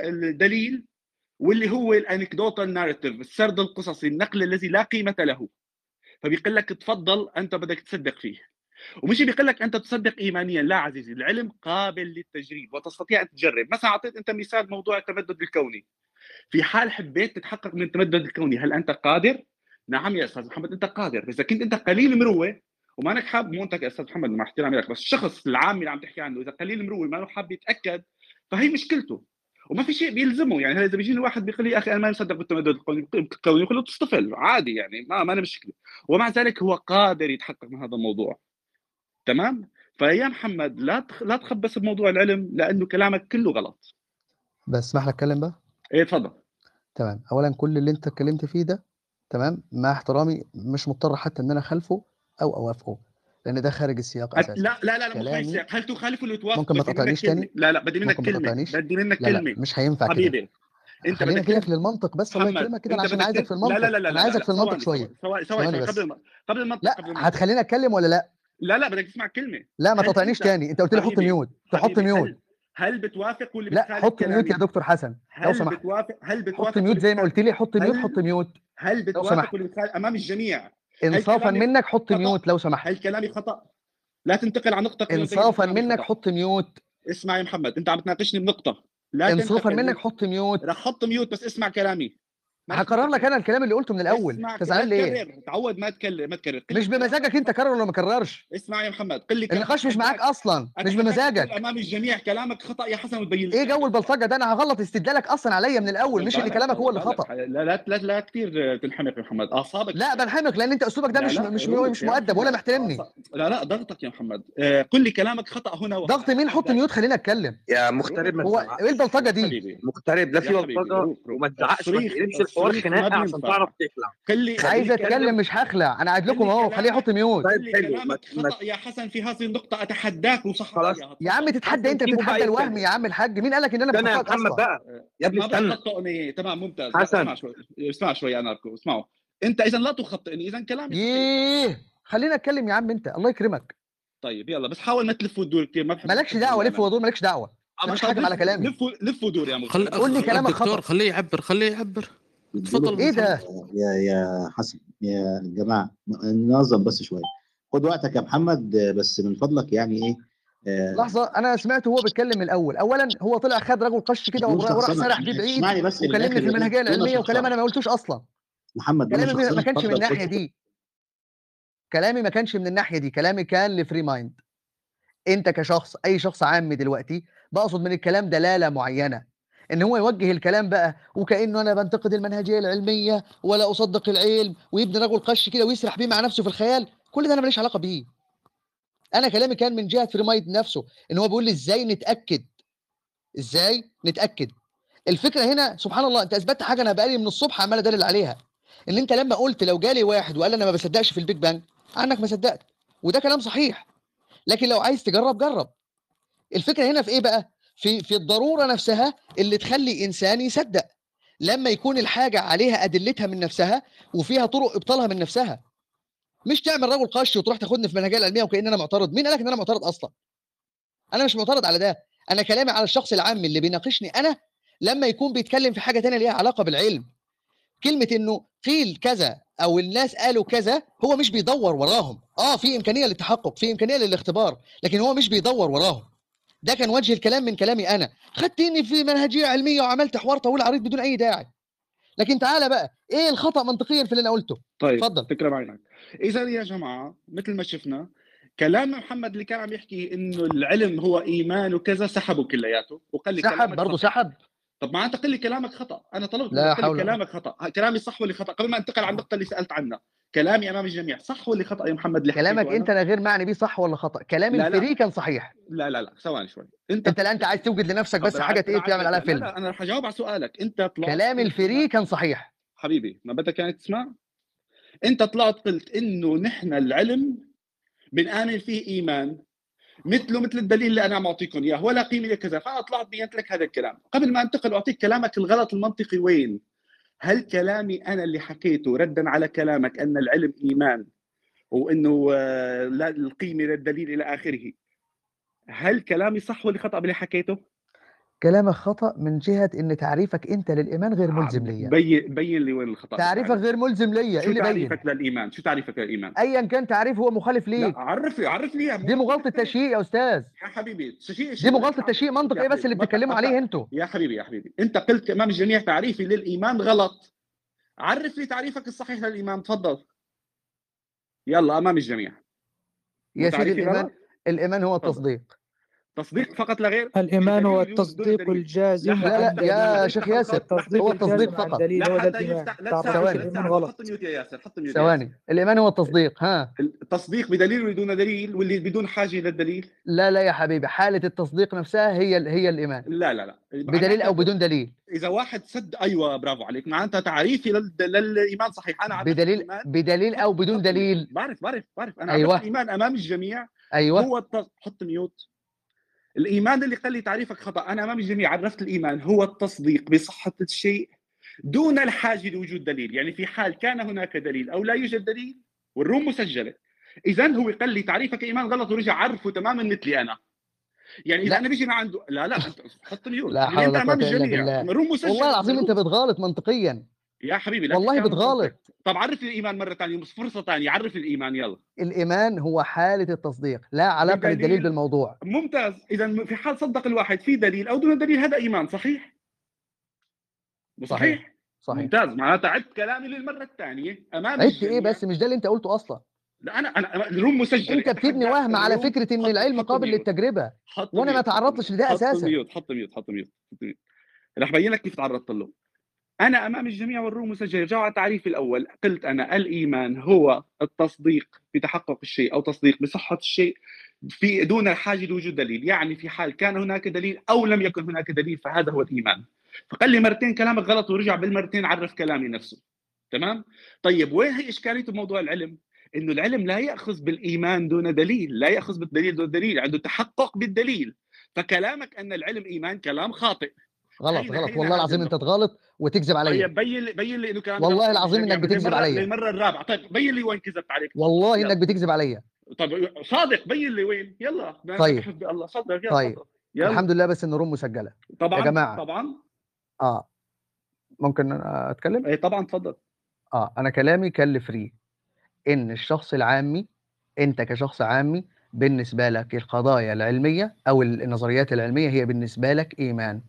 الدليل واللي هو الانكدوتال ناريتيف، السرد القصصي، النقل الذي لا قيمه له. فبيقول لك تفضل انت بدك تصدق فيه. ومش بيقول لك انت تصدق ايمانيا. لا عزيزي، العلم قابل للتجريب وتستطيع ان تجرب. مثلا اعطيت انت مثال موضوع التمدد الكوني. في حال حبيت تتحقق من التمدد الكوني هل انت قادر؟ نعم يا استاذ محمد انت قادر. اذا كنت انت قليل مروه ومانك حابب، مو انت يا استاذ محمد مع احترامي لك، بس الشخص العامي اللي عم تحكي عنه اذا قليل مروه ما حابب يتاكد فهي مشكلته وما في شيء بيلزمه. يعني هلا اذا بيجيني واحد بيقول لي يا اخي انا ما مصدق بالتمدد الكوني، بقول له تصطفل عادي، يعني ما ما مشكله. ومع ذلك هو قادر يتحقق من هذا الموضوع. تمام؟ فيا محمد لا تخ... لا تخبص بموضوع العلم لانه كلامك كله غلط. بس اسمح لي اتكلم بقى. ايه اتفضل. تمام، اولا كل اللي انت اتكلمت فيه ده تمام، مع احترامي مش مضطر حتى ان انا اخالفه او اوافقه لان ده خارج السياق اساسا. لا لا لا, لا مو خارج كلامي السياق. هل تخالف ولا توافق؟ ممكن ما بدي منك تقاطعنيش كلمه. تاني؟ لا لا بدي منك ممكن ما كلمه. تقاطعنيش؟ بدي منك لا لا كلمه مش هينفع كده. حبيبي. انت خلينا بدك كده تل... في المنطق بس. الله محمد يكرمك كده انت علشان بدك عايزك تل... في المنطق. لا لا لا لا انا عايزك لا في المنطق ثواني شويه. ثواني ثواني ثواني قبل بس. الم... قبل المنطق لا قبل المنطق. هتخليني اتكلم ولا لا؟ لا لا بدك تسمع كلمه. لا ما هل تقاطعنيش انت تاني. انت قلت لي حط حبيبي ميوت، تحط حبيبي ميوت. هل هل بتوافق ولا لا بتخالف حط ميوت يا كلامي؟ دكتور حسن لو هل سمحت. بتوافق هل حط بتوافق ميوت ولا زي ما بتخالف؟ قلت لي. حط ميوت. هل حط ميوت هل لو بتوافق سمحت. ولا بتخالف امام الجميع؟ هل انصافا كلامي منك حط خطأ؟ ميوت لو سمحت. هل كلامي خطأ؟ لا تنتقل عن نقطة قبل ما تبين انصافا كلامي منك خطأ. حط ميوت. اسمع يا محمد انت عم تناقشني بنقطة. لا انصافا تنتقل. منك حط ميوت. رح حط ميوت بس اسمع كلامي. ما رح هكرر لك تنتقل. انا الكلام اللي قلته من الاول. اسمع انت لا زعلان ليه؟ تكرر. تعود ما تكرر ما تكرر. قل مش بمزاجك انت كرر ولا ما كررش. اسمع يا محمد قل لي كلام النقاش مش معاك أتحداك. اصلا. مش أتحداك بمزاجك. تقول امام الجميع كلامك خطأ يا حسن وتبين لي. ايه جو البلطجه ده؟ انا هغلط استدلالك اصلا عليا من الاول، مش ان كلامك هو اللي خطأ. لا لا لا لا كثير تنحمق يا محمد. اعصابك. لا بنحمق لان انت اسلوبك ده لا مش لا مش روق مش يا مؤدب ولا محمد. محترمني. لا لا ضغطك يا محمد. آه قل لي كلامك خطأ هنا وهنا. ضغط مين؟ حط ميوت خلينا اتكلم. يا مغترب ما هو تزعقش. ايه البلطجه دي؟ حبيبي مغترب لا في يا حبيبي بلطجه روق روق. وما تزعقش، ما الصريخ تقلبش الحوار الصريخ ما خناقه عشان بينفع. تعرف تخلع. قل لي عايز اتكلم مش هخلع. انا قاعد لكم اهو. خليه يحط ميوت. قل طيب لي حلو. ما كلامك ما خطأ يا حسن في هذه النقطة. أتحداك وصح خلاص. عليها. يا عم تتحدى انت، سيبه بقى بتتحدى الوهم يتكلم. يا عم الحاج. مين قال لك ان انا استنى يا بخطئك محمد اصلا؟ بقى يا ابني ما استنى. بتخطئني. تمام ممتاز. حسن. اسمع شوي اسمع شوي انا اركو اسمعوا. انت اذا لا تخطئني اذا كلامي صحيح. ييه خلينا اتكلم يا عم انت. الله يكرمك. طيب يلا بس حاول ما تلف وتدور كثير. ما بحب مالكش دعوه لف ودور. مالكش دعوه. انا مش حاكم على كلامي. لف لف ودور يا خل... مغترب. قول لي كلامك الدكتور خطأ. خليه يعبر خليه يعبر. تفضل ايه ده؟ يا يا حسن يا جماعه ننظم بس شويه. خد وقتك يا محمد بس من فضلك. يعني ايه آه، لحظه، انا سمعته وهو بيتكلم من الاول. اولا هو طلع خد رجل قش كده بدون وراح وراح شخصنه، سرح بيه بعيد اسمعني بس وكلمني للاخر في يا دود، المنهجيه دون العلميه وكلام شخصنه انا ما قلتوش اصلا. محمد، دون كلامي ما شخصنه، كانش من اتفضل الناحيه خد. دي، كلامي ما كانش من الناحيه دي، كلامي كان لفري مايند. انت كشخص، اي شخص عامي دلوقتي، بقصد من الكلام دلاله معينه، ان هو يوجه الكلام بقى وكانه انا بنتقد المنهجيه العلميه ولا اصدق العلم، ويبني رجل قش كده ويسرح بيه مع نفسه في الخيال. كل ده انا ماليش علاقه بيه. انا كلامي كان من جهه فري مايند نفسه، ان هو بيقول لي ازاي نتاكد، ازاي نتاكد. الفكره هنا سبحان الله، انت اثبتت حاجه انا بقالي من الصبح عمال ادلل عليها، ان انت لما قلت لو جالي واحد وقال انا ما بصدقش في البيج بانج، عنك ما صدقت، وده كلام صحيح. لكن لو عايز تجرب جرب. الفكره هنا في ايه بقى؟ في في الضروره نفسها اللي تخلي انسان يصدق، لما يكون الحاجه عليها ادلتها من نفسها وفيها طرق ابطالها من نفسها. مش تعمل رجل قش وتروح تاخدني في المنهجيه العلميه وكأن انا معترض. مين قالك ان انا معترض اصلا؟ انا مش معترض على ده. انا كلامي على الشخص العام اللي بيناقشني انا، لما يكون بيتكلم في حاجه ثانيه ليها علاقه بالعلم. كلمه انه قيل كذا او الناس قالوا كذا، هو مش بيدور وراهم. اه في امكانيه للتحقق، في امكانيه للاختبار، لكن هو مش بيدور وراهم. ده كان وجه الكلام من كلامي انا. خدتني في منهجيه علميه وعملت حوار طويل عريض بدون اي داعي. لكن تعالى بقى، ايه الخطا منطقيا في اللي انا قلته؟ طيب اتفضل. تكرم عينك. اذا يا جماعه مثل ما شفنا كلام محمد اللي كان عم يحكي انه العلم هو ايمان وكذا، سحبه كلياته وقال لي سحب كلامك برضه صحيح. سحب. طب ما انت قل لي كلامك خطا، انا طلبت لا منك قل لي حول. كلامك خطا، كلامي صح ولا خطا قبل ما انتقل على النقطه اللي سالت عنها. كلامي امام الجميع صح ولا خطا يا محمد اللي كلامك حكيته انت انا؟ انا غير معني بيه صح ولا خطا. كلام لا الفري لا كان صحيح. لا لا لا ثواني شوي. انت انت لا انت عايز توجد لنفسك بس حاجه ايه تعمل عليها لا فيلم. لا انا رح اجاوب على سؤالك. انت طلعت كلام قلت الفري كان صحيح حبيبي، ما بدك يعني تسمع؟ انت طلعت قلت انه نحن العلم بنآمن فيه ايمان مثله مثل الدليل اللي انا معطيكم اياه ولا قيمه لكذا، فانا طلعت بينت لك هذا الكلام. قبل ما انتقل واعطيك كلامك الغلط المنطقي وين؟ هل كلامي انا اللي حكيته ردا على كلامك ان العلم ايمان وانه آه، لا القيمه للدليل الى اخره، هل كلامي صح ولا خطا باللي حكيته؟ كلامك خطا من جهه ان تعريفك انت للايمان غير ملزم ليا. بين بين لي وين الخطا تعريفك بتاعي. غير ملزم ليا. ايه شو اللي بين؟ تعريفك للايمان؟ شو تعريفك للايمان؟ ايا كان تعريف هو مخالف لا ليك. عرف لي عرف لي اياه. دي مغالطه تشييع يا استاذ. يا حبيبي تشيء دي مغالطه تشييع. منطق ايه بس اللي بتتكلموا عليه انتوا؟ يا حبيبي يا حبيبي انت قلت امام الجميع تعريفي للايمان غلط. عرف لي تعريفك الصحيح للايمان تفضل. يلا امام الجميع. يا سيدي تعريفي الايمان، غلط؟ الايمان هو تفضل. التصديق. تصديق فقط لا غير. الإيمان بدليل هو وجود دون التصديق دليل. الجازم لا لا عن لا يا دليل. شيخ ياسر، التصديق هو التصديق الجازم عن فقط. دليل لا هو ده حدا الإيمان. يفتح. لا تعرفوش تساعد ثواني. لا الإيمان تساعد. غلط. حط ميوت يا ياسر. حط ميوت يا ياسر. ثواني. الايمان هو التصديق. ها التصديق بدليل ولا دون دليل واللي بدون حاجه للدليل؟ لا لا يا حبيبي، حاله التصديق نفسها هي ال- هي الايمان، لا لا لا بدليل او معناتها بدون دليل. اذا واحد سد ايوه برافو عليك، معناتها تعريفي لل... للايمان صحيح. انا عرفت بدليل الايمان. بدليل او بدون حط ميوت. دليل. بعرف بعرف بعرف انا أيوة. عرفت الايمان امام الجميع. ايوه هو التص... حط ميوت. الايمان اللي قال لي تعريفك خطا، انا امام الجميع عرفت الايمان هو التصديق بصحه الشيء دون الحاجه لوجود دليل. يعني في حال كان هناك دليل او لا يوجد دليل والروم مسجله، اذا هو قال لي تعريفك ايمان غلط ورجع عرفه تماما مثلي انا. يعني اذا لا. انا بيجي عنده لا لا انت حط ميوت. لا حبيبي حول انت ولا امام قوه الا الجميع بالله. الروم مسجله. والله العظيم انت الروم- بتغالط منطقيا. يا حبيبي لا والله تحكي عن بتغالط. المنطق. طب عرف لي الايمان مره ثانيه، فرصه ثانيه عرف لي الايمان يلا. الايمان هو حاله التصديق، لا علاقه بدليل. للدليل بالموضوع. ممتاز. اذا في حال صدق الواحد في دليل او دون دليل هذا ايمان صحيح؟ صحيح؟ صحيح. صحيح. ممتاز. معناتها عدت كلامي للمره الثانيه امام عدت ايه الجميع. بس؟ مش ده اللي انت قلته اصلا. لا انا انا الروم مسجله. انت بتبني وهم على فكره ان حط- العلم حط قابل ميوت. للتجربه، حط وانا ما ميوت. تعرضتش لده حط اساسا. ميوت. حط ميوت. حط ميوت. حط ميوت. رح بين لك كيف تعرضت له. انا امام الجميع والروم مسجله. رجعوا على تعريفي الاول. قلت انا الايمان هو التصديق بتحقق الشيء او تصديق بصحه الشيء في دون الحاجه لوجود دليل. يعني في حال كان هناك دليل او لم يكن هناك دليل فهذا هو الايمان. فقال لي مرتين كلامك غلط ورجع بالمرتين عرف كلامي نفسه. تمام. طيب وين هي اشكاليته بموضوع العلم؟ انه العلم لا ياخذ بالايمان دون دليل، لا ياخذ بالدليل دون دليل، عنده تحقق بالدليل. فكلامك ان العلم ايمان كلام خاطئ. غلط هينا- غلط هينا والله هذه العظيم انت النقطة. تغلط وتكذب عليا. طيب بين لي بين لي انه كلامي والله غلط العظيم انك بالجميع. بتكذب للمرة- عليا. للمره الرابعه. طيب بين لي وين كذبت عليك. والله يلا. انك بتكذب عليا. طيب صادق بين لي وين. يلا طيب. بحب الله صدق. يلا طيب. تفضل. يلا. الحمد لله بس ان الروم مسجله. طبعا يا جماعه طبعا اه ممكن أنا اتكلم؟ اي طبعا تفضل. اه انا كلامي كان لفري ان الشخص العامي، انت كشخص عامي بالنسبة لك القضايا العلمية أو النظريات العلمية هي بالنسبة لك إيمان.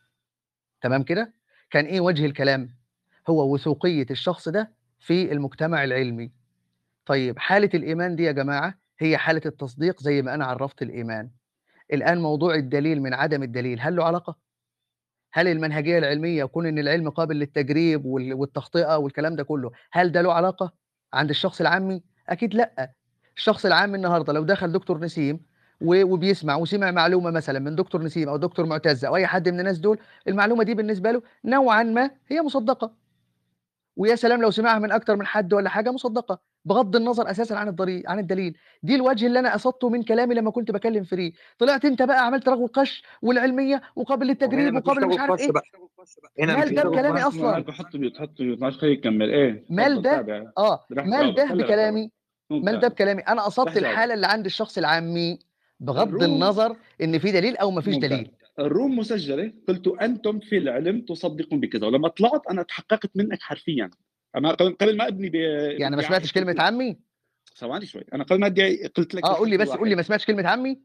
تمام كده؟ كان إيه وجه الكلام؟ هو وثوقية الشخص ده في المجتمع العلمي. طيب حالة الإيمان دي يا جماعة هي حالة التصديق زي ما أنا عرفت الإيمان. الآن موضوع الدليل من عدم الدليل هل له علاقة؟ هل المنهجية العلمية كون إن العلم قابل للتجريب وال- والتخطئة والكلام ده كله هل ده له علاقة عند الشخص العامي؟ أكيد لأ. الشخص العامي النهارده لو دخل دكتور نسيم و- وبيسمع وسمع معلومة مثلا من دكتور نسيم أو دكتور معتز أو أي حد من الناس دول، المعلومة دي بالنسبة له نوعا ما هي مصدقة، ويا سلام لو سمعها من أكتر من حد ولا حاجة مصدقة، بغض النظر أساسًا عن الضري عن الدليل. دي الوجه اللي أنا قصدته من كلامي لمّا كنت باكلم فري. طلعت أنت بقى عملت رغو القش والعلمية وقابل وهنا للتجريب ما فيش وقابل مش رغو عارف قش إيه. بقى، هنا ما مال فيش ده رغو بكلامي قش. أصلًا؟ مالك حط ميوت حط ميوت ماشي خليه يكمل. ايه مال تفضل ده تابع آه، راح مال جاوبك. ده هلا راح جاوبك. بكلامي مال ده ممتاز بكلامي. أنا راح قصدت جاوبك. الحالة اللي عند الشخص العامي بغض الروم النظر إن في دليل أو ما فيش ممتاز. دليل. الروم مسجله، قلت انتم في العلم تصدقون بكذا، ولما طلعت انا تحققت منك حرفيا. انا قبل قبل ما ابني ب- يعني ما بادعائي سمعتش قلت كلمة لك عمي؟ ثواني شوي. انا قبل ما ادعي قلت لك آه قُل لي الحرف بس قُل لي الواحد. ما سمعتش كلمة عمي؟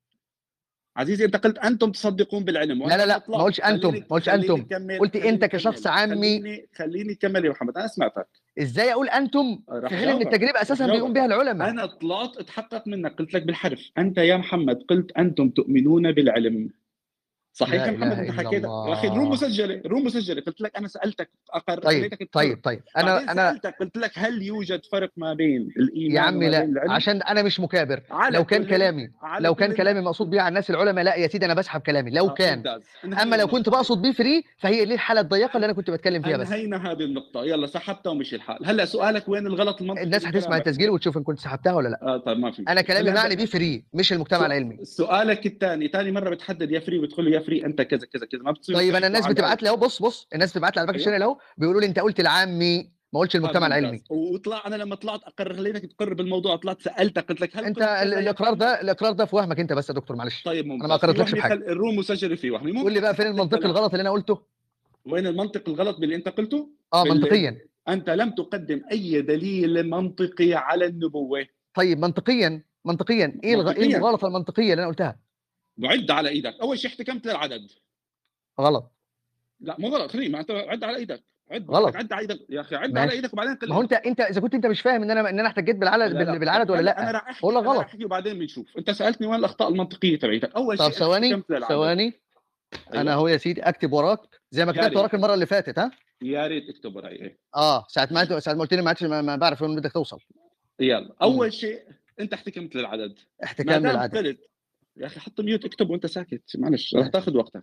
عزيزي انت قلت انتم تصدقون بالعلم، لا، وانا لا، لما لأ، ما طلعت قُلتش أنتم، خليني ما قُلتش خليني أنتم، اكمل قُلت خليني أنت كشخص اكمل عامي. خليني خليني اكمل يا محمد. انا سمعتك. إزاي أقول أنتم راح في حين إن جاوبك التجربة راح أساسًا بيقوم جاوبك بها العلماء؟ انا طلعت اتحقق منك، قلت لك بالحرف انت يا محمد قلت انتم تؤمنون بالعلم. صحيح لا يا محمد؟ إله انت إلا حكيت يا اخي. الروم الله. مسجله، الروم مسجله. قلت لك انا سالتك أقر... طيب، خليتك تقر. طيب، طيب. بعدين أنا أنا سالتك قلت لك هل يوجد فرق ما بين يا الايمان عمي وما بين لأ، العلم؟ عشان أنا مش مكابر. على لو كان كل كلامي على لو كان كل كلامي مقصود بيه على الناس العلماء لأ يا سيدي أنا باسحب كلامي لو آه كان. ممتاز. أما انهينا لو كنت النقطه. باقصد بيه free فهي دي الحالة الضيّقة اللي أنا كنت باتكلم فيها بس. انهينا هذه النقطه. يلا سحبتها ومشي الحال. هلا سؤالك وين الغلط المنطقي الناس هتسمع بكلامك؟ التسجيل وتشوف إن كنت سحبتها والّا لأ. اه طيب ما في أنا مشكله. كلامي هلا معني انت بيه free مش المجتمع سو... العلمي. سؤالك الثاني ثاني مره بتحدد يا فري وتقول له يا فري انت كذا كذا كذا. ما بتصير طيب أنا تحكوا الناس عن بتبعت لي أهو بُص، بُص، الناس بتبعت لي على الback ايوه channel أهو بيقولوا لي أنت قُلت العامي ما قُلتش طيب المجتمع ممتاز. العلمي. وطلع انا لما طلعت اقرر خليتك تقرر بالموضوع. طلعت سالتك قلت لك هل أنت قلت ال كذا يا الإقرار محمد؟ ده الإقرار ده في وهمك أنت بس يا دكتور معلش. طيب أنا ما ممتاز. في أقررتلكش وهمي بحاجة. خل... الروم مسجله في وهمي. قُل لي ممكن بقى فين سحبت المنطق الكلام. الغلط اللي أنا قُلته؟ وين المنطق الغلط باللي انت قلته؟ آه بال... منطقيًا. انت لم تقدم اي دليل منطقي على النبوه. طيب منطقيًا، منطقيًا إيه الغ إيه منطقيا المغالطة المنطقية اللي أنا قُلتها؟ وعد على ايدك. اول شيء احتكمت للعدد. غلط. لا مو غلط. خليه ما انت عد على ايدك. عد بقول لك غلط. عد على ايدك يا اخي. عد على ماشي. ايدك وبعدين ما هو كلمني. أنت أنت إذا كنت أنت مش فاهم إن أنا إن أنا احتجيت بالعدد لا بال لا بالعدد طب والّا هلا انا لأ؟ راح احكي باقول لك انا راح غلط. احكي وبعدين بنشوف. انت سالتني وين الاخطاء المنطقيه تبعيتك. اول طب شيء ثواني، احتكمت للعدد. ثواني. أنا ايوه أهو يا سيدي أكتب وراك زي ما يا كتبت وراك ريت المرّة اللي فاتت ها؟ يا ريت اكتب وراي. ايه آه، ساعة ما أنت ساعة ما قُلت لي ما عادش ما ما باعرف وين بدك توصل. يلا إمم. اول شيء انت احتكمت للعدد. ما احتكام دام للعدد. قلت يا اخي حط ميوت اكتب وانت ساكت. معلش راح تاخذ وقتك.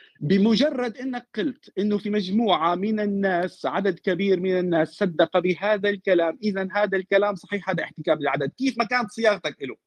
بمجرد انك قلت انه في مجموعه من الناس عدد كبير من الناس صدق بهذا الكلام، اذا هذا الكلام صحيح. هذا احتكام للعدد. كيف ما كانت صياغتك له.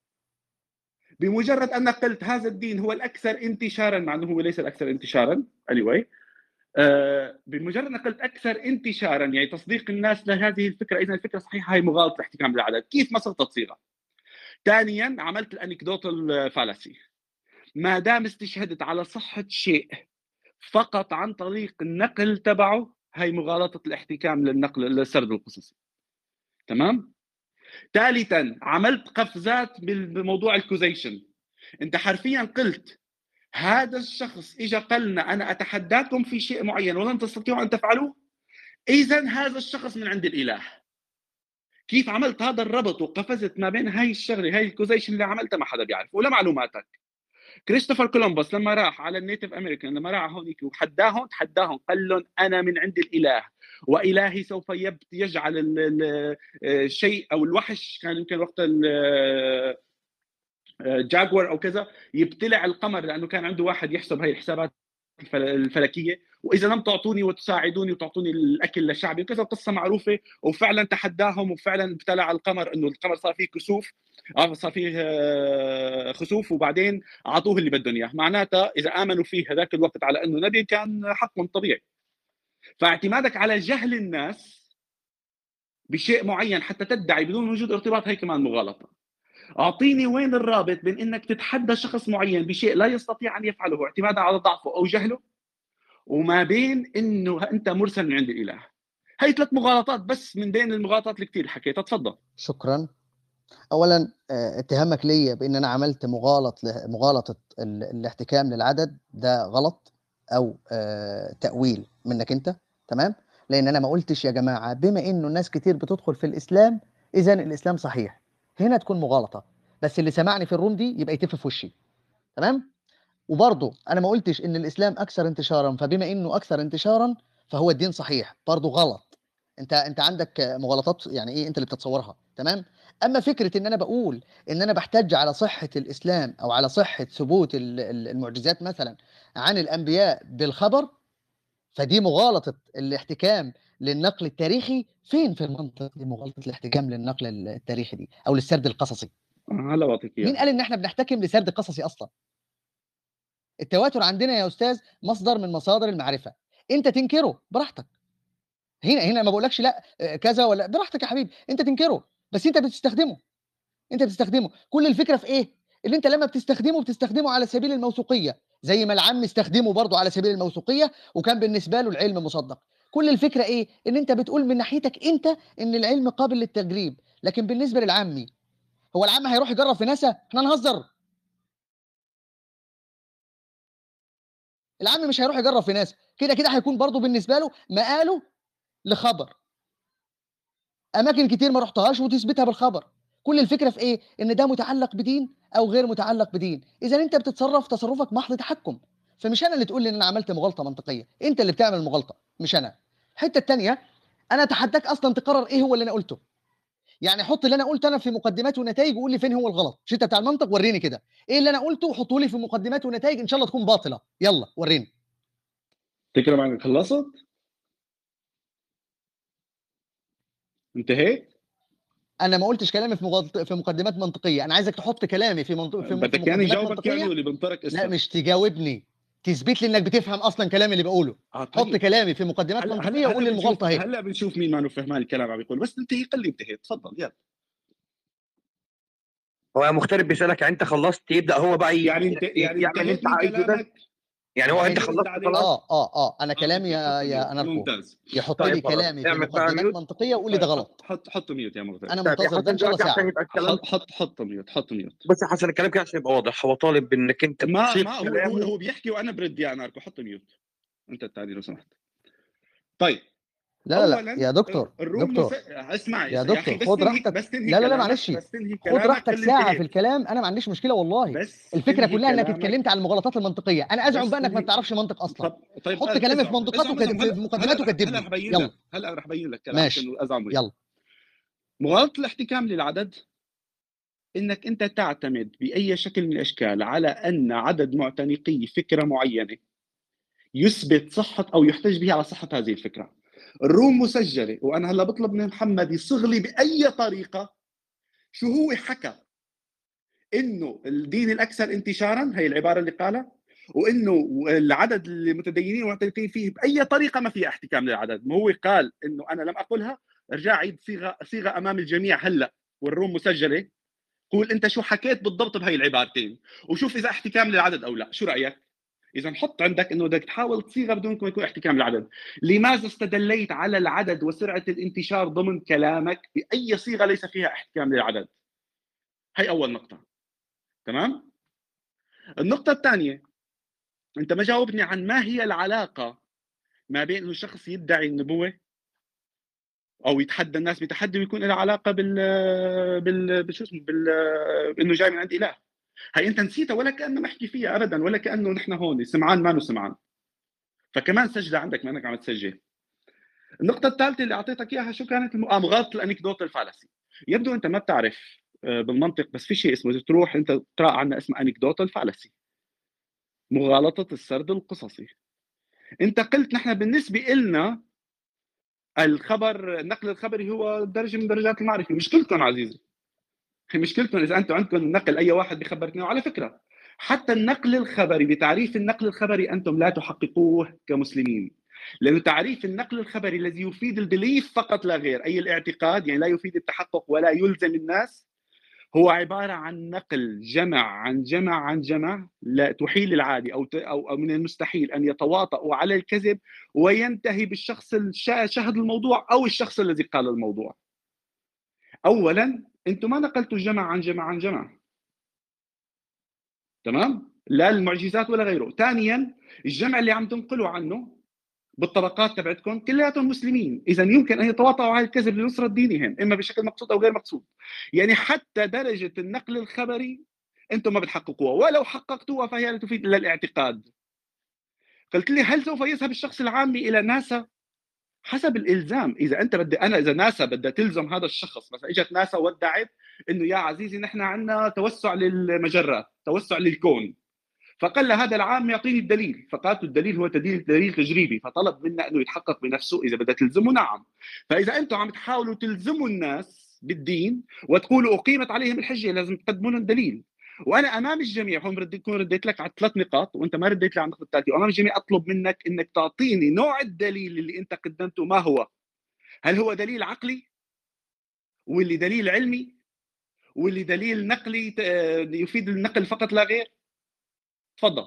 بمجرد انك قلت هذا الدين هو الاكثر انتشارا، مع انه هو ليس الاكثر انتشارا anyway. آه بمجرد انك قلت اكثر انتشارا يعني تصديق الناس لهذه الفكره، اذا الفكره صحيحه. هي مغالطه الاحتكام للعدد. كيف ما صرت تصيغها. ثانيا عملت الانكدوتال فالسي. ما دام استشهدت على صحه شيء فقط عن طريق النقل تبعه، هي مغالطه الاحتكام للنقل للسرد القصصي. تمام. ثالثا عملت قفزات بموضوع الكوزيشن. انت حرفيا قلت هذا الشخص اجى قال لنا انا اتحداكم في شيء معين ولن تستطيعوا ان تفعلوه، اذا هذا الشخص من عند الاله. كيف عملت هذا الربط وقفزت ما بين هاي الشغله هاي الكوزيشن اللي عملتها ما حدا بيعرف. ولا معلوماتك كريستوفر كولومبوس لما راح على النيتف امريكان، لما راح هونيك وحداهم تحداهم قال لهم انا من عند الاله والهي سوف يجعل الشيء او الوحش، كان يمكن وقت جاكور او كذا، يبتلع القمر لانه كان عنده واحد يحسب هاي الحسابات الفلكيه، واذا لم تعطوني وتساعدوني وتعطوني الاكل لشعبي وكذا. قصه معروفه. وفعلا تحداهم وفعلا ابتلع القمر، انه القمر صار فيه كسوف صار فيه خسوف، وبعدين اعطوه اللي بدهم اياه. معناتها اذا امنوا فيه هذاك الوقت على انه نبي كان حقهم طبيعي. فاعتمادك على جهل الناس بشيء معين حتى تدعي بدون وجود ارتباط، هي كمان مغالطه. اعطيني وين الرابط بين انك تتحدى شخص معين بشيء لا يستطيع ان يفعله اعتمادا على ضعفه او جهله، وما بين انه انت مرسل من عند الاله. هي ثلاث مغالطات بس من بين المغالطات اللي كثير حكيتها. تفضل. شكرا. أولًا آآ اتهامك ليّا بإن أنا عملت مغالط ل مغالطة ال الاحتكام للعدد ده غلط أو آآ تأويل منّك أنت، تمام؟ لإن أنا ما قُلتش يا جماعة بما إنه ناس كتير بتدخل في الإسلام إذًا الإسلام صحيح، هنا تكون مغالطة، بس اللي سمعني في الroom دي يبقى يتف في وشي، تمام؟ وبرضه أنا ما قُلتش إن الإسلام أكثر انتشارًا، فبما إنه أكثر انتشارًا فهو الدين صحيح، برضه غلط. أنت أنت عندك مغالطات يعني إيه أنت اللي بتتصورها، تمام؟ أمّا فكرة إن أنا باقول إن أنا باحتج على صحة الإسلام أو على صحة ثبوت ال ال المعجزات مثلًا عن الأنبياء بالخبر، فدي مغالطة الاحتكام للنقل التاريخي، فين في المنطق دي مغالطة الاحتكام للنقل ال التاريخي دي أو للسرد القصصي؟ هلّأ باعطيك مين إياها. قال إن إحنا بنحتكم لسرد قصصي أصلًا؟ التواتر عندنا يا أستاذ مصدر من مصادر المعرفة، أنت تنكره براحتك، هنا هنا ما باقولكش لأ آآ كذا والّا براحتك يا حبيبي، أنت تنكره، بس أنت بتستخدمه، أنت بتستخدمه، كل الفكرة في إيه؟ إن أنت لمّا بتستخدمه، بتستخدمه على سبيل الموثوقية، زي ما العام استخدمه برضه على سبيل الموثوقية وكان بالنسبة له العلم مصدق، كل الفكرة إيه؟ إن أنت بتقول من ناحيتك أنت إن العلم قابل للتجريب، لكن بالنسبة للعامي، هو العامي هيروح يجرب في ناسا؟ إحنا هنهزر! العامي مش هيروح يجرب في ناسا، كده، كده هيكون برضه بالنسبة له مقاله لخبر. أماكن كتير ما رُحتهاش وتثبتها بالخبر، كل الفكرة في إيه؟ إن ده متعلق بدين أو غير متعلق بدين، إذًا أنت بتتصرف تصرفك محض تحكُّم، فمش أنا اللي تقول لي إن أنا عملت مغالطة منطقية، أنت اللي بتعمل المغالطة مش أنا. الحتة التانية أنا أتحداك أصلًا تقرر إيه هو اللي أنا قُلته، يعني حُط اللي أنا قُلته أنا في مقدمات ونتايج وقُل لي فين هو الغلط، مش أنت بتاع المنطق ورّيني كده، إيه اللي أنا قُلته وحُطّه لي في مقدمات ونتايج إن شاء الله تكون باطلة، يالّا ورّيني. أنت كده معنى خلّصت؟ انتهيت؟ أنا ما قُلتش كلامي في مغالط في مقدمات منطقية، أنا عايزك تحُط كلامي في منط في م في بدك إياني مقدمات جاوبك يعني منطقية والّا بانطرك لأ إسا؟ مش تجاوبني، تثبت لي إنك بتفهم أصلًا كلامي اللي باقوله، آه حُط طيب. كلامي في مقدمات هلّأ منطقية هلّأ وقُل هلّأ لي بنشوف المغالطة أهي. هلّأ بنشوف مين مانو فهمان الكلام عم يقول، بس انتهي خلّيه انتهيت، تفضل يالّا. هو مغترب بيسألك يعني أنت خلّصت يبدأ هو بقى ي يعني انت ي يعني يعمل اللي انتهيت أنت من عايزه ده؟ كلامك؟ يعني هو أنت انتهيت ترد خلّصت عليه؟ خلاص؟ آه، آه، آه، أنا آه كلامي أوكي، حُط يا يا mute أناركو ممتاز. يحُط طيب لي خلاص، كلامي في اعمل بقى مقدمات mute. منطقية وقُل لي ده طيب حُط غلط. حُط حُط mute يا مغترب. أنا طيب يا منتظر ده حسن إن شاء الله دلوقتي عشان ساعة. يبقى الكلام حُط حُط حُط mute حُط mute. بُص يا حسن الكلام كده عشان يبقى واضح، هو طالب إنك أنت ما تصيغ ما هو هو كلامه هو بيحكي وأنا بارد يا أناركو، حُط mute. أنت التاني لو سمحت. طيب لا، لا، لأ، أولًا يا دكتور، الروم مس دكتور، اسمع يا يا أخي دكتور بس خُد تنهي راحتك بس تنهي لا، لا، لا كلامك معلش، بس تنهي خُد كلامك راحتك خلّي ساعة في انتهيت. الكلام أنا ما عنديش مشكلة والله، بس الفكرة تنهي كلّها إنك كلامك اتكلمت عن المغالطات المنطقية، أنا أزعم بس بقى إنك ما تنهي بتعرفش منطق أصلًا، طب طيب حُط كلامي في ازعم منطقات ازعم وك ازعم في هلأ مقدمات هلأ رح هلأ وكدّبني، رح ابين يالّا. لك هلأ رح ابين لك كلامك ماشي، انه ازعم وياك. يالّا. مغالطة الاحتكام للعدد انك انت تعتمد باي شكل من الاشكال على ان عدد معتنقي فكره معينه يثبت صحه او يحتج به على صحه هذه الفكره. الروم مسجله وانا هلا بطلب من محمد يصغ لي باي طريقه شو هو حكى انه الدين الاكثر انتشارا، هي العباره اللي قالها، وانه العدد المتدينين والمعتنقين فيه باي طريقه ما فيها احتكام للعدد. ما هو قال انه انا لم اقلها، ارجع عيد صيغه صيغه امام الجميع هلا والروم مسجله، قول انت شو حكيت بالضبط بهي العبارتين وشوف اذا احتكام للعدد او لا. شو رايك؟ اذا حط عندك انه بدك تحاول تصيغها بدون ما يكون احتكام للعدد. لماذا استدليت على العدد وسرعه الانتشار ضمن كلامك باي صيغه ليس فيها احتكام للعدد؟ هي اول نقطه. تمام؟ النقطه الثانيه، انت ما جاوبني عن ما هي العلاقه ما بين انه شخص يدعي النبوه او يتحدى الناس بتحدي ويكون له علاقه بال بال بشو اسمه بال انه جاي من عند اله. هي انت نسيتها ولا كانه محكي فيها ابدا، ولا كانه نحن هون سمعان ما سمعان. فكمان سجله عندك ما انك عم تسجل. النقطه الثالثه اللي اعطيتك اياها شو كانت؟ مغالطه الانكدوت الفالسي. يبدو انت ما بتعرف بالمنطق، بس في شيء اسمه تروح انت تقرا عنه اسمه انكدوت الفالسي، مغالطه السرد القصصي. انت قلت نحن بالنسبه لنا الخبر النقل الخبري هو درجه من درجات المعرفه. مشكلتكم عزيزي، مشكلتكم اذا انتم عندكم النقل اي واحد بخبركم. وعلى فكره حتى النقل الخبري، بتعريف النقل الخبري انتم لا تحققوه كمسلمين، لانه تعريف النقل الخبري الذي يفيد البليف فقط لا غير، اي الاعتقاد، يعني لا يفيد التحقق ولا يلزم الناس، هو عباره عن نقل جمع عن جمع عن جمع لا تحيل العادي او او من المستحيل ان يتواطؤوا على الكذب وينتهي بالشخص شاهد الموضوع او الشخص الذي قال الموضوع. اولا انتم ما نقلتوا الجمع عن جمع عن جمع، تمام؟ لا المعجزات ولا غيره. ثانيا الجمع اللي عم تنقلوا عنه بالطبقات تبعتكم كلياتهم مسلمين، اذا يمكن ان يتواطؤوا على الكذب لنصره دينهم اما بشكل مقصود او غير مقصود. يعني حتى درجه النقل الخبري انتم ما بتحققوها، ولو حققتوها فهي لا تفيد الا الاعتقاد. قلت لي هل سوف يذهب الشخص العامي الى ناسا؟ حسب الالزام. اذا انت بدي انا اذا ناسا بدها تلزم هذا الشخص، مثلا اجت ناسا ودعت انه يا عزيزي نحن عندنا توسع للمجرات، توسع للكون، فقال له هذا العام يعطيني الدليل، فقالت الدليل هو دليل دليل تجريبي، فطلب منا انه يتحقق بنفسه. اذا بدها تلزمه نعم. فاذا انتم عم تحاولوا تلزموا الناس بالدين وتقولوا اقيمت عليهم الحجه لازم تقدموا لهم دليل، وانا امام الجميع هون بدي اكون رديت لك على ثلاث نقاط وانت ما رديت لي على النقطه الثالثه، وامام الجميع اطلب منك انك تعطيني نوع الدليل اللي انت قدمته ما هو. هل هو دليل عقلي واللي دليل علمي واللي دليل نقلي يفيد النقل فقط لا غير؟ تفضل.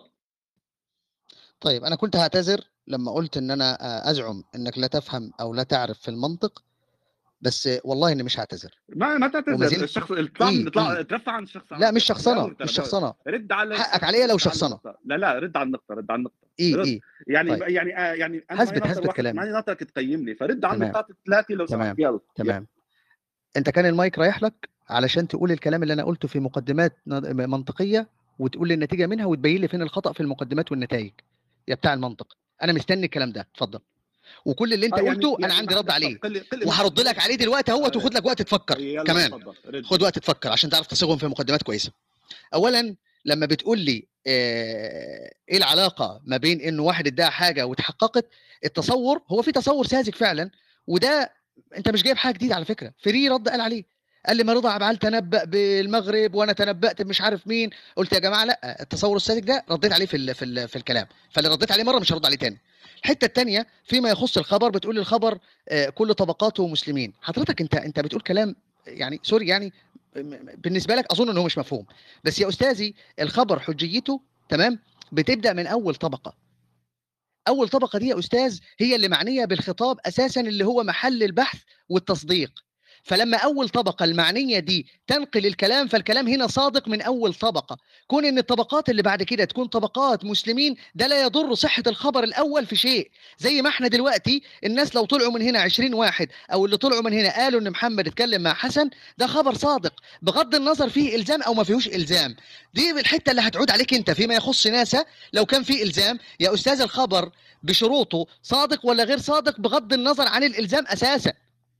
طيب أنا كنت هعتذر لما قلت إن أنا أزعم إنك لا تفهم أو لا تعرف في المنطق، بس والله إني مش هعتذر. ما ما تعتذر. الشخص اطلع إيه اطلع إيه. ترفع عن الشخص. لا مش شخصنة مش شخصنة. رد على حقك عليا لو شخصنة. لا لا رد على النقطة رد على النقطة. إيه رد. إيه. يعني طيب. يعني آه يعني أنا هثبت هثبت كلامي. ماني ناطرك تقيمني، فرد على تمام. النقاط الثلاثة لو سمحت. يلا تمام. أنت كان المايك رايح لك علشان تقول الكلام اللي أنا قلته في مقدمات منطقية وتقول لي النتيجة منها وتبين لي فين الخطأ في المقدمات والنتائج يا بتاع المنطق. أنا مستني الكلام ده، اتفضل. وكل اللي أنت آه يعني قلته يعني أنا عندي رد عليه قل قل وهرد لك عليه دلوقتي اهوت، وخد لك وقت تفكر كمان. خد وقت تفكر عشان تعرف تصيغهم في مقدمات كويسة. أولا لما بتقول لي آه ايه العلاقة ما بين انه واحد ادعى حاجة وتحققت، التصور هو في تصور ساذج فعلا، وده انت مش جايب حاجة جديدة على فكرة. فري رد قال عليه، قال لي ما رضا عبعال تنبأ بالمغرب وانا تنبأت مش عارف مين. قلت يا جماعة لا، التصور الساذج ده رديت عليه في ال في ال في الكلام، فاللي رديت عليه مرة مش هرد عليه تاني. الحتة الثانية فيما يخص الخبر، بتقول الخبر آه كل طبقاته مسلمين. حضرتك انت انت بتقول كلام يعني سوري يعني بالنسبه لك اظن انه مش مفهوم. بس يا استاذي الخبر حجيته تمام بتبدا من اول طبقه. اول طبقه دي يا استاذ هي اللي معنيه بالخطاب اساسا، اللي هو محل البحث والتصديق. فلما اول طبقه المعنيه دي تنقل الكلام، فالكلام هنا صادق من اول طبقه. كون ان الطبقات اللي بعد كده تكون طبقات مسلمين ده لا يضر صحه الخبر الاول في شيء. زي ما احنا دلوقتي الناس لو طلعوا من هنا عشرين واحد او اللي طلعوا من هنا قالوا ان محمد اتكلم مع حسن، ده خبر صادق بغض النظر فيه الزام او ما فيهوش الزام. دي الحته اللي هتعود عليك انت فيما يخص ناسا. لو كان فيه الزام يا استاذ الخبر بشروطه صادق ولا غير صادق بغض النظر عن الالزام اساسا.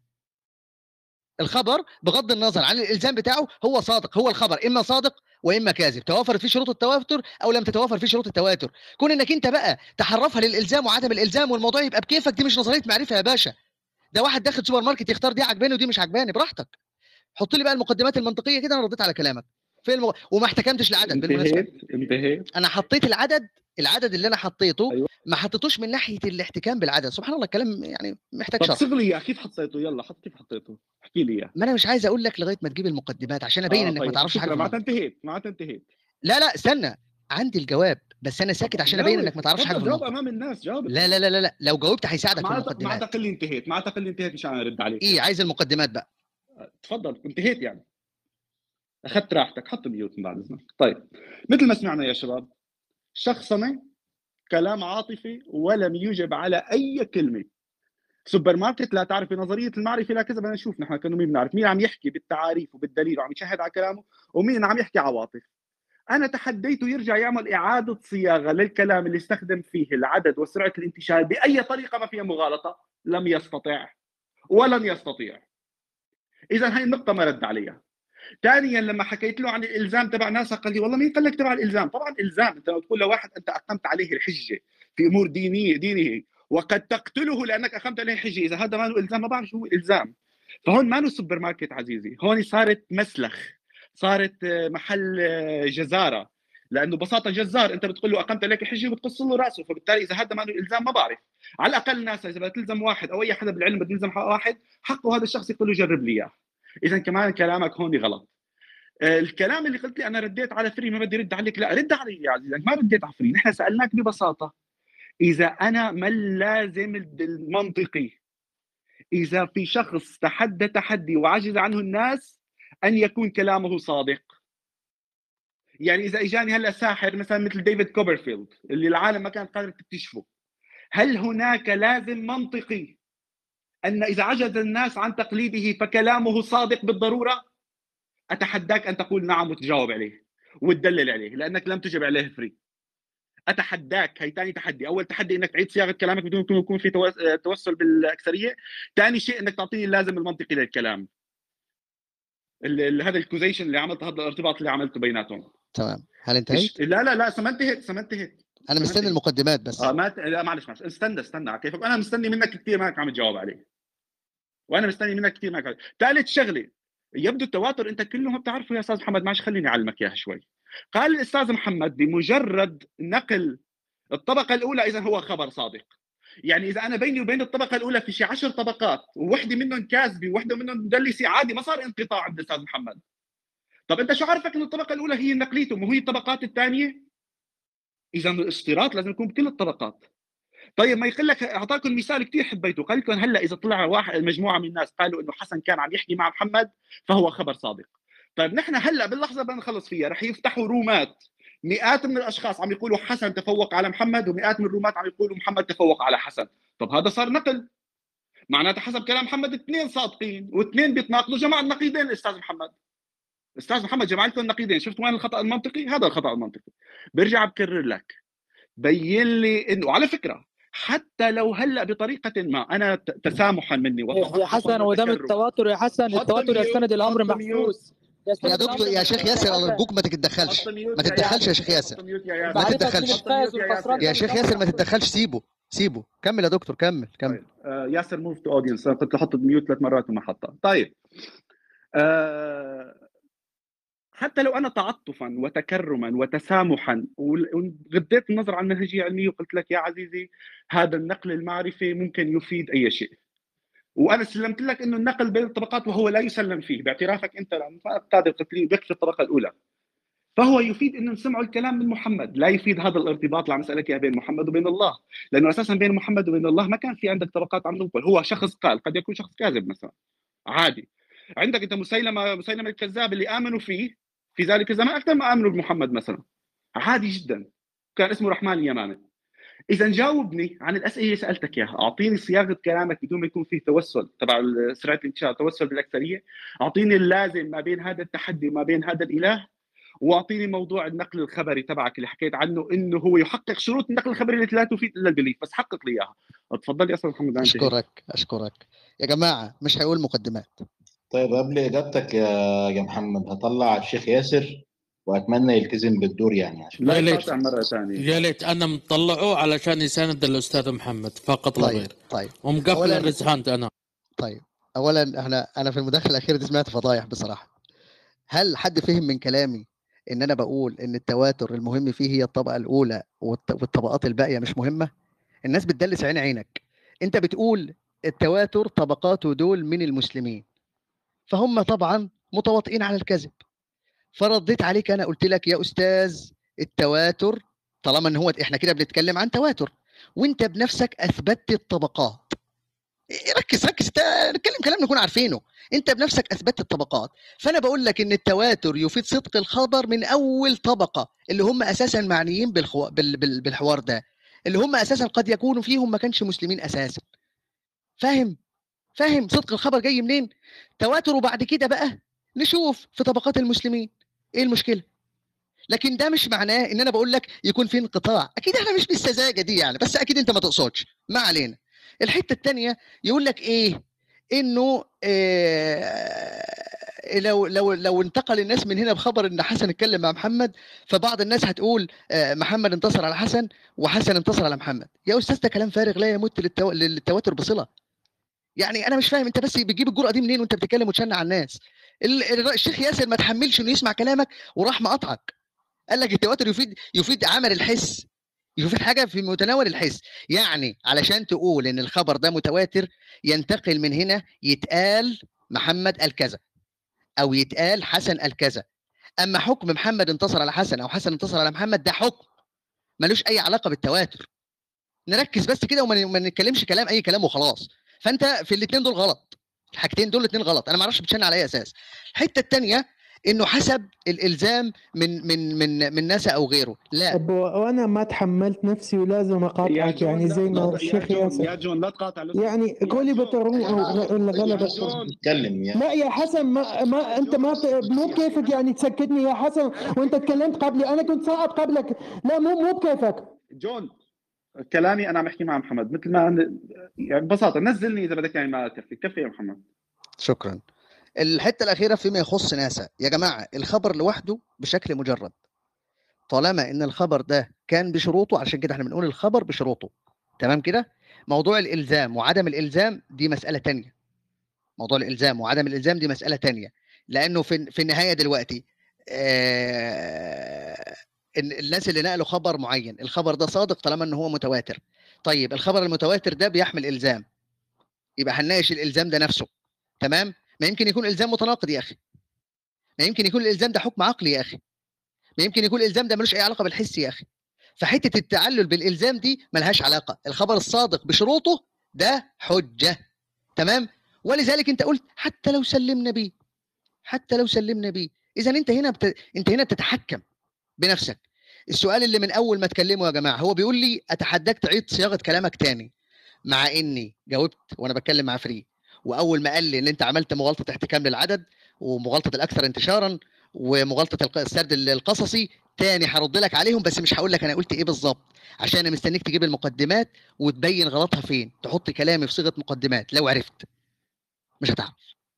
الخبر بغض النظر عن الالزام بتاعه هو صادق، هو الخبر اما صادق واما كاذب، توافرت فيه شروط التواتر او لم تتوافر فيه شروط التواتر. كون انك انت بقى تحرفها للالزام وعدم الالزام والموضوع يبقى بكيفك، دي مش نظريه معرفه يا باشا. ده واحد داخل سوبر ماركت يختار دي عجباني ودي مش عجباني، براحتك. حط لي بقى المقدمات المنطقيه كده، انا رديت على كلامك في المو... وما احتكمتش لعدد بالمناسبه. انتهيت انتهيت انا حطيت العدد العدد اللي انا حطيته. أيوة. ما حطيتوش من ناحيه الاحتكام بالعدد. سبحان الله الكلام يعني محتاج طب شرح. صغ لي كيف حطيته؟ يلا حط كيف حطيته، احكي لي اياه. ما انا مش عايز اقول لك لغايه ما تجيب المقدمات عشان ابين آه انك طيب. ما تعرفش حاجه. معناتها انتهيت معناتها انتهيت. لا لا استنى، عندي الجواب بس انا ساكت عشان ابين انك ما تعرفش حاجه في جاوب الموضوع. امام الناس جاوب. لا لا لا لا, لا. لو جاوبت هيساعدك في معناتها المقدمات. معناتها قل لي انتهيت معناتها قل لي انتهيت مشان ارد عليك. ايه عايز المقدمات بقى. تفضل انتهيت يعني اخذت راحتك. حط ميوت من بعد اذنك. طيب مثل ما سمعنا يا شباب، شخصنه كلام عاطفي ولم يجب على اي كلمه. سوبر ماركت لا تعرف بنظريه المعرفه لا كذا. بدنا نشوف نحن كانوا مين بنعرف مين عم يحكي بالتعاريف وبالدليل وعم يشهد على كلامه ومين عم يحكي عواطف. انا تحديته يرجع يعمل اعاده صياغه للكلام اللي استخدم فيه العدد وسرعه الانتشار باي طريقه ما فيها مغالطه. لم يستطع ولن يستطيع. اذا هاي النقطه ما رد عليها. ثانيا لما حكيت له عن الالزام تبع ناسا قال لي والله مين قال لك تبع الالزام؟ طبعا الزام. انت لو تقول لواحد انت اقمت عليه الحجه في امور دينيه دينه وقد تقتله لانك اقمت عليه الحجه، اذا هذا ما له الزام ما بعرف شو هو الزام. فهون ما له سوبر ماركت عزيزي، هون صارت مسلخ، صارت محل جزاره. لانه ببساطه جزار انت بتقول له اقمت عليك الحجه وبتقص له راسه، فبالتالي اذا هذا ما له الزام ما بعرف. على الاقل ناسا اذا بدها تلزم واحد او اي حدا بالعلم بده يلزم واحد، حقه هذا الشخص يقول له جرب لي اياه. اذا كمان كلامك هون غلط. الكلام اللي قلت لي انا رديت على فري ما بدي رد عليك، لا رد علي يا عزيزي. ما رديت على فري، نحن سالناك ببساطه اذا انا ما اللازم المنطقي. اذا في شخص تحدى تحدي وعجز عنه الناس، ان يكون كلامه صادق؟ يعني اذا اجاني هلا ساحر مثلا مثل ديفيد كوبرفيلد اللي العالم ما كانت قادره تكتشفه، هل هناك لازم منطقي ان اذا عجز الناس عن تقليده فكلامه صادق بالضروره؟ اتحداك ان تقول نعم وتجاوب عليه وتدلل عليه، لانك لم تجب عليه فري. اتحداك، هي ثاني تحدي. اول تحدي انك تعيد صياغه كلامك بدون يكون في توسل بالاكثريه. ثاني شيء انك تعطيني اللازم المنطقي للكلام. هذا الكوزيشن اللي عملته، هذا الارتباط اللي عملته بيناتهم. تمام. هل انتهيت؟ لا لا لا، ما انتهيت، ما انتهيت. انا مستني المقدمات بس. اه ما ت... لا معلش معلش استنى استنى كيف انا مستني منك كثير ماك عم تجاوب عليه، وانا مستني منك كثير ماك. ثالث شغله، يبدو التواتر انت كله ما بتعرفه يا استاذ محمد. ماشي خليني اعلمك اياها شوي. قال الاستاذ محمد بمجرد نقل الطبقه الاولى اذا هو خبر صادق. يعني اذا انا بيني وبين الطبقه الاولى في شي عشر طبقات ووحده منهم كاذبه ووحده منهم مدلسه، عادي ما صار انقطاع عند الاستاذ محمد. طب انت شو عارفك انه الطبقه الاولى هي نقليته مو هي الطبقات الثانيه؟ اذا الاشتراط لازم يكون بكل الطبقات. طيب ما يقول لك، اعطاكم مثال كثير حبيته، قال لكم هلا اذا طلع واحد مجموعه من الناس قالوا انه حسن كان عم يحكي مع محمد فهو خبر صادق. طيب نحن هلا باللحظه بدنا نخلص فيها رح يفتحوا رومات، مئات من الاشخاص عم يقولوا حسن تفوق على محمد، ومئات من الرومات عم يقولوا محمد تفوق على حسن. طب هذا صار نقل، معناته حسب كلام محمد اثنين صادقين واثنين بيتناقضوا، جمع النقيضين الاستاذ محمد. الاستاذ محمد جمع لكم النقيضين. شفت وين الخطا المنطقي؟ هذا الخطا المنطقي. برجع بكرر لك، بين لي انه وعلى فكره حتى لو هلا بطريقه ما انا تسامحا مني يا حسن ودام التواتر يا حسن، التواتر يستند الامر محسوس. يا دكتور يا شيخ ياسر ارجوك ما تتدخلش، ما تتدخلش يا شيخ ياسر، ما تتدخلش يا شيخ ياسر، ما تتدخلش، سيبه سيبه كمل يا دكتور، كمل كمل. طيب. آه ياسر موف تو اودينس، انا كنت احط ميوت ثلاث مرات وما حطها. طيب آه حتى لو انا تعاطفا وتكرما وتسامحا وغضيت النظر عن المنهجيه العلميه وقلت لك يا عزيزي هذا النقل المعرفي ممكن يفيد اي شيء، وانا سلمت لك انه النقل بين الطبقات وهو لا يسلم فيه باعترافك انت قادر قلت لي بيكفي الطبقه الاولى، فهو يفيد انه نسمعوا الكلام من محمد، لا يفيد هذا الارتباط اللي عم اسالك اياه بين محمد وبين الله، لانه اساسا بين محمد وبين الله ما كان في عندك طبقات عم تنقل، هو شخص قال، قد يكون شخص كاذب مثلا عادي. عندك انت مسيلمه مسيلمه الكذاب اللي امنوا فيه في ذلك الزمان اكثر ما امنوا بمحمد مثلا، عادي جدا، كان اسمه رحمن اليمامي. اذا جاوبني عن الاسئله اللي سالتك اياها، اعطيني صياغه كلامك بدون ما يكون فيه توسل تبع سرعه الانتشار، توسل بالاكثريه، اعطيني اللازم ما بين هذا التحدي وما بين هذا الاله، واعطيني موضوع النقل الخبري تبعك اللي حكيت عنه انه هو يحقق شروط النقل الخبري التي لا تفيد الا البليف، بس حقق لي اياها. اتفضل يا استاذ محمد. اشكرك اشكرك يا جماعه، مش هيقول مقدمات. طيب قبل اجابتك يا يا محمد هطلع الشيخ ياسر واتمنى يلتزم بالدور يعني عشان لا يا ليت يقاطع مره ثانيه. يا ليت انا مطلعه علشان يساند الاستاذ محمد فقط لا طيب غير. طيب ومقفل أولاً- الريز هاند انا. طيب اولا احنا انا في المداخله الاخيره دي سمعت فضايح بصراحه. هل حد فهم من كلامي ان انا بقول ان التواتر المهم فيه هي الطبقه الاولى والط- والطبقات الباقيه مش مهمه؟ الناس بتدلس عين عينك. انت بتقول التواتر طبقاته دول من المسلمين، فهم طبعا متواطئين على الكذب. فرديت عليك انا قلت لك يا استاذ التواتر طالما ان هو احنا كده بنتكلم عن تواتر وانت بنفسك اثبتت الطبقات. ركز ركز نتكلم كلام نكون عارفينه. انت بنفسك اثبتت الطبقات، فانا بقول لك ان التواتر يفيد صدق الخبر من اول طبقه اللي هم اساسا معنيين بالخو... بال... بال... بالحوار ده، اللي هم اساسا قد يكونوا فيهم ما كانش مسلمين اساسا. فاهم فاهم صدق الخبر جاي منين؟ تواتر. وبعد كده بقى نشوف في طبقات المسلمين ايه المشكله. لكن ده مش معناه ان انا بقول لك يكون في انقطاع، اكيد احنا مش بالسذاجه دي يعني، بس اكيد انت ما تقصدش، ما علينا. الحته الثانيه يقول لك ايه؟ انه إيه لو لو لو انتقل الناس من هنا بخبر ان حسن اتكلم مع محمد، فبعض الناس هتقول آه محمد انتصر على حسن وحسن انتصر على محمد. يا استاذ ده كلام فارغ لا يمت للتو... للتواتر بصله. يعني انا مش فاهم انت بس بتجيب الجرأه دي منين وانت بتتكلم وتشنع على الناس؟ الشيخ ياسر ما تحملش انه يسمع كلامك وراح مقاطعك. قال لك التواتر يفيد يفيد عمل الحس، يفيد حاجه في متناول الحس. يعني علشان تقول ان الخبر ده متواتر ينتقل من هنا يتقال محمد قال كذا او يتقال حسن قال كذا. اما حكم محمد انتصر على حسن او حسن انتصر على محمد ده حكم ملوش اي علاقه بالتواتر. نركز بس كده وما نتكلمش كلام اي كلام وخلاص. فانت في الاثنين دول غلط، الحاجتين دول الاثنين غلط، انا ما اعرفش بتشن على اي اساس. الحته الثانيه انه حسب الالزام من من من من ناس او غيره، لا. طب وانا ما تحملت نفسي ولازم يا اقاطعك جون يعني لا زي ما تقاطع، يا الشيخ جون يا ياسر جون لا تقاطع الأستاذ. يعني يا غلبت جون الروم او يا غ- ولا يا غلبت. جون اتكلم يا لا يا حسن ما, ما انت ما ت- مو بكيفك يعني تسكتني يا حسن وانت تكلمت قبلي، انا كنت ساقط قبلك. لا مو مو بكيفك. جون كلامي انا عم احكي مع محمد مثل ما أنا- يعني ببساطه نزلني اذا بدك يعني ما كفي كفي يا محمد. شكرا. الحته الاخيره فيما يخص ناسا يا جماعه، الخبر لوحده بشكل مجرد طالما ان الخبر ده كان بشروطه، عشان كده احنا بنقول الخبر بشروطه، تمام كده. موضوع الالزام وعدم الالزام دي مساله تانية. موضوع الالزام وعدم الالزام دي مساله تانية، لانه في في النهايه دلوقتي آه إن الناس اللي نقلوا خبر معين الخبر ده صادق طالما ان هو متواتر. طيب الخبر المتواتر ده بيحمل الزام، يبقى هنناقش الالزام ده نفسه، تمام. ما يمكن يكون الزام متناقض يا اخي، ما يمكن يكون الالزام ده حكم عقلي يا اخي، ما يمكن يكون الالزام ده ملوش اي علاقه بالحس يا اخي. فحته التعلل بالالزام دي ملهاش علاقه، الخبر الصادق بشروطه ده حجه، تمام. ولذلك انت قلت حتى لو سلمنا بيه، حتى لو سلمنا بيه، اذا انت هنا بت... انت هنا بتتحكم بنفسك. السؤال اللي من اول ما تكلمه يا جماعه هو بيقول لي اتحداك تعيد صياغه كلامك تاني، مع اني جاوبت وانا بتكلم مع فري، واول ما قال لي ان انت عملت مغالطه احتكام للعدد ومغالطه الاكثر انتشارا ومغالطه الق- السرد القصصي، تاني هرد لك عليهم، بس مش هقول لك انا قلت ايه بالظبط، عشان انا مستنيك تجيب المقدمات وتبين غلطها فين، تحط كلامي في صيغه مقدمات. لو عرفت مش هتعرف.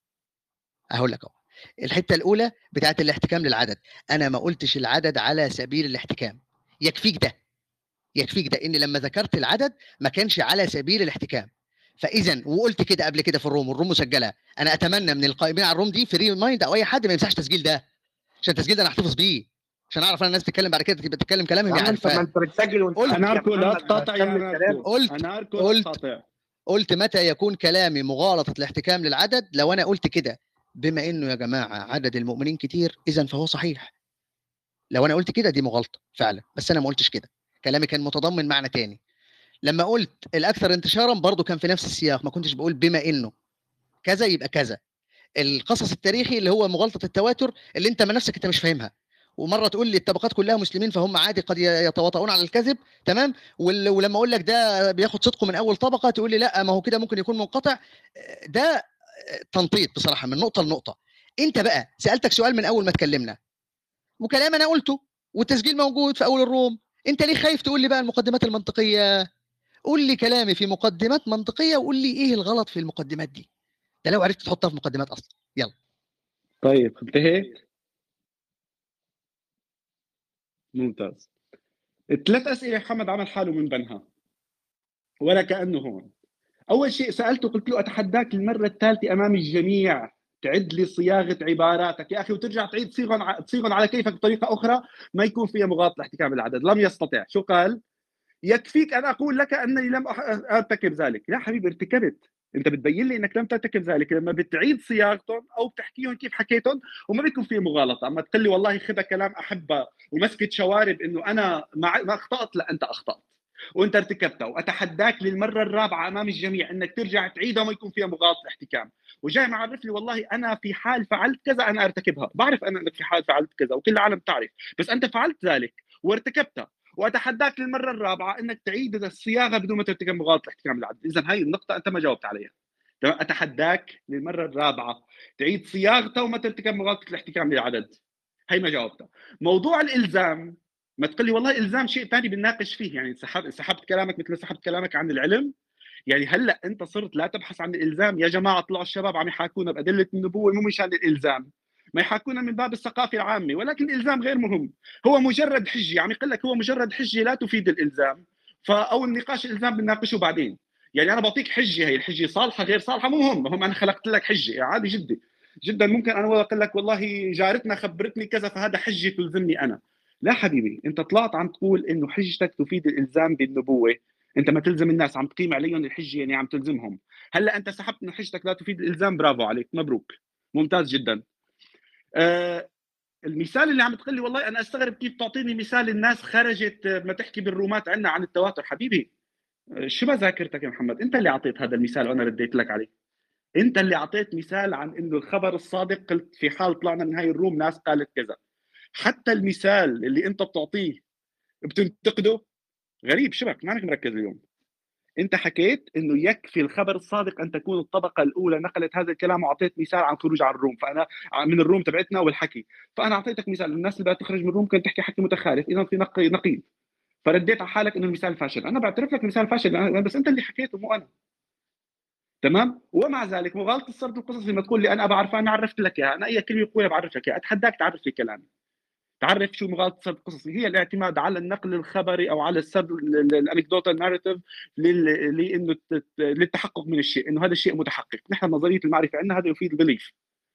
هقول لك اهو. الحته الاولى بتاعت الاحتكام للعدد، انا ما قلتش العدد على سبيل الاحتكام، يكفيك ده، يكفيك ده ان لما ذكرت العدد ما كانش على سبيل الاحتكام. فاذا وقلت كده قبل كده في الروم، والروم مسجله، انا اتمنى من القائمين على الروم دي فري مايند او اي حد ما يمسحش تسجيل ده، عشان التسجيل ده انا احتفظ بيه، عشان اعرف انا الناس تتكلم بعد كده تبقى تتكلم كلام يا هي عم انت ما عارفاه. انت بتسجل وانت قلت عارف يا اناركو لا محمد تقاطع يا هتكمل كلام. اناركو قلت اناركو لا قلت تقاطع. قلت متى يكون كلامي مغالطه الاحتكام للعدد، لو انا قلت كده بما انه يا جماعه عدد المؤمنين كتير اذا فهو صحيح. لو انا قلت كده دي مغالطه فعلا، بس انا ما قلتش كده، كلامي كان متضمن معنى تاني. لما قلت الاكثر انتشارا برضو كان في نفس السياق، ما كنتش بقول بما انه كذا يبقى كذا. القصص التاريخي اللي هو مغالطه التواتر اللي انت من نفسك انت مش فاهمها، ومره تقول لي الطبقات كلها مسلمين فهم عادي قد يتواطؤون على الكذب، تمام. وال- ولما اقول لك ده بياخد صدقه من اول طبقه تقول لي لا ما هو كده ممكن يكون منقطع. ده تنطيط بصراحه من نقطه لنقطه. انت بقى سالتك سؤال من اول ما اتكلمنا وكلام انا قلته والتسجيل موجود في اول الروم، انت ليه خايف تقول لي بقى المقدمات المنطقيه؟ قول لي كلامي في مقدمات منطقيه وقول لي ايه الغلط في المقدمات دي، ده لو عرفت تحطها في مقدمات اصلا. يلا. طيب انتهيت. ممتاز. الثلاث اسئله محمد عمل حاله من بنها ولا كانه هون. اول شيء سالته قلت له اتحداك للمره الثالثه امام الجميع تعد لي صياغه عباراتك يا اخي وترجع تعيد صيغهم تصيغهم على كيفك بطريقه اخرى ما يكون فيها مغالطه احتكام العدد. لم يستطع. شو قال؟ يكفيك ان اقول لك انني لم أح- ارتكب ذلك. لا حبيبي ارتكبت. انت بتبين لي انك لم ترتكب ذلك لما بتعيد صياغتهم او بتحكيهم كيف حكيتهم وما بيكون في مغالطه. اما تقول لي والله خذ كلام احبه ومسكه شوارب انه انا ما ما اخطات، لا انت اخطات وانت ارتكبتها. واتحداك للمره الرابعه امام الجميع انك ترجع تعيدها وما يكون فيها مغالطه احتكام. وجاي معرف لي والله انا في حال فعلت كذا انا ارتكبها. بعرف انا انك في حال فعلت كذا وكل العالم تعرف، بس انت فعلت ذلك وارتكبتها. واتحداك للمره الرابعه انك تعيد الصياغه بدون ما ترتكب مغالطه احتكام العدد. اذا هاي النقطه انت ما جاوبت عليها. تمام. اتحداك للمره الرابعه تعيد صياغتها وما ترتكب مغالطه الاحتكام للعدد. هي ما جاوبتها. موضوع الالزام ما تقول لي والله الزام شيء ثاني بنناقش فيه، يعني سحبت سحبت كلامك مثل سحبت كلامك عن العلم. يعني هلا انت صرت لا تبحث عن الالزام. يا جماعه طلعوا الشباب عم يحاكونا بادله النبوه مو مشان الالزام، ما يحاكونا من باب الثقافه العامه، ولكن الالزام غير مهم. هو مجرد حجه، عم يقول لك هو مجرد حجه لا تفيد الالزام. فاول نقاش الالزام بنناقشه بعدين. يعني انا بعطيك حجه، هي الحجه صالحه غير صالحه مو مهم. هم انا خلقت لك حجه يعني عادي جدا جدا. ممكن انا اقول لك والله جارتنا خبرتني كذا فهذا حجه تلزمني انا. لا حبيبي، انت طلعت عم تقول انه حجتك تفيد الالزام بالنبوه. انت ما تلزم الناس، عم تقيم عليهم الحجه يعني عم تلزمهم. هلا انت سحبت من حجتك لا تفيد الالزام. برافو عليك، مبروك، ممتاز جدا. آه المثال اللي عم تقول لي والله انا استغرب كيف تعطيني مثال الناس خرجت ما تحكي بالرومات عنا عن التواتر. حبيبي شو ما ذاكرتك يا محمد؟ انت اللي اعطيت هذا المثال وانا رديت لك عليه. انت اللي اعطيت مثال عن انه الخبر الصادق، قلت في حال طلعنا من هاي الروم ناس قالت كذا. حتى المثال اللي انت بتعطيه بتنتقده. غريب شبك، ما انك مركز اليوم. انت حكيت انه يكفي الخبر الصادق ان تكون الطبقه الاولى نقلت هذا الكلام، واعطيت مثال عن خروج عن الروم، فانا من الروم تبعتنا والحكي، فانا اعطيتك مثال الناس اللي بدها تخرج من الروم كانت تحكي حكي متخالف، اذا في نقي نقيض، فرديت على حالك انه المثال فاشل. انا بعترف لك مثال فاشل، بس انت اللي حكيته مو انا. تمام. ومع ذلك مغالطه السرد القصصي لما تقول لي انا بعرفها، انا عرفت لك اياها، انا اي كلمه بقولها بعرف لك اياها، اتحداك تعرف لي كلامي. تعرف شو مغالطه السرد القصصي؟ هي الاعتماد على النقل الخبري او على السرد الانكدوتال ناريتيف لانه للتحقق من الشيء، انه هذا الشيء متحقق. نحن نظريه المعرفه عندنا هذا يفيد البليف.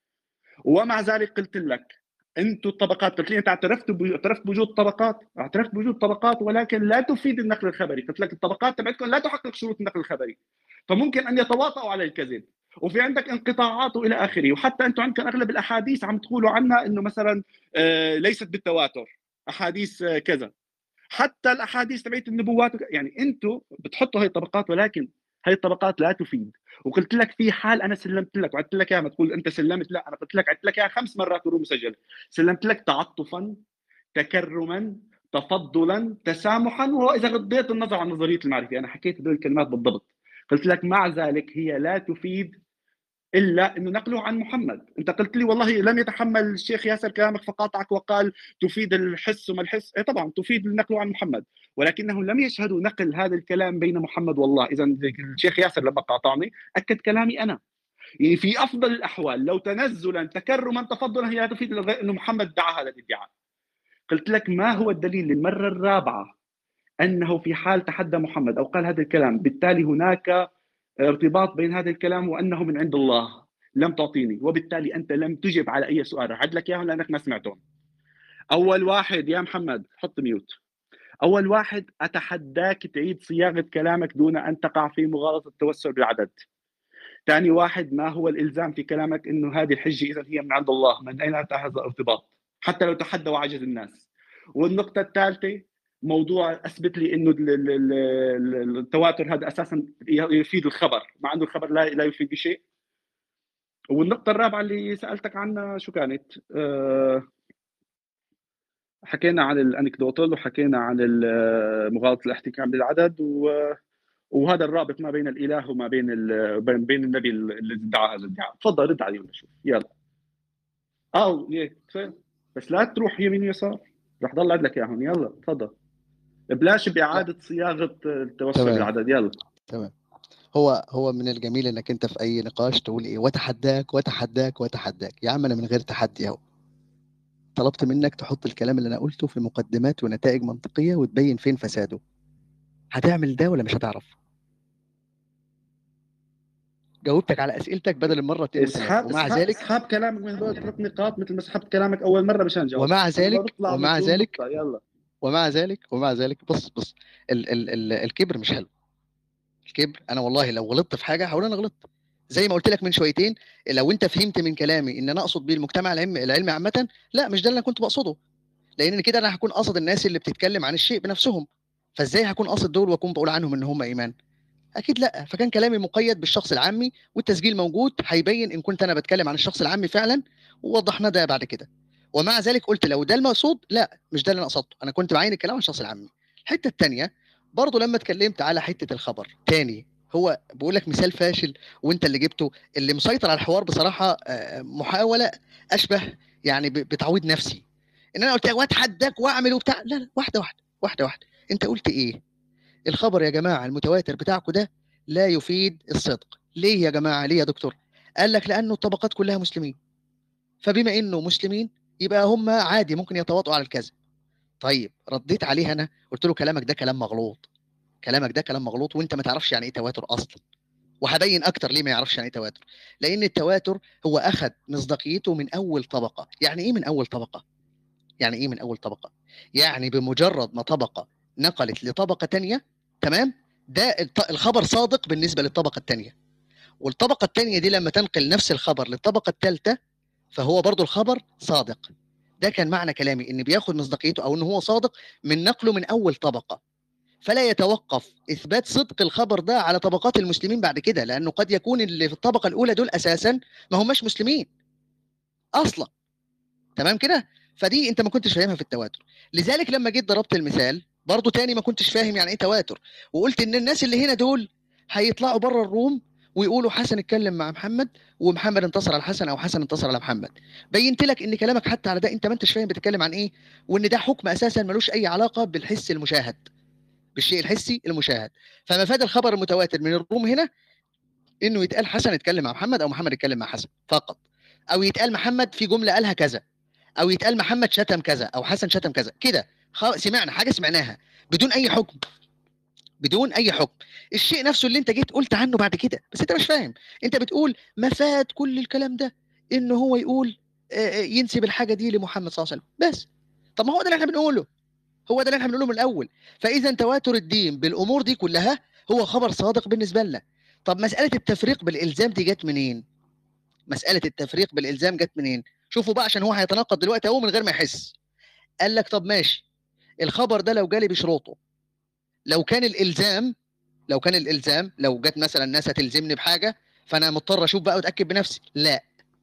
ومع ذلك قلت لك انتم الطبقات، قلت لي انت اعترفت اعترفت بوجود طبقات، اعترفت بوجود طبقات ولكن لا تفيد النقل الخبري. قلت لك الطبقات تبعتكم لا تحقق شروط النقل الخبري، فممكن ان يتواطؤوا على الكذب، وفي عندك انقطاعات والى اخره. وحتى انتم عندكم اغلب الاحاديث عم تقولوا عنها انه مثلا آه ليست بالتواتر، احاديث آه كذا. حتى الاحاديث تبعت النبوات، يعني انتم بتحطوا هي الطبقات ولكن هي الطبقات لا تفيد. وقلت لك في حال انا سلمت لك وعدت لك اياها، ما تقول انت سلمت، لا انا قلت لك عدت لك اياها خمس مرات ورو مسجل. سلمت لك تعاطفا، تكرما، تفضلا، تسامحا، واذا غضيت النظر عن نظريه المعرفه. انا حكيت هذول الكلمات بالضبط. قلت لك مع ذلك هي لا تفيد الا انه نقله عن محمد. انت قلت لي والله لم يتحمل الشيخ ياسر كلامك فقاطعك وقال تفيد الحس وما الحس. اي طبعا تفيد نقله عن محمد، ولكنهم لم يشهدوا نقل هذا الكلام بين محمد والله. اذا الشيخ ياسر لما قاطعني اكد كلامي انا. يعني في افضل الاحوال لو تنزلا تكرما تفضلا هي لا تفيد انه محمد دعا هذا الادعاء. قلت لك ما هو الدليل للمره الرابعه انه في حال تحدى محمد او قال هذا الكلام بالتالي هناك ارتباط بين هذا الكلام وانه من عند الله؟ لم تعطيني، وبالتالي انت لم تجب على اي سؤال. رح لك اياهم لانك ما سمعتهم. اول واحد يا محمد حط ميوت. اول واحد اتحداك تعيد صياغه كلامك دون ان تقع في مغالطه التوسل بالعدد. ثاني واحد ما هو الالزام في كلامك انه هذه الحجه اذا هي من عند الله؟ من اين اتى هذا الارتباط حتى لو تحدى وعجز الناس؟ والنقطه الثالثه موضوع اثبت لي انه التواتر هذا اساسا يفيد الخبر مع انه الخبر لا لا يفيد بشيء. والنقطه الرابعه اللي سالتك عنها شو كانت؟ أه حكينا عن الانكدوتال وحكينا عن مغالطه الاحتكام بالعدد، وهذا الرابط ما بين الاله وما بين بين النبي اللي ادعى هذا الادعاء. تفضل رد علي ولا شوف يلا. اه بس لا تروح يمين يسار، رح ضل عندك اياهم. يلا تفضل، بلاش باعاده صياغه التوسل تمام. بالعدد. يلا تمام. هو هو من الجميل انك انت في اي نقاش تقول ايه وتحداك وتحداك وتحداك. يا عم انا من غير تحدي اهو. طلبت منك تحط الكلام اللي انا قلته في مقدمات ونتائج منطقيه وتبين فين فساده. هتعمل ده ولا مش هتعرف؟ جاوبتك على اسئلتك بدل المره اتنين وثلاثه. اسحاب ومع اسحاب ذلك اسحاب كلامك من هذول ثلاث نقاط مثل ما سحبت كلامك اول مره مشان جاوب. ومع ذلك ومع ذلك يلا ومع ذلك ومع ذلك بص بص ال ال ال الكبر مش حلو. الكبر انا والله لو غلطت في حاجه هقول انا غلطت. زي ما قلت لك من شويتين، لو انت فهمت من كلامي ان انا اقصد بيه المجتمع العلمي العلمي عامه، لا مش ده اللي انا كنت بقصده. لان كده انا هكون قاصد الناس اللي بتتكلم عن الشيء بنفسهم. فازاي هكون قاصد دول واكون بقول عنهم ان هم ايمان؟ اكيد لا. فكان كلامي مقيد بالشخص العامي، والتسجيل موجود هيبين ان كنت انا بتكلم عن الشخص العامي فعلا، ووضحنا ده بعد كده. ومع ذلك قلت لو ده المقصود، لا مش ده اللي انا قصدته. انا كنت بعين الكلام عن الشخص العامي. الحته الثانيه برضه لما اتكلمت على حته الخبر تاني، هو بقول لك مثال فاشل وانت اللي جبته. اللي مسيطر على الحوار بصراحه محاوله اشبه يعني بتعويض نفسي، ان انا قلت لك واتحداك واعمل وبتاع. لا لا واحده واحده واحده واحده. انت قلت ايه؟ الخبر يا جماعه المتواتر بتاعكم ده لا يفيد الصدق. ليه يا جماعه؟ ليه يا دكتور؟ قال لك لانه الطبقات كلها مسلمين، فبما انه مسلمين يبقى هم عادي ممكن يتواطؤوا على الكذب. طيب رديت عليه انا قلت له كلامك ده كلام مغلوط. كلامك ده كلام مغلوط وانت ما تعرفش يعني ايه تواتر اصلا. وهبين اكتر ليه ما يعرفش يعني ايه تواتر. لان التواتر هو اخذ مصداقيته من اول طبقه. يعني ايه من اول طبقه؟ يعني ايه من اول طبقه؟ يعني بمجرد ما طبقه نقلت لطبقه ثانيه، تمام، ده الخبر صادق بالنسبه للطبقه الثانيه. والطبقه الثانيه دي لما تنقل نفس الخبر للطبقه الثالثه فهو برضو الخبر صادق. ده كان معنى كلامي، ان بياخد مصداقيته او ان هو صادق من نقله من اول طبقه. فلا يتوقف إثبات صدق الخبر ده على طبقات المسلمين بعد كده، لأنه قد يكون اللي في الطبقة الأولى دول أساسا ما هماش مسلمين أصلا. تمام كده؟ فدي أنت ما كنتش فاهمها في التواتر. لذلك لما جيت ضربت المثال برضو تاني ما كنتش فاهم يعني إيه تواتر، وقلت إن الناس اللي هنا دول هيطلعوا بره الروم ويقولوا حسن اتكلم مع محمد ومحمد انتصر على حسن او حسن انتصر على محمد. بينت لك ان كلامك حتى على ده انت ما انتش فاهم بتتكلم عن ايه، وان ده حكم اساسا ملوش اي علاقه بالحس المشاهد، بالشيء الحسي المشاهد. فمفاد الخبر المتواتر من الروم هنا انه يتقال حسن اتكلم مع محمد او محمد اتكلم مع حسن فقط، او يتقال محمد في جمله قالها كذا، او يتقال محمد شتم كذا او حسن شتم كذا كده. سمعنا حاجه سمعناها بدون اي حكم، بدون اي حكم. الشيء نفسه اللي انت جيت قلت عنه بعد كده بس انت مش فاهم، انت بتقول مفاد كل الكلام ده انه هو يقول ينسب الحاجه دي لمحمد صلى الله عليه وسلم بس. طب ما هو ده اللي احنا بنقوله، هو ده اللي احنا بنقوله من الاول. فاذا تواتر الدين بالامور دي كلها هو خبر صادق بالنسبه لنا. طب مساله التفريق بالالزام دي جت منين؟ مساله التفريق بالالزام جت منين؟ شوفوا بقى عشان هو هيتناقض دلوقتي اهو من غير ما يحس. قال لك طب ماشي، الخبر ده لو جالي بشروطه، لو كان الالزام لو كان الالزام لو جت مثلا ناس هتلزمني بحاجه فانا مضطر اشوف بقى واتاكد بنفسي، لا،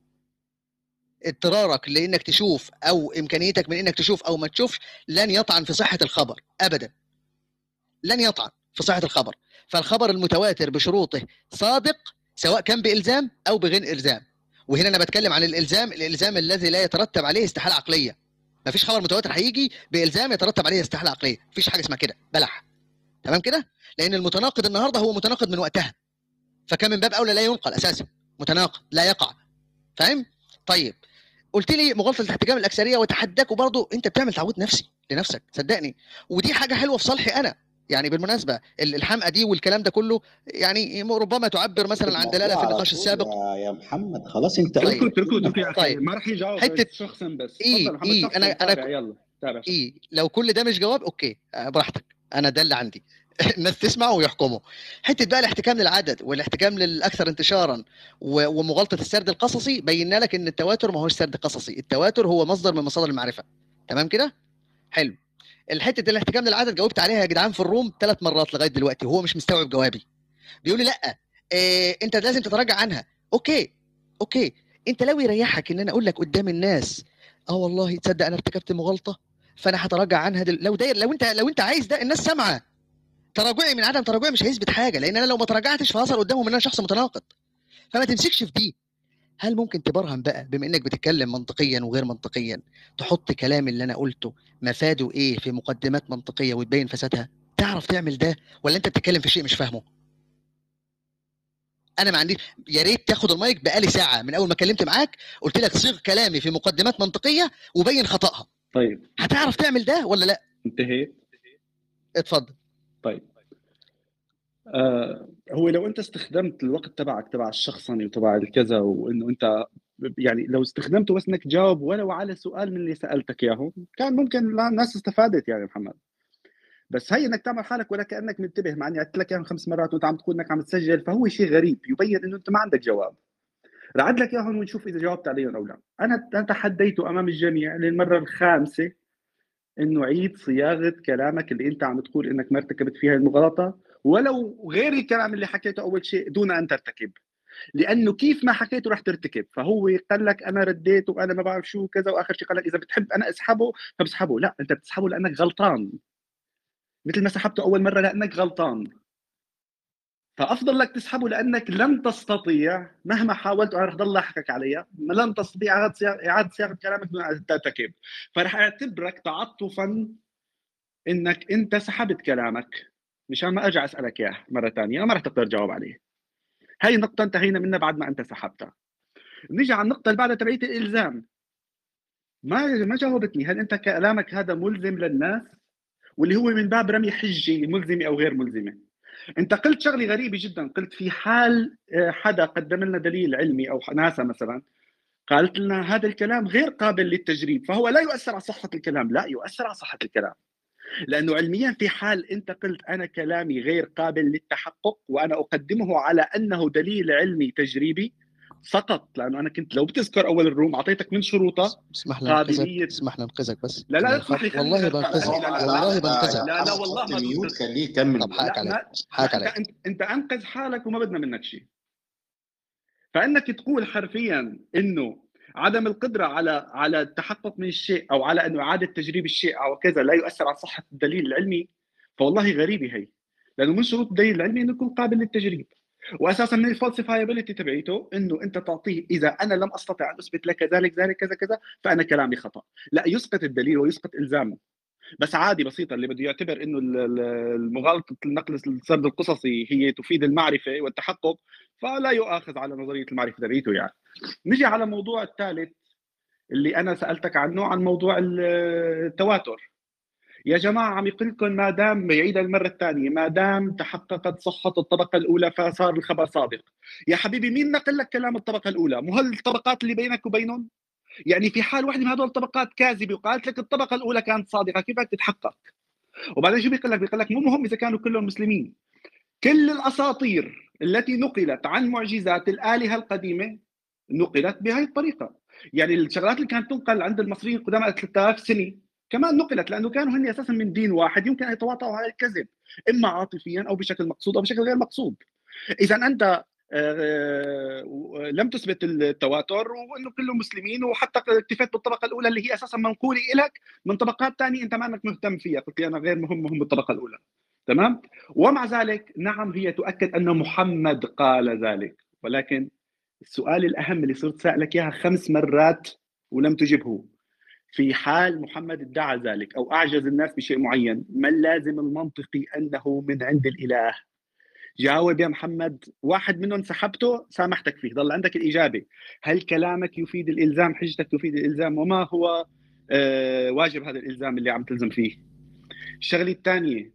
اضطرارك لانك تشوف او امكانيتك من انك تشوف او ما تشوفش لن يطعن في صحه الخبر ابدا، لن يطعن في صحه الخبر. فالخبر المتواتر بشروطه صادق سواء كان بالزام او بغير الزام. وهنا انا بتكلم عن الالزام، الالزام الذي لا يترتب عليه استحاله عقليه. ما فيش خبر متواتر هيجي بالزام يترتب عليه استحاله عقليه، مفيش حاجه اسمها كده، بلح. تمام كده؟ لان المتناقض النهارده هو متناقض من وقتها، فكان من باب اولى لا ينقل اساسا، متناقض لا يقع. فاهم؟ طيب قلت لي مغالطه احتجام الاكثريه وتحداك، وبرضه انت بتعمل تعويض نفسي لنفسك صدقني، ودي حاجه حلوه في صالحي انا. يعني بالمناسبه الحمقى دي والكلام ده كله يعني ربما تعبر مثلا عن دلاله في النقاش السابق. يا يا محمد خلاص انت طيب. اتركوا اتركوا اتركوا يا اخي، طيب. ما راح يجاوب حتة شخصا بس. إيه تفضل محمد إيه شخصا. انا تابع انا يلا تابع شخصا. ايه لو كل ده مش جواب اوكي براحتك، انا ده اللي عندي. الناس تسمع ويحكموا. حته بقى الاحتكام للعدد والاحتكام للاكثر انتشارا ومغالطه السرد القصصي، بينا لك ان التواتر ما هوش سرد قصصي، التواتر هو مصدر من مصادر المعرفه. تمام كده؟ حلو. الحته الاحتكام للعدد جاوبت عليها يا جدعان في الروم ثلاث مرات لغايه دلوقتي وهو مش مستوعب جوابي. بيقول لي لا إيه انت لازم تتراجع عنها. اوكي اوكي انت لو يريحك ان انا اقول لك قدام الناس اه والله تصدق انا ارتكبت مغالطه فانا هتراجع عنها دل... لو داير لو انت لو انت عايز ده الناس سامعه. تراجعي من عدم تراجعي مش هيثبت حاجه، لان انا لو ما تراجعتش فهظهر قدامهم ان انا شخص متناقض. فما تمسكش في دي. هل ممكن تبرهن بقى بما انك بتتكلم منطقيا وغير منطقيا، تحط كلام اللي انا قلته مفاده ايه في مقدمات منطقيه وتبين فسادها؟ تعرف تعمل ده ولا انت بتتكلم في شيء مش فاهمه؟ انا ما عنديش، يا ريت تاخد المايك بقالي ساعه من اول ما كلمت معاك قلت لك صيغ كلامي في مقدمات منطقيه وبين خطأها. طيب هتعرف تعمل ده ولا لا؟ انتهيت. اتفضل. طيب آه هو لو انت استخدمت الوقت تبعك تبع الشخصني وتبع الكذا وانه انت يعني لو استخدمته بس انك تجاوب ولو على سؤال من اللي سالتك اياه كان ممكن الناس استفادت يعني محمد. بس هي انك تعمل حالك ولا كانك منتبه، مع اني قلت لك اياهم خمس مرات وانت عم تقول انك عم تسجل، فهو شيء غريب يبين انه انت ما عندك جواب. رعد لك اياهم ونشوف اذا جاوبت عليهم او لا. انا تحديته امام الجميع للمره الخامسه انه عيد صياغه كلامك اللي انت عم تقول انك ما ارتكبت فيها المغالطه، ولو غير الكلام اللي حكيته اول شيء دون ان ترتكب، لانه كيف ما حكيته رح ترتكب. فهو قال لك انا رديت وانا ما بعرف شو كذا، واخر شيء قال لك اذا بتحب انا اسحبه فبسحبه. لا، انت بتسحبه لانك غلطان، مثل ما سحبته اول مره لانك غلطان. فافضل لك تسحبه لانك لن تستطيع مهما حاولت، وانا رح ضل احكك عليها، لن تستطيع اعاده صياغه كلامك دون ان ترتكب. فرح اعتبرك تعاطفا انك انت سحبت كلامك مشان ما ارجع اسالك اياه مره ثانيه، ما رح تقدر تجاوب عليه. هاي النقطه انتهينا منها بعد ما انت سحبتها. نيجي على النقطه اللي بعدها تبعيه الالزام. ما ما جاوبتني، هل انت كلامك هذا ملزم للناس واللي هو من باب رمي حجه ملزمه او غير ملزمه؟ انت قلت شغله غريبه جدا، قلت في حال حدا قدم لنا دليل علمي او ناسا مثلا قالت لنا هذا الكلام غير قابل للتجريب فهو لا يؤثر على صحه الكلام. لا، يؤثر على صحه الكلام، لانه علميا في حال انت قلت انا كلامي غير قابل للتحقق وانا اقدمه على انه دليل علمي تجريبي، سقط، لانه انا كنت لو بتذكر اول الروم اعطيتك من شروطه اسمح لي انقذك، قابليه. اسمح لي انقذك بس. لا لا إن لا اسمح لي، الخط خليني والله أسمع. بنقذك، لا لا لا والله لا بنقذك. لا لا والله ما ميوت تنقذ. خليه يكمل. طب حقك لا عليك، ما حقك لا انت عليك. انت انت انقذ حالك وما بدنا منك شيء. فانك تقول حرفيا انه عدم القدره على على التحقق من الشيء او على انه اعاده تجريب الشيء او كذا لا يؤثر على صحه الدليل العلمي، فوالله غريبه هي، لانه من شروط الدليل العلمي انه يكون قابل للتجريب. واساسا من الفالسيفايبيليتي تبعيته انه انت تعطيه اذا انا لم استطع ان اثبت لك ذلك ذلك كذا كذا فانا كلامي خطا، لا يسقط الدليل ويسقط الزامه. بس عادي بسيطه، اللي بده يعتبر انه المغالطه النقل السرد القصصي هي تفيد المعرفه والتحقق فلا يؤاخذ على نظريه المعرفه تبعيته. يعني نجي على الموضوع الثالث اللي انا سالتك عنه، عن موضوع التواتر. يا جماعه عم يقول لكم ما دام، يعيد المره الثانيه، ما دام تحققت صحه الطبقه الاولى فصار الخبر صادق. يا حبيبي مين نقل لك كلام الطبقه الاولى؟ مو هل الطبقات اللي بينك وبينهم؟ يعني في حال واحده من هذول الطبقات كاذبه وقالت لك الطبقه الاولى كانت صادقه، كيف بدك تتحقق؟ وبعدين شو بيقول لك؟ بيقول لك مو مهم اذا كانوا كلهم مسلمين، كل الاساطير التي نقلت عن معجزات الالهه القديمه نقلت بهذه الطريقه. يعني الشغلات اللي كانت تنقل عند المصريين القدامى ثلاثة آلاف سنه كمان نقلت، لانه كانوا هن اساسا من دين واحد يمكن ان يتواطؤوا على الكذب اما عاطفيا او بشكل مقصود او بشكل غير مقصود. اذا انت لم تثبت التواتر وانه كلهم مسلمين وحتى اكتفيت بالطبقه الاولى اللي هي اساسا منقوله لك من طبقات ثانيه انت ما انك مهتم فيها، قلت لي انا غير مهم، مهم بالطبقه الاولى. تمام؟ ومع ذلك نعم هي تؤكد ان محمد قال ذلك، ولكن السؤال الاهم اللي صرت سالك اياها خمس مرات ولم تجبه، في حال محمد ادعى ذلك او اعجز الناس بشيء معين، ما اللازم المنطقي انه من عند الاله؟ جاوب يا محمد. واحد منهم سحبته سامحتك فيه، ضل عندك الإجابة. هل كلامك يفيد الإلزام؟ حجتك تفيد الإلزام؟ وما هو آه واجب هذا الإلزام اللي عم تلزم فيه؟ الشغلة الثانية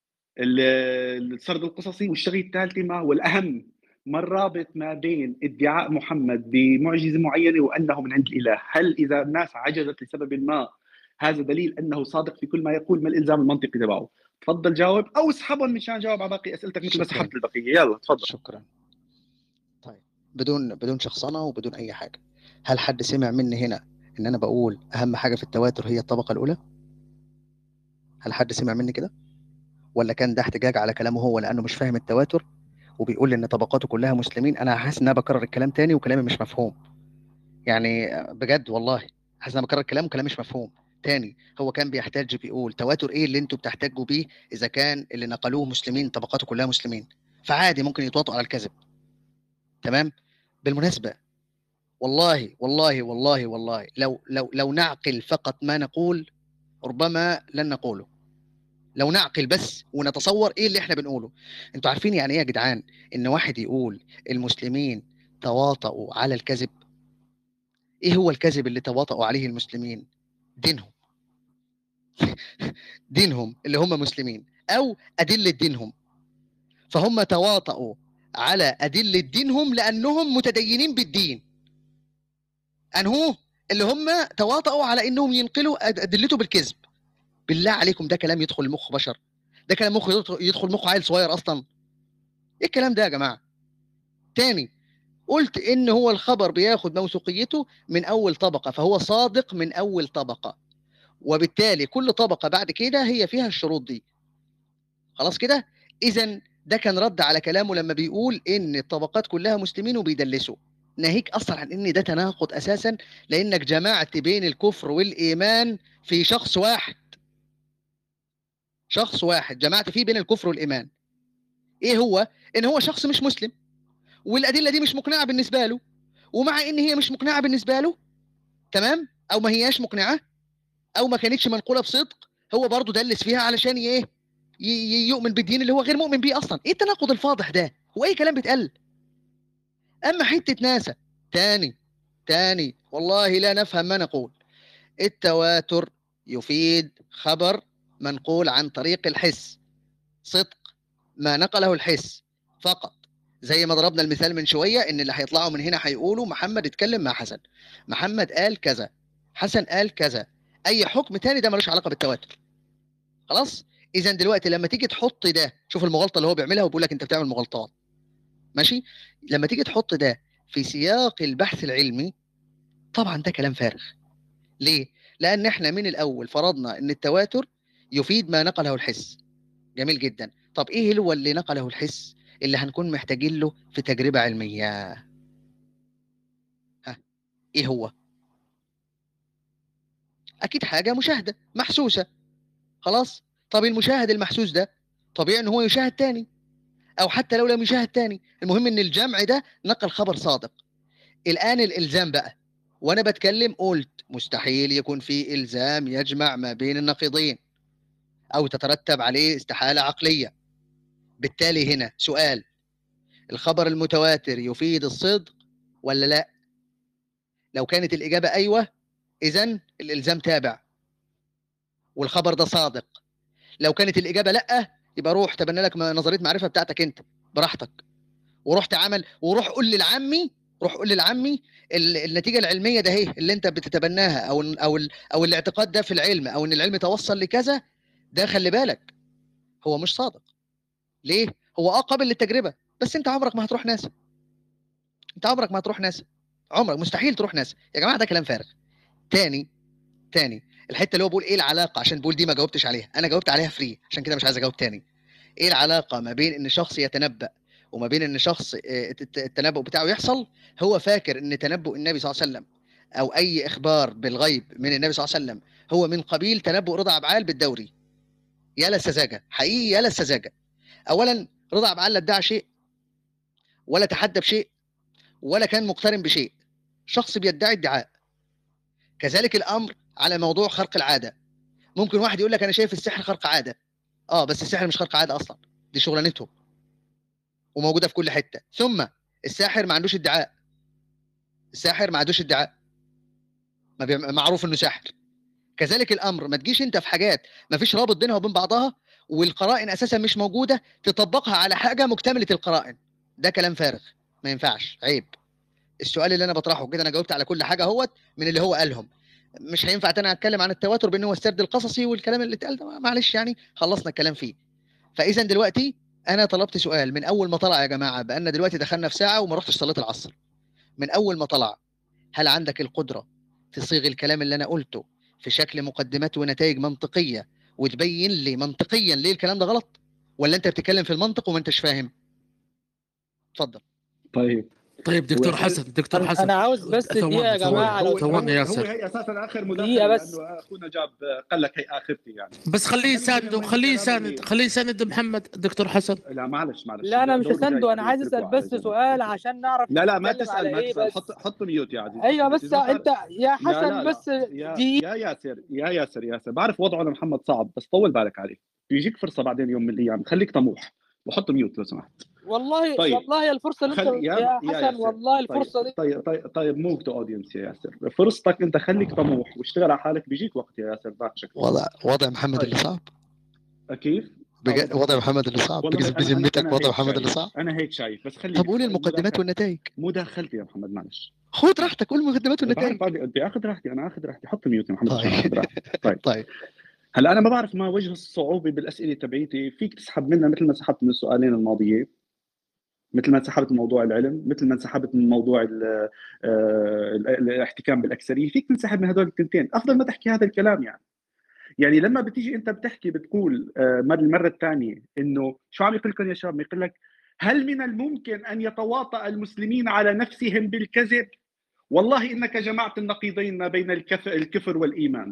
السرد القصصي، والشغلة الثالثة ما هو الأهم؟ ما الرابط ما بين ادعاء محمد بمعجزة معينة وأنه من عند الإله؟ هل إذا الناس عجزت لسبب ما هذا دليل أنه صادق في كل ما يقول؟ ما الإلزام المنطقي تبعه؟ تفضل جاوب او اسحبهم مشان جاوب على باقي اسئلتك مثل ما سحبت البقيه. يلا تفضل. شكرا. طيب بدون بدون شخصنه وبدون اي حاجه، هل حد سمع مني هنا ان انا بقول اهم حاجه في التواتر هي الطبقه الاولى؟ هل حد سمع مني كده؟ ولا كان ده احتجاج على كلامه هو لانه مش فاهم التواتر وبيقول ان طبقاته كلها مسلمين؟ انا حاسس ان انا بكرر الكلام تاني وكلامي مش مفهوم. يعني بجد والله حاسس ان انا بكرر الكلام وكلامي مش مفهوم. تاني، هو كان بيحتاج بيقول تواتر ايه اللي انتوا بتحتاجوا بيه اذا كان اللي نقلوه مسلمين طبقاته كلها مسلمين؟ فعادي ممكن يتواطئوا على الكذب. تمام؟ بالمناسبه والله والله والله والله لو لو لو نعقل فقط ما نقول ربما لن نقوله. لو نعقل بس ونتصور ايه اللي احنا بنقوله. انتوا عارفين يعني ايه يا جدعان ان واحد يقول المسلمين تواطؤوا على الكذب؟ ايه هو الكذب اللي تواطؤوا عليه المسلمين؟ دينهم. دينهم اللي هم مسلمين او ادله دينهم. فهم تواطؤوا على ادله دينهم لانهم متدينين بالدين. انهو اللي هم تواطؤوا على انهم ينقلوا ادلته بالكذب. بالله عليكم ده كلام يدخل مخ بشر؟ ده كلام مخ يدخل مخ عيل صغير اصلا؟ ايه الكلام ده يا جماعه؟ تاني، قلت ان هو الخبر بياخد موثوقيته من اول طبقه، فهو صادق من اول طبقه، وبالتالي كل طبقه بعد كده هي فيها الشروط دي. خلاص كده؟ اذا ده كان رد على كلامه لما بيقول ان الطبقات كلها مسلمين وبيدلسوا، ناهيك اصلا عن ان ده تناقض اساسا، لانك جمعت بين الكفر والايمان في شخص واحد. شخص واحد جمعت فيه بين الكفر والايمان. ايه هو؟ ان هو شخص مش مسلم والادله دي مش مقنعه بالنسبه له، ومع ان هي مش مقنعه بالنسبه له، تمام، او ما هياش مقنعه او ما كانتش منقوله بصدق، هو برضه دلس فيها علشان ايه؟ يؤمن بالدين اللي هو غير مؤمن بيه اصلا. ايه التناقض الفاضح ده؟ هو اي كلام بيتقال؟ اما حته ناسا تاني تاني والله لا نفهم ما نقول. التواتر يفيد خبر منقول عن طريق الحس، صدق ما نقله الحس فقط. زي ما ضربنا المثال من شويه ان اللي هيطلعوا من هنا هيقولوا محمد اتكلم مع حسن، محمد قال كذا، حسن قال كذا، اي حكم تاني ده ملوش علاقه بالتواتر. خلاص؟ اذا دلوقتي لما تيجي تحط ده، شوف المغالطه اللي هو بيعملها وبيقول لك انت بتعمل مغالطات، ماشي؟ لما تيجي تحط ده في سياق البحث العلمي طبعا ده كلام فارغ. ليه؟ لأن احنا من الأول فرضنا أن التواتر يفيد ما نقله الحس. جميل جدا. طب إيه هو اللي نقله الحس اللي هنكون محتاجين له في تجربة علمية؟ ها إيه هو؟ أكيد حاجة مشاهدة محسوسة. خلاص. طب المشاهد المحسوس ده طبيعي أن هو يشاهد تاني، أو حتى لو لم يشاهد تاني، المهم أن الجمع ده نقل خبر صادق. الآن الإلزام بقى، وأنا بتكلم قلت مستحيل يكون في إلزام يجمع ما بين النقيضين أو تترتب عليه استحالة عقلية. بالتالي هنا سؤال: الخبر المتواتر يفيد الصدق ولا لا؟ لو كانت الإجابة أيوة، إذن الإلزام تابع والخبر ده صادق. لو كانت الإجابة لأ، يبقى روح تبنى لك نظرية معرفة بتاعتك أنت براحتك، وروح تعمل وروح قول للعمي روح قول للعمي النتيجة العلمية ده هي اللي أنت بتتبناها، أو أو أو الاعتقاد ده في العلم، أو إن العلم توصل لكذا، ده خلي بالك هو مش صادق. ليه؟ هو اه قابل للتجربة، بس أنت عمرك ما هتروح ناسا. أنت عمرك ما هتروح ناسا، عمرك مستحيل تروح ناسا يا جماعة. ده كلام فارغ. تاني تاني الحته اللي هو بيقول ايه العلاقه، عشان بيقول دي ما جاوبتش عليها، انا جاوبت عليها فري، عشان كده مش عايز اجاوب تاني. ايه العلاقه ما بين ان شخص يتنبأ وما بين ان شخص التنبؤ بتاعه يحصل؟ هو فاكر ان تنبؤ النبي صلى الله عليه وسلم او اي اخبار بالغيب من النبي صلى الله عليه وسلم هو من قبيل تنبؤ رضا عبعال بالدوري. يا للسذاجه، حقيقي يا للسذاجه. اولا رضا عبعال لا ادعى شيء ولا تحدى بشيء ولا كان مقترن بشيء، شخص بيدعي ادعاء. كذلك الامر على موضوع خرق العاده. ممكن واحد يقول لك انا شايف السحر خرق عاده، اه بس السحر مش خرق عاده اصلا، دي شغلانته وموجوده في كل حته. ثم الساحر ما عندوش ادعاء، الساحر ما عندوش ادعاء، ما بي... معروف انه ساحر. كذلك الامر ما تجيش انت في حاجات ما فيش رابط بينها وبين بعضها والقرائن اساسا مش موجوده تطبقها على حاجه مكتمله القرائن. ده كلام فارغ، ما ينفعش، عيب. السؤال اللي انا بطرحه كده انا جاوبت على كل حاجه اهوت من اللي هو قالهم. مش هينفع تاني اتكلم عن التواتر بان هو السرد القصصي والكلام اللي اتقال ده، معلش يعني خلصنا الكلام فيه. فاذا دلوقتي انا طلبت سؤال من اول ما طلع يا جماعه، بان دلوقتي دخلنا في ساعه وما رحتش صلاه العصر. من اول ما طلع، هل عندك القدره تصيغ الكلام اللي انا قلته في شكل مقدمات ونتائج منطقيه وتبين لي منطقيا ليه الكلام ده غلط، ولا انت بتتكلم في المنطق وما انتش فاهم؟ اتفضل. طيب طيب دكتور حسن، دكتور انا حسن أنا عاوز بس ثواني دقيقه يا جماعه لو هو ثواني هو, ياسر. هو هي اساسا اخر مداخله دقيقه بس. لانه اخونا جاب قال لك هي اخرتي يعني. بس خليه يساند خليه يساند خليه يساند محمد دكتور حسن. لا معلش معلش لا انا مش دوري جاي هسنده، انا حبيبي، عايز اسال اتركوا على بس جنب. سؤال عشان نعرف لا لا ما نتكلم تسال على ما ايه تسال بس. حط حط ميوت يا عزيزي. ايوه حط بس ميوت. إذا ما انت يا لا لا حسن لا بس يا دي يا ياسر يا ياسر ياسر بعرف وضعه لمحمد صعب، بس طول بالك عليه، بيجيك فرصه بعدين يوم من الايام، خليك طموح وحط ميوت لو سمحت. والله طيب والله الفرصه اللي خل انت يا يا يا حسن ياسر والله طيب الفرصه دي. طيب طيب طيب موف تو اودينس يا ياسر، فرصتك انت، خليك طموح واشتغل على حالك، بيجيك وقت يا ياسر بناقشك. وضع وضع محمد اللي طيب صعب كيف؟ بجد، وضع محمد اللي صعب والله انا انا بذمتك، انا وضع هيك محمد اللي شايف، صعب. انا هيك شايف، بس طب خليك قول المقدمات مداخل والنتائج. مداخلتي يا محمد معلش. خد راحتك، قول المقدمات بعرف والنتائج. بعرف بدي اخذ راحتي، انا اخذ راحتي، حط ميوت يا محمد عشان طيب اخذ راحتي. طيب طيب هلا انا ما بعرف ما وجه الصعوبه بالاسئله تبعيتي، فيك تسحب منها مثل ما سحبت من السؤالين الماضيين، مثل ما انسحبت من موضوع العلم، مثل ما انسحبت من موضوع ال ال الاحتكام بالاكثريه، فيك تنسحب من هذول الثنتين، افضل ما تحكي هذا الكلام يعني. يعني لما بتيجي انت بتحكي بتقول مر المره الثانيه انه شو عم يقول لكم يا شباب، يقول لك هل من الممكن ان يتواطأ المسلمين على نفسهم بالكذب؟ والله انك جمعت النقيضين ما بين الكفر, الكفر والايمان.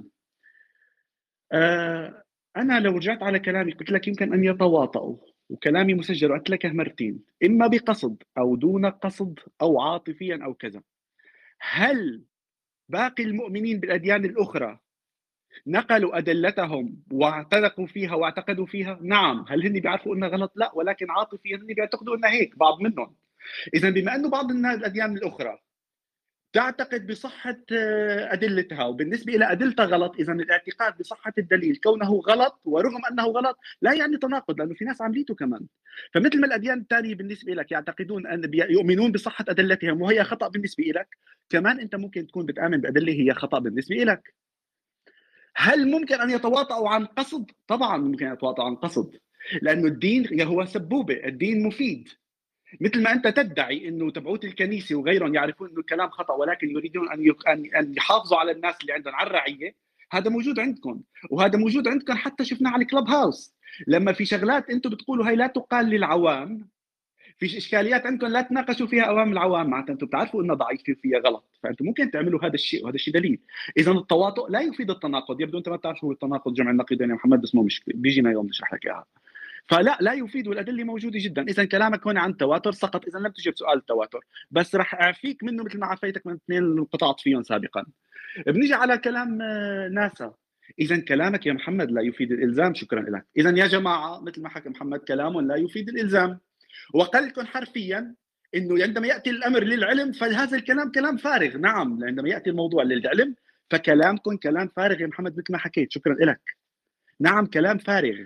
آه انا لو رجعت على كلامي قلت لك يمكن ان يتواطؤوا، وكلامي مسجل وقلت لك مرتين، اما بقصد او دون قصد او عاطفيا او كذا. هل باقي المؤمنين بالاديان الاخرى نقلوا ادلتهم واعتنقوا فيها واعتقدوا فيها؟ نعم. هل هن بيعرفوا انها غلط؟ لا، ولكن عاطفيا هن بيعتقدوا انها هيك، بعض منهم. اذا بما انه بعض الاديان الاخرى تعتقد بصحة أدلتها وبالنسبة إلى أدلتها غلط، إذا الاعتقاد بصحة الدليل كونه غلط ورغم أنه غلط لا يعني تناقض، لأنه في ناس عمليته كمان. فمثل ما الأديان الثانية بالنسبة لك يعتقدون أن يؤمنون بصحة أدلتهم وهي خطأ بالنسبة لك، كمان أنت ممكن تكون بتآمن بأدلة هي خطأ بالنسبة لك. هل ممكن أن يتواطؤوا عن قصد؟ طبعا ممكن يتواطؤوا عن قصد، لأنه الدين هو سبوبة، الدين مفيد. مثل ما انت تدعي انه تبعوت الكنيسه وغيرهم يعرفون انه الكلام خطا ولكن يريدون ان يك- ان ان يحافظوا على الناس اللي عندهم على الرعيه، هذا موجود عندكم، وهذا موجود عندكم حتى شفناه على الكلب هاوس، لما في شغلات انتم بتقولوا هي لا تقال للعوام، في اشكاليات عندكم لا تناقشوا فيها امام العوام، معناتها انتم بتعرفوا انها ضعيفه وفيها غلط، فانتم ممكن تعملوا هذا الشيء وهذا الشيء دليل. اذا التواطؤ لا يفيد التناقض، يبدو انت ما بتعرف شو هو التناقض، جمع النقيضين يا محمد، بس مو مشكله، بيجينا يوم نشرح لك اياها. فلا لا يفيد والادله موجوده جدا. اذا كلامك هنا عن تواتر سقط اذا لم تجب سؤال التواتر، بس رح اعفيك منه مثل ما عفيتك من اثنين اللي قطعت فيهم سابقا. بنيجي على كلام آه، ناسا. اذا كلامك يا محمد لا يفيد الالزام، شكرا لك. اذا يا جماعه مثل ما حكى محمد كلام لا يفيد الالزام، وقال لكم حرفيا انه عندما ياتي الامر للعلم فهذا الكلام كلام فارغ. نعم، عندما ياتي الموضوع للعلم فكلامكم كلام فارغ يا محمد مثل ما حكيت، شكرا لك. نعم كلام فارغ،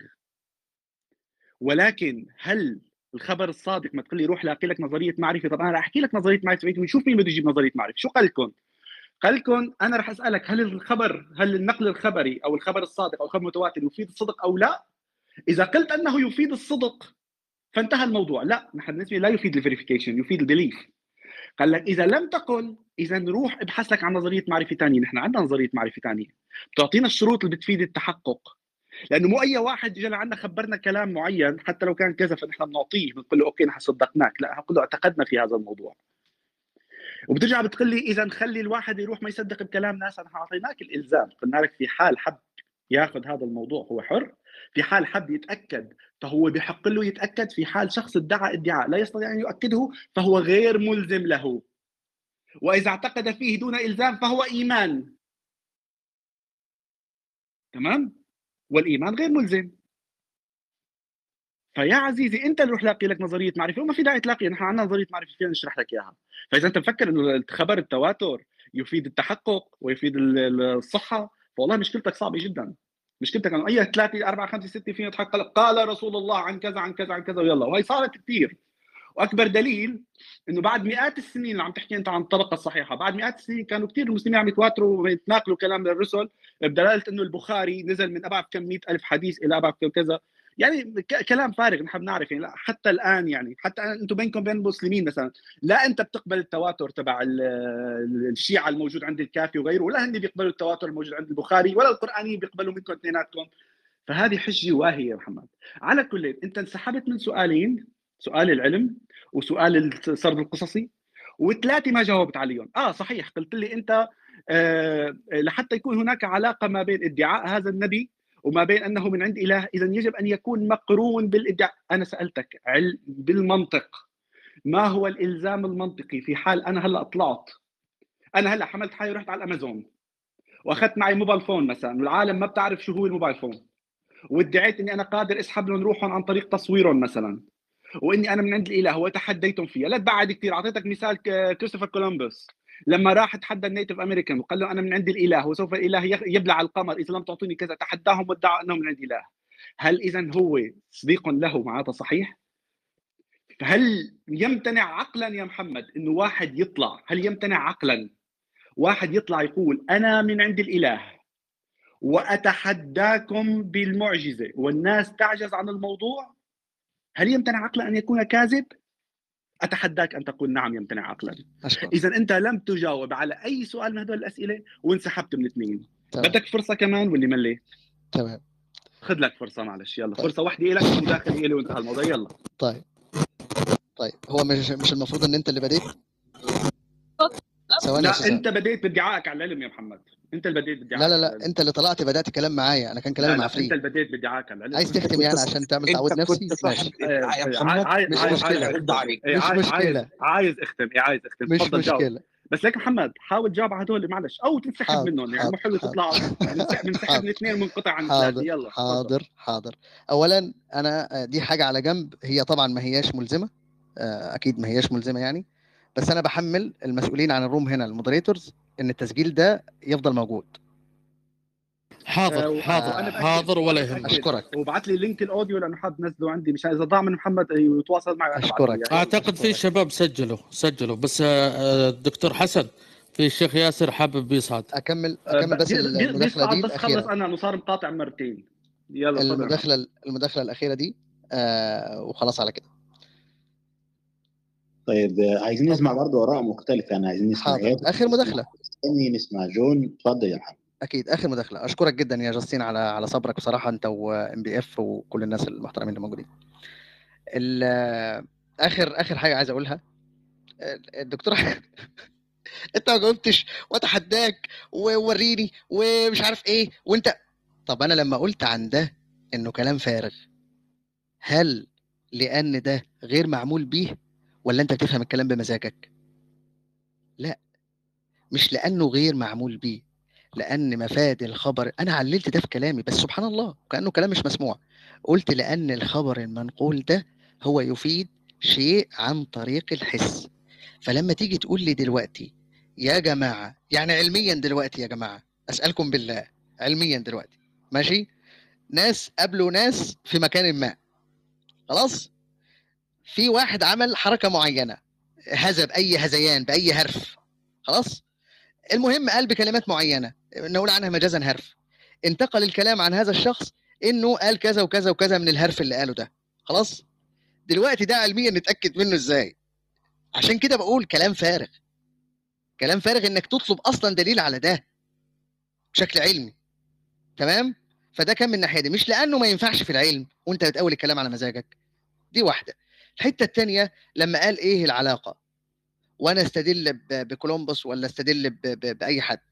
ولكن هل الخبر الصادق ما تقول لي روح لاقي لك نظريه معرفه؟ طب انا راح احكي لك نظريه معرفه ونشوف مين بده يجيب نظريه معرفه. شو قال لكم؟ قال لكم انا راح اسالك هل الخبر هل النقل الخبري او الخبر الصادق او الخبر المتواتر يفيد الصدق او لا؟ اذا قلت انه يفيد الصدق فانتهى الموضوع. لا، نحن بالنسبه لا يفيد الفيريفيكيشن، يفيد البليف. قال لك اذا لم تقل اذا روح ابحث لك عن نظريه معرفه ثانيه. نحن عندنا نظريه معرفه ثانيه بتعطينا الشروط اللي بتفيد التحقق، لانه مو اي واحد جاء عندنا خبرنا كلام معين حتى لو كان كذا فنحن بنعطيه بنقول له اوكي نحن صدقناك، لا نقول له اعتقدنا في هذا الموضوع. وبترجع بتقول لي اذا نخلي الواحد يروح ما يصدق بكلام ناس. نحن اعطيناك الالزام، قلنا لك في حال حب ياخذ هذا الموضوع هو حر، في حال حب يتاكد فهو بحق له يتاكد، في حال شخص ادعى ادعاء لا يستطيع ان يؤكده فهو غير ملزم له، واذا اعتقد فيه دون الزام فهو ايمان. تمام؟ والايمان غير ملزم. فيا عزيزي انت اللي روح لاقي لك نظريه معرفه، وما في داعي تلاقي، نحن عندنا نظريه معرفه فينا نشرح لك اياها. فاذا انت مفكر انه الخبر التواتر يفيد التحقق ويفيد الصحه فوالله مشكلتك صعبه جدا. مشكلتك انه اي ثلاثه اربعه خمسه سته فينا يتحقق قال رسول الله عن كذا عن كذا عن كذا ويلا، وهي صارت كثير. واكبر دليل انه بعد مئات السنين اللي عم تحكي انت عن الطبقه الصحيحه، بعد مئات السنين كانوا كثير المسلمين عم يتواتروا ويتناقلوا كلام الرسل بدلاله انه البخاري نزل من ابعد كم مئة الف حديث الى ابعد كم كذا، يعني كلام فارغ. نحن بنعرف يعني حتى الان، يعني حتى انتم بينكم بين المسلمين مثلا لا انت بتقبل التواتر تبع الشيعه الموجود عند الكافي وغيره، ولا هن بيقبلوا التواتر الموجود عند البخاري، ولا القرانيين بيقبلوا منكم اثنيناتكم. فهذه حجه واهيه يا محمد. على كل انت انسحبت من سؤالين، سؤال العلم وسؤال السرد القصصي، وثلاثه ما جاوبت عليهم. اه صحيح قلت لي انت آه لحتى يكون هناك علاقه ما بين ادعاء هذا النبي وما بين انه من عند اله اذا يجب ان يكون مقرون بالادعاء. انا سالتك علم بالمنطق ما هو الالزام المنطقي في حال انا هلا طلعت، انا هلا حملت حالي ورحت على الامازون واخذت معي موبايل فون مثلا والعالم ما بتعرف شو هو الموبايل فون، وادعيت اني انا قادر اسحب لهم روحهم عن طريق تصويرهم مثلا، واني انا من عند الاله وتحديتهم فيها. لا تبعد كثير، اعطيتك مثال كريستوفر كولومبوس لما راح تحدى النيتف امريكان وقال له انا من عند الاله وسوف الاله يبلع القمر اذا لم تعطيني كذا، تحداهم وادعى انه من عند اله. هل اذا هو صديق له معناتها صحيح؟ فهل يمتنع عقلا يا محمد انه واحد يطلع، هل يمتنع عقلا واحد يطلع يقول انا من عند الاله واتحداكم بالمعجزه والناس تعجز عن الموضوع؟ هل يمتنع عقلا ان يكون كاذب؟ اتحداك ان تقول نعم يمتنع عقلا. اذا انت لم تجاوب على اي سؤال من هذول الاسئله وانسحبت من اثنين. بدك فرصه كمان واللي مليت؟ تمام، خذ لك فرصه معلش، يلا طيب. فرصه واحده لك ومداخله الي وانتهى الموضوع. يلا طيب طيب هو مش مش المفروض ان انت اللي بديت؟ ثواني لا انت بديت بادعائك على العلم يا محمد، انت اللي بديت بادعائك. لا لا لا انت اللي طلعت بدات كلام معايا، انا كان كلامي مع فريد. انت اللي بديت بادعائك على العلم. عايز تختم يعني عشان تعمل تعود نفسي؟ ماشي مش مشكله مش مشكله عايز اختم عايز اختم مش تفضل مشكله جاوب. بس لك محمد حاول تجاوب على هدول معلش او تنسحب منهم، يعني مو حلو تطلع بنسحب من اثنين منقطع عن ثلاثه. يلا حاضر حاضر. اولا انا دي حاجه على جنب، هي طبعا ما هياش ملزمه، اكيد ما هياش ملزمه يعني، بس انا بحمل المسؤولين عن الروم هنا المودريتورز ان التسجيل ده يفضل موجود. حاضر حاضر حاضر ولا يهمك. اشكرك. وبعت لي لينك الاوديو لانه حاب نزله عندي مشان اذا ضاع من محمد يتواصل معي. اشكرك. اعتقد في شباب سجلوا سجلوا بس الدكتور حسن في الشيخ ياسر حابب يصعد. اكمل اكمل بس المداخله دي بس خلص انا صار مقاطع مرتين. يلا المداخله المداخله الاخيره دي آه وخلاص على كده. طيب آه، عايزين نسمع برضه اراء مختلفه، يعني عايزين نسمع حاضر، اياد، اخر مداخله. نسمع نسمع جون. اتفضل يا محمد. اكيد اخر مداخله. اشكرك جدا يا جاستين على على صبرك بصراحه، انت وام بي اف وكل الناس المحترمين اللي موجودين. ال- اخر اخر حاجه عايز اقولها، الدكتور انت ما جاوبتش واتحداك ووريني ومش عارف ايه وانت. طب انا لما قلت عن ده انه كلام فارغ، هل لان ده غير معمول بيه ولا انت بتفهم الكلام بمزاجك؟ لا، مش لانه غير معمول بيه، لان مفاد الخبر، انا عللت ده في كلامي بس سبحان الله كانه كلام مش مسموع. قلت لان الخبر المنقول ده هو يفيد شيء عن طريق الحس. فلما تيجي تقول لي دلوقتي يا جماعه، يعني علميا دلوقتي يا جماعه اسالكم بالله، علميا دلوقتي ماشي، ناس قابلوا ناس في مكان ما، خلاص، في واحد عمل حركه معينه، هذا باي هذيان باي هرف، خلاص، المهم قال بكلمات معينه نقول عنها مجازا هرف، انتقل الكلام عن هذا الشخص انه قال كذا وكذا وكذا من الهرف اللي قاله ده، خلاص. دلوقتي ده علميا نتاكد منه ازاي؟ عشان كده بقول كلام فارغ، كلام فارغ انك تطلب اصلا دليل على ده بشكل علمي، تمام. فده كان من الناحيه دي، مش لانه ما ينفعش في العلم وانت بتقول الكلام على مزاجك. دي واحده. الحته الثانيه لما قال ايه العلاقه وانا استدل ب- بكولومبوس ولا استدل ب- ب- باي حد،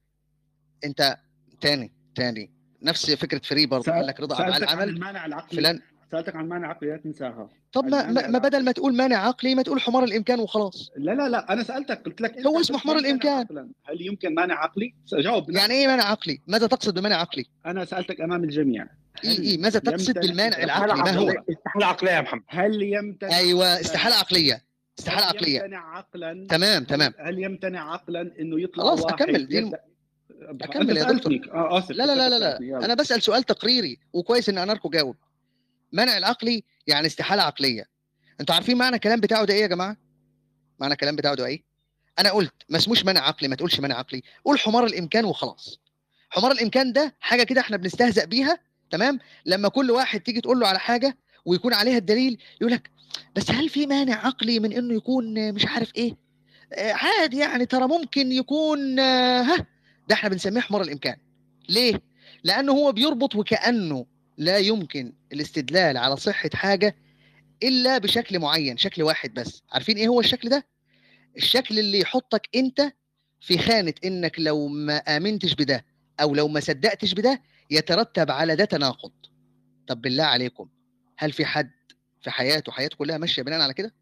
انت تاني تاني نفس فكره فري برضه، قال لك رضا افعال سالتك عن عمل المانع العقلي، فلان. سالتك عن المانع العقلي لا تنساها. طب ما المانع ما ما بدل العقلي، ما تقول مانع عقلي ما تقول حمار الامكان وخلاص. لا لا لا انا سالتك قلت لك انت هو اسمه قلت حمار يمتنع الامكان. عقلا، هل يمكن مانع عقلي؟ جاوب يعني ايه مانع عقلي؟ ماذا تقصد بمانع عقلي؟ انا سالتك امام الجميع، ايه هل ايه ماذا تقصد يمتنع بالمانع استحالة العقلي؟ ما هو؟ عقلية، استحالة عقلية يا محمد. هل يمتنع ايوه عقلاً- استحاله عقليه، استحاله هل عقليه. يمتنع عقلا تمام تمام. هل, هل يمتنع عقلا انه يطلع خلاص واحد اكمل دي. يبدا؟ اكمل انت يا دكتور. سالتني، اه اسف لا لا لا لا, لا. سألتني. يلا. انا بسال سؤال تقريري وكويس ان اناركو جاوب. منع العقلي يعني استحاله عقليه. انتوا عارفين معنى الكلام بتاعه ده ايه يا جماعه؟ معنى الكلام بتاعه ده ايه؟ انا قلت ما اسموش منع عقلي، ما تقولش منع عقلي، قول حمار الامكان وخلاص. حمار الامكان ده حاجه كده احنا بنستهزأ بيها، تمام؟ لما كل واحد تيجي تقول له على حاجه ويكون عليها الدليل يقول لك بس هل في مانع عقلي من انه يكون مش عارف ايه؟ آه عادي يعني، ترى ممكن يكون آه ها. ده احنا بنسميه حمار الامكان. ليه؟ لانه هو بيربط وكانه لا يمكن الاستدلال على صحه حاجه الا بشكل معين، شكل واحد بس. عارفين ايه هو الشكل ده؟ الشكل اللي يحطك انت في خانه انك لو ما امنتش بده او لو ما صدقتش بده يترتب على ده تناقض. طب بالله عليكم، هل في حد في حياته حياته كلها ماشيه بناء على كده؟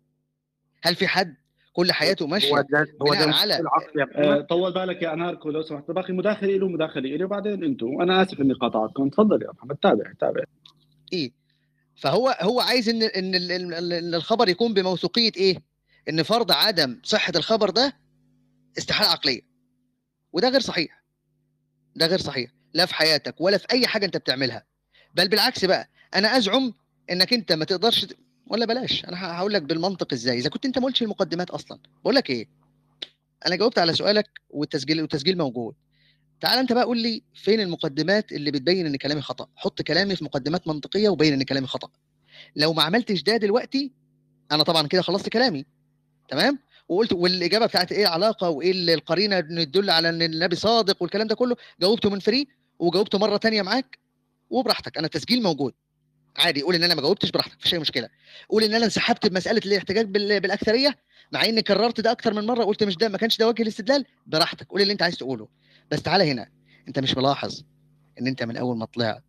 هل في حد كل حياته هو ماشيه ده هو ده بناء على العقل يا آه، محمد. طول بالك يا اناركو لو سمحت، باقي مداخله له مداخله الي وبعدين انتم، انا اسف اني قاطعتكم. تفضل يا محمد، تابع تابع. ايه؟ فهو هو عايز ان ان ال- ال- ال- الخبر يكون بموثوقيه ايه؟ ان فرض عدم صحه الخبر ده استحاله عقليه، وده غير صحيح. ده غير صحيح لا في حياتك ولا في اي حاجه انت بتعملها. بل بالعكس بقى، انا ازعم انك انت ما تقدرش ت- ولا بلاش، انا ه- هقول لك بالمنطق ازاي اذا كنت انت ما قلتش المقدمات اصلا. بقول لك ايه، انا جاوبت على سؤالك والتسجيل والتسجيل موجود. تعال انت بقى قول لي فين المقدمات اللي بتبين ان كلامي خطا. حط كلامي في مقدمات منطقيه وبين ان كلامي خطا. لو ما عملتش ده دلوقتي انا طبعا كده خلصت كلامي، تمام، وقلت والاجابه بتاعت ايه العلاقه وايه اللي القرينه اللي تدل على ان النبي صادق والكلام ده كله جاوبته من فري، وجاوبته مره تانية معاك وبراحتك. انا التسجيل موجود عادي، قول ان انا ما جاوبتش براحتك مفيش اي مشكله. قول ان انا انسحبت بمساله الاحتجاج بال- بالاكثريه مع اني كررت ده اكتر من مره، قلت مش ده ما كانش ده وجه الاستدلال، براحتك قول اللي انت عايز تقوله. بس تعالى هنا، انت مش ملاحظ ان انت من اول ما طلعت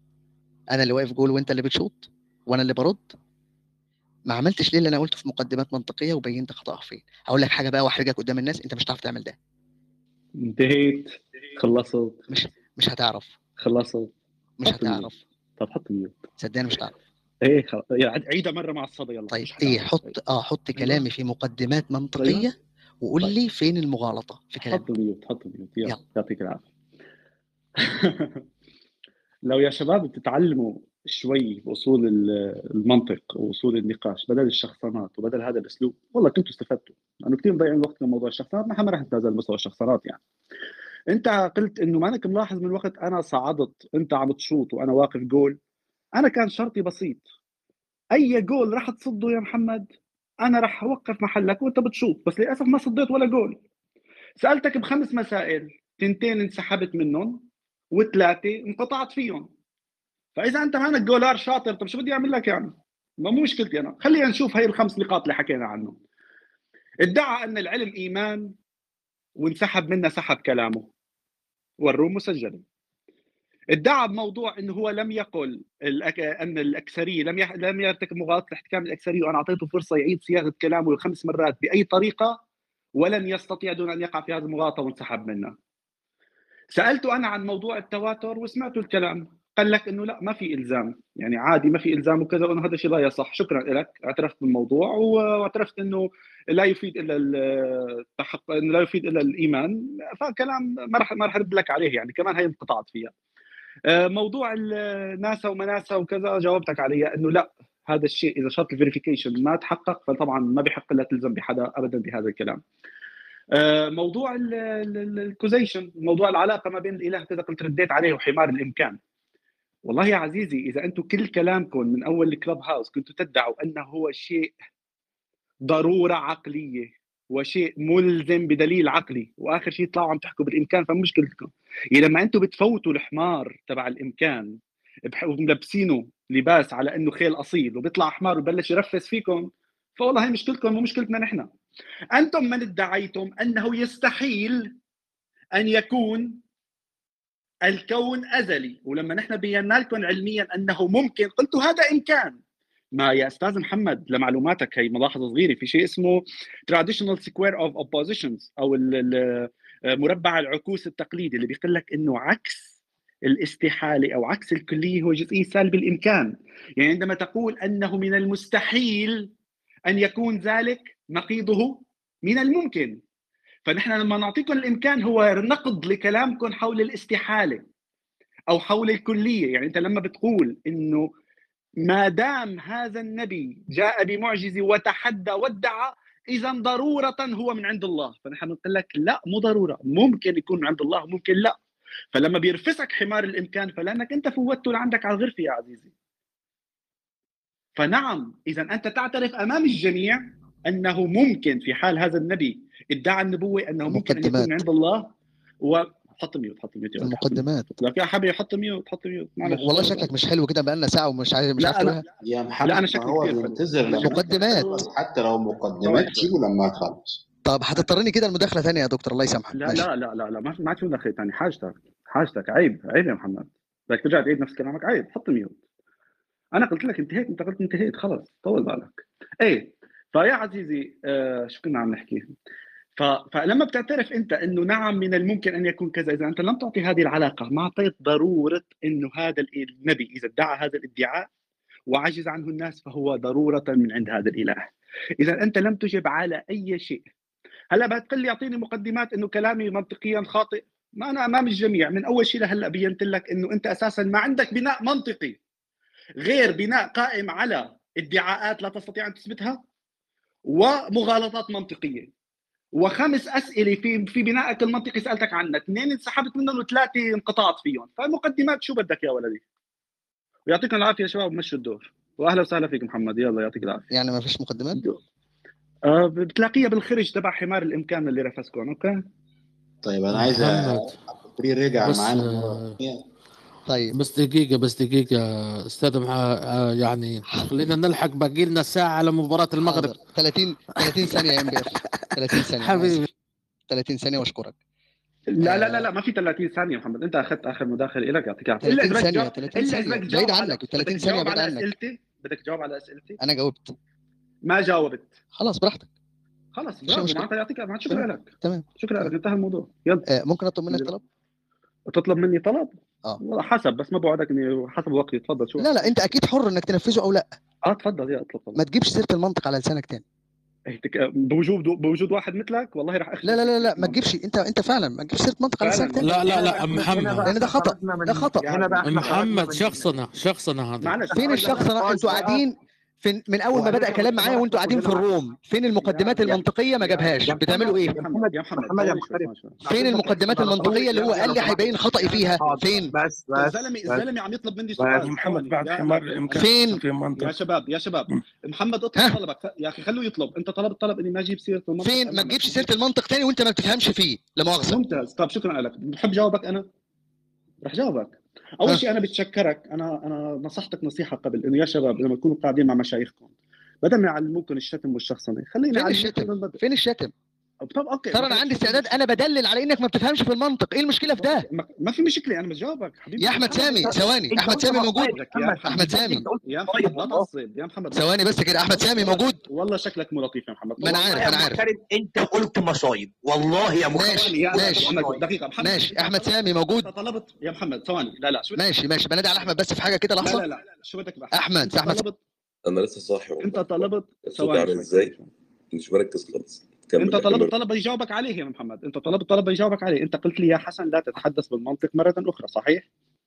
انا اللي واقف جول وانت اللي بتشوط وانا اللي برد؟ ما عملتش ليه اللي انا قلته في مقدمات منطقيه وبينت خطأه فين؟ هقول لك حاجه بقى واحرجك قدام الناس، انت مش هتعرف تعمل ده. انتهيت، خلصت، مش مش هتعرف خلصت، مش حط ميوت. هتعرف طب حط ميوت. صدقني مش هتعرف. ايه خلاص، يعني عيدها مره مع الصدى. يلا طيب مش ايه، حتعرف. حط اه حط كلامي في مقدمات ايوه منطقيه وقول طيب، لي فين المغالطه في حط كلامك. ميوت حط ميوت. يلا يلا. يعطيك العافيه. لو يا شباب بتتعلموا شوي باصول ال- المنطق واصول النقاش بدل الشخصنات وبدل هذا الاسلوب، والله كنتوا استفدتوا. لانه كثير مضيعين وقت لموضوع الشخصنات، نحن ما راح نتنازل مستوى الشخصنات. يعني انت قلت انه ما انك ملاحظ من وقت انا صعدت انت عم تشوط وانا واقف جول. انا كان شرطي بسيط، اي جول راح تصده يا محمد انا راح اوقف محلك وانت بتشوط، بس للاسف ما صديت ولا جول. سالتك بخمس مسائل، تنتين انسحبت منهم وثلاثه انقطعت فيهم. فاذا انت مانك جولار شاطر، طب شو بدي اعمل لك يعني؟ ما مو مشكلتي انا. خلينا نشوف هي الخمس نقاط اللي حكينا عنهم. ادعى ان العلم ايمان وانسحب منا سحب كلامه، وروه مسجله. ادعى بموضوع انه هو لم يقل الأك... ان الاكثريه لم يح... لم يرتكب مغالطه احتكام الاكثريه، وانا اعطيته فرصه يعيد صياغه كلامه خمس مرات باي طريقه ولن يستطيع دون ان يقع في هذه المغالطه وانسحب منها. سالته انا عن موضوع التواتر وسمعته الكلام، قال لك انه لا ما في الزام، يعني عادي ما في الزام وكذا، وانه هذا الشيء لا يصح. شكرا لك، اعترفت بالموضوع واعترفت انه لا يفيد الا التحقق، انه لا يفيد الا الايمان. فكلام ما راح ما راح ارد لك عليه، يعني كمان هي انقطعت فيها. موضوع الناسا ومناسا وكذا جاوبتك عليه انه لا، هذا الشيء اذا شرط الفيريفيكيشن ما تحقق فطبعا ما بحق لا تلزم بحدا ابدا بهذا الكلام. موضوع الكوزيشن، موضوع العلاقه ما بين الاله كذا، قلت رديت عليه وحمار الامكان. والله يا عزيزي اذا انتم كل كلامكم من اول الكلب هاوس كنتوا تدعوا انه هو شيء ضروره عقليه وشيء ملزم بدليل عقلي، واخر شيء طلعوا عم تحكوا بالامكان، فمشكلتكم يعني لما انتم بتفوتوا الحمار تبع الامكان وملبسينه لباس على انه خيل اصيل وبيطلع حمار وبلش يرفس فيكم، فوالله هي مشكلتكم مو مشكلتنا نحن. انتم من ادعيتم انه يستحيل ان يكون الكون ازلي، ولما نحن بينا لكم علميا انه ممكن قلتوا هذا امكان. ما يا استاذ محمد لمعلوماتك هي ملاحظه صغيره، في شيء اسمه traditional square of oppositions او مربع العكوس التقليدي اللي بيقول لك انه عكس الاستحاله او عكس الكليه هو جزئيه سالب الامكان. يعني عندما تقول انه من المستحيل ان يكون ذلك نقيضه من الممكن. فنحن لما نعطيكم الامكان هو نقد لكلامكم حول الاستحاله او حول الكليه. يعني انت لما بتقول انه ما دام هذا النبي جاء بمعجزه وتحدى وادعى اذا ضروره هو من عند الله، فنحن بنقول لك لا مو ضروره، ممكن يكون من عند الله وممكن لا. فلما بيرفسك حمار الامكان فلانك انت فوتته لعندك على الغرفه يا عزيزي. فنعم اذا انت تعترف امام الجميع انه ممكن في حال هذا النبي ادعى النبوه انه ممكن ان يكون من عند الله. وحط ميوت حط ميوت المقدمات. لك يا حبيبي حط ميوت حط ميوت معلش. والله شكلك مش حلو كده، بقالنا ساعه ومش عارف مش عارف لا لا يا محمد لا انا ما شكلي هو كثير بينتظر لما مقدمات. حتى لو مقدمات تجيبه لما تخلص. طب هتضطرني كده المداخله ثانيه يا دكتور الله يسامحك. لا لا لا لا لا ما ما في مداخله ثانيه. حاجتك حاجتك عيب عيب يا محمد، بدك ترجع تعيد نفس كلامك، عيب. حط ميوت. انا قلت لك انتهيت، انت قلت انتهيت، خلص طول بالك. ايه فيا عزيزي آه شو كنا عم نحكي؟ ف... فلما بتعترف انت انه نعم من الممكن ان يكون كذا، اذا انت لم تعطي هذه العلاقه، ما اعطيت ضروره انه هذا النبي اذا ادعى هذا الادعاء وعجز عنه الناس فهو ضروره من عند هذا الاله. اذا انت لم تجب على اي شيء. هلا بتقول لي اعطيني مقدمات انه كلامي منطقيا خاطئ، ما انا امام الجميع من اول شيء لهلا بينت لك انه انت اساسا ما عندك بناء منطقي غير بناء قائم على ادعاءات لا تستطيع ان تثبتها ومغالطات منطقيه. وخمس اسئله في في بنائك المنطقي سالتك عنها، اثنين انسحبت منهم وثلاثه انقطعت فيهم، فالمقدمات شو بدك يا ولدي؟ ويعطيكم العافيه يا شباب ومشوا الدور. واهلا وسهلا فيك محمد، يلا يعطيك العافيه. يعني ما فيش مقدمات؟ آه بتلاقيها بالخرج تبع حمار الامكان اللي رفسكم. اوكي طيب انا عايز فري رجع معانا. طيب بس دقيقة بس دقيقة استاذ مع يعني خلينا نلحق، باقي لنا ساعة على مباراة المغرب. ثلاثين ثلاثين ثانية يا ام بي اف. ثلاثين ثانية حبيبي. ثلاثين ثانية واشكرك. لا لا لا لا ما في ثلاثين ثانية محمد، انت اخذت اخر مداخلة لك يعطيك العافية. ثلاثين ثانية ثلاثين ثانية بعيد عنك، ثلاثين ثانية بعيد عنك. اسئلتي بدك تجاوب على اسئلتي. انا جاوبت. ما جاوبت. خلاص براحتك. خلاص برافو معناتها يعطيك العافية. شكرا لك. تمام شكرا لك، انتهى الموضوع. يلا آه ممكن اطلب منك طلب؟ تطلب مني طلب؟ اه والله حسب، بس ما بوعدك اني حسب وقتي. تفضل. شو لا لا انت اكيد حر انك تنفذه او لا. اه تفضل يا اطلب طبعا. ما تجيبش سيره المنطق على لسانك تاني. بوجود بوجود واحد مثلك والله راح اخلص. لا لا لا لا ما تجيبش انت انت فعلا ما تجيبش سيره منطق على لسانك تاني. لا لا لا محمد لان ده خطا ده خطا محمد. شخصنا شخصنا هذا فين الشخصنه؟ انتوا قاعدين فين من اول ما بدا كلام معايا وانتوا قاعدين في الروم؟ فين المقدمات المنطقيه؟ ما جابهاش. بتعملوا ايه؟ يا محمد يا محمد محمد يا ثواني شوي محترم، ثواني شوي. فين المقدمات المنطقيه اللي هو قال لي هيبين خطأي فيها؟ فين؟ بس يا بس زلمه بس الزلمه عم يطلب مني بس سؤال. محمد ثواني. بعد يا حمار يا- الامكان فين؟ في منطق. يا شباب يا شباب محمد اطلب ها؟ طلبك يا اخي، خلوه يطلب. انت طلبت طلب اني ما اجيب سيره المنطق فين؟ ما امامك. تجيبش سيره المنطق تاني وانت ما بتفهمش فيه، لا مؤاخذه. ممتاز. طب شكرا لك. بحب جاوبك انا. رح جاوبك. اول ها؟ شيء انا بتشكرك. انا انا نصحتك نصيحه قبل انه يا شباب لما تكونوا قاعدين مع مشايخكم بدل ما يعلموكم الشتم والشخصنه خليني فين اعلمكم الشتم؟ المبدأ. فين الشتم؟ طب اوكي ترى انا عندي استعداد، انا بدلل على انك ما بتفهمش في المنطق. ايه المشكله في ده؟ ما ما في مشكله، انا بجاوبك حبيبي. يا احمد سامي ثواني، انت احمد قلت سامي ما- موجود؟ طيب، محمد، احمد انت سامي قلت يا طيب محمد لا والله. تعصب يا محمد. ثواني بس كده. احمد سامي موجود؟ والله شكلك مو لطيف يا محمد. ما انا والله عارف يا انا عارف. محترم انت قلت مصايب والله يا محترم. ماشي يا ماشي محمد دقيقه محمد. ماشي. احمد سامي موجود؟ انت طلبت يا محمد ثواني. لا لا شو بدك؟ ماشي ماشي. بنادي على احمد بس في حاجه كده لا لحظه. لا لا شو بدك بقى؟ احمد انت احمد طلبت انا لسه صاحي انت والله. طلبت الصوت ثواني عامل شوي ازاي؟ ثواني. مش مركز خالص. كمل انت كمل. طلبت طلب يجاوبك عليه يا محمد. انت طلبت طلب يجاوبك عليه. انت قلت لي يا حسن لا تتحدث بالمنطق مره اخرى، صحيح؟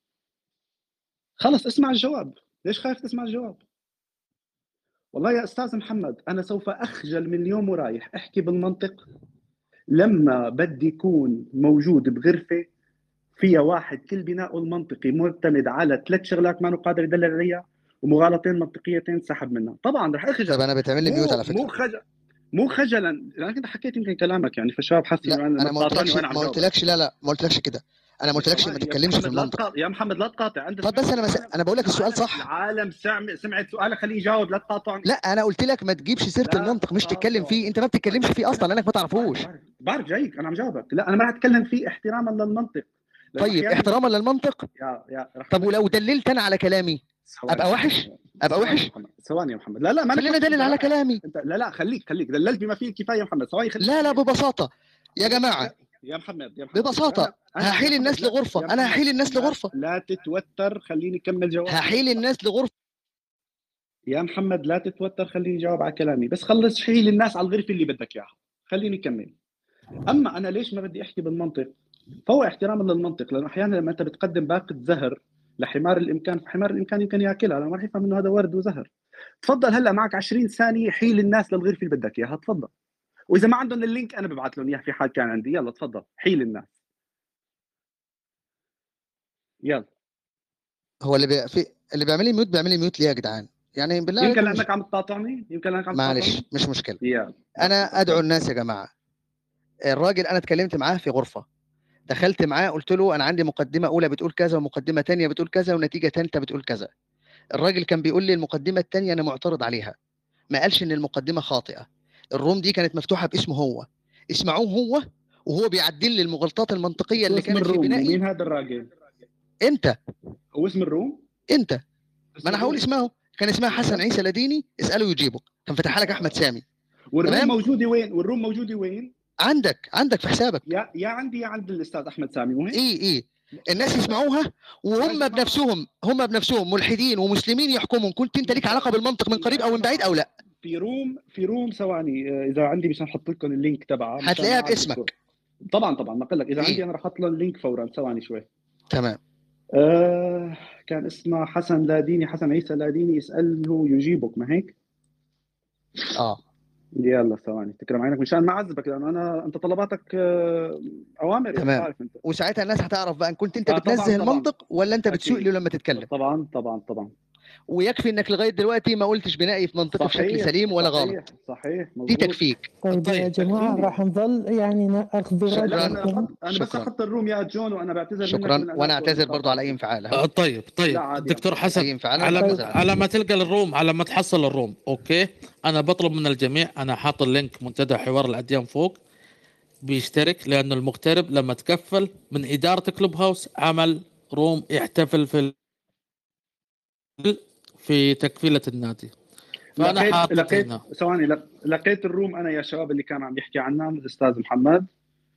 خلص اسمع الجواب. ليش خايف تسمع الجواب؟ والله يا استاذ محمد انا سوف اخجل من اليوم ورايح احكي بالمنطق لما بدي يكون موجود بغرفه فيها واحد كل بناءه المنطقي معتمد على ثلاث شغلات ما قادر يدلل عليها ومغالطين منطقيتين سحب منها. طبعا رح اخجل. طب انا بتعمل لي ميوت على فكره. مو خجل مو خجلا لانك انت حكيت يمكن كلامك يعني فالشباب حاسين لا انه انا ما قلتلكش وانا عم ما جاوبك. قلتلكش لا لا ما قلتلكش كده. انا ما قلتلكش ما يا تتكلمش في محمد لا المنطق. تقاطع يا محمد لا تقاطع. عندك طب بس انا مس... انا بقول لك السؤال صح. العالم سمع سمعت سؤالك خليه يجاوب لا تقاطعني. لا انا قلت لك ما تجيبش سيره لا المنطق مش تتكلم تقاطع. فيه. انت ما بتتكلمش فيه اصلا لانك ما تعرفوش. بعرف بعرف جايك انا عم جاوبك. لا انا ما رح اتكلم فيه احتراما للمنطق. لأنه طيب أحياناً- احتراما للمنطق. يا يا رح طب ولو دللت انا على كلامي ثواني. ابقى وحش؟ ابقى ثواني يا وحش؟ محمد. ثواني يا محمد. لا لا ما أنا خلينا كنت- ادلل على لا. كلامي. انت لا لا خليك خليك دللت بما فيه الكفايه يا محمد. ثواني خليك. لا لا ببساطه يا جماعه، يا محمد يا محمد ببساطه أنا- أنا- يا هحيل محمد الناس لا. لغرفه. يا انا محمد هحيل الناس لا- لغرفه. لا تتوتر خليني اكمل جوابي. هحيل الناس لغرفه. يا محمد لا تتوتر خليني اجاوب على كلامي بس خلص حيل الناس على الغرفه اللي بدك اياها خليني اكمل. اما انا ليش ما بدي احكي بالمنطق فهو احتراما للمنطق لانه احيانا لما انت بتقدم باقه زهر لحمار الامكان فحمار الامكان يمكن ياكلها لانه ما راح يفهم انه هذا ورد وزهر. تفضل هلا معك عشرين ثانيه حيل الناس للغرفه اللي بدك اياها تفضل. واذا ما عندهم اللينك انا ببعث لهم اياه في حال كان عندي. يلا تفضل حيل الناس. يلا. هو اللي بي... في اللي بيعمل لي ميوت بيعمل لي ميوت ليه يا جدعان؟ يعني بالله يمكن عليكم مش... لانك عم تقاطعني يمكن لانك عم معلش تقاطعني. مش مشكله. يلا. انا ادعو الناس يا جماعه. الراجل انا اتكلمت معاه في غرفه، دخلت معاه قلت له انا عندي مقدمه اولى بتقول كذا ومقدمه ثانيه بتقول كذا ونتيجه ثالثه بتقول كذا. الراجل كان بيقول لي المقدمه الثانيه انا معترض عليها، ما قالش ان المقدمه خاطئه. الروم دي كانت مفتوحه باسمه هو، اسمعوه هو وهو بيعدل لي المغالطات المنطقيه اللي اسم كانت في الروم بنائي. ومين هذا الراجل؟ انت. هو اسم الروم؟ انت. ما انا هقول اسمه. كان اسمها حسن عيسى لديني، اساله يجيبك. كان فتحها لك احمد سامي. والروم تمام؟ موجوده وين؟ والروم موجوده وين؟ عندك عندك في حسابك. يا يا عندي يا عند الاستاذ احمد سامي وين؟ ايه ايه الناس يسمعوها وهم بنفسهم هم بنفسهم ملحدين ومسلمين يحكمون. كنت انت ليك علاقه بالمنطق من قريب او من بعيد او لا؟ في روم في روم ثواني آه، اذا عندي مشان احط لكم اللينك تبعها مشان هتلاقيها أعرف باسمك. الصوت. طبعا طبعا ما اقول لك اذا إيه؟ عندي انا رح احط لهم اللينك فورا. ثواني شوي. تمام. آه كان اسمه حسن لاديني حسن عيسى لاديني اساله يجيبك ما هيك؟ اه يلا ثواني تكرم عينك مشان ما اعذبك لانه انا انت طلباتك آه، اوامر يعني تمام. عارف انت. وساعتها الناس هتعرف بقى ان كنت انت آه، طبعاً، بتنزه طبعاً. المنطق ولا انت بتسوق أكيد. له لما تتكلم. طبعا طبعا طبعا. ويكفي انك لغايه دلوقتي ما قلتش بنائي في منطقه بشكل صحيح سليم ولا صحيح غلط. صحيح دي مظبوط. تكفيك. طيب يا جماعة راح نظل يعني ناخذ شكراً. لا انا برأيكم. أحط انا بس شكراً. احط الروم يا جون وانا بعتذر منك شكرا من وانا أداء اعتذر برضو على اي والمقاطعة. انفعال. آه، طيب طيب لا عادي دكتور يعني. حسن اي انفعال على أنا ما بعتذر. على ما تلقى الروم على ما تحصل الروم اوكي. انا بطلب من الجميع، انا حاط اللينك منتدى حوار الاديان فوق بيشترك، لانه المغترب لما تكفل من اداره كلوب هاوس عمل روم يحتفل في ال- في تكفيله النادي. فانا لقيت حاطط لقيت هنا ثواني لق- لقيت الروم انا يا شباب اللي كان عم يحكي عنها الاستاذ محمد.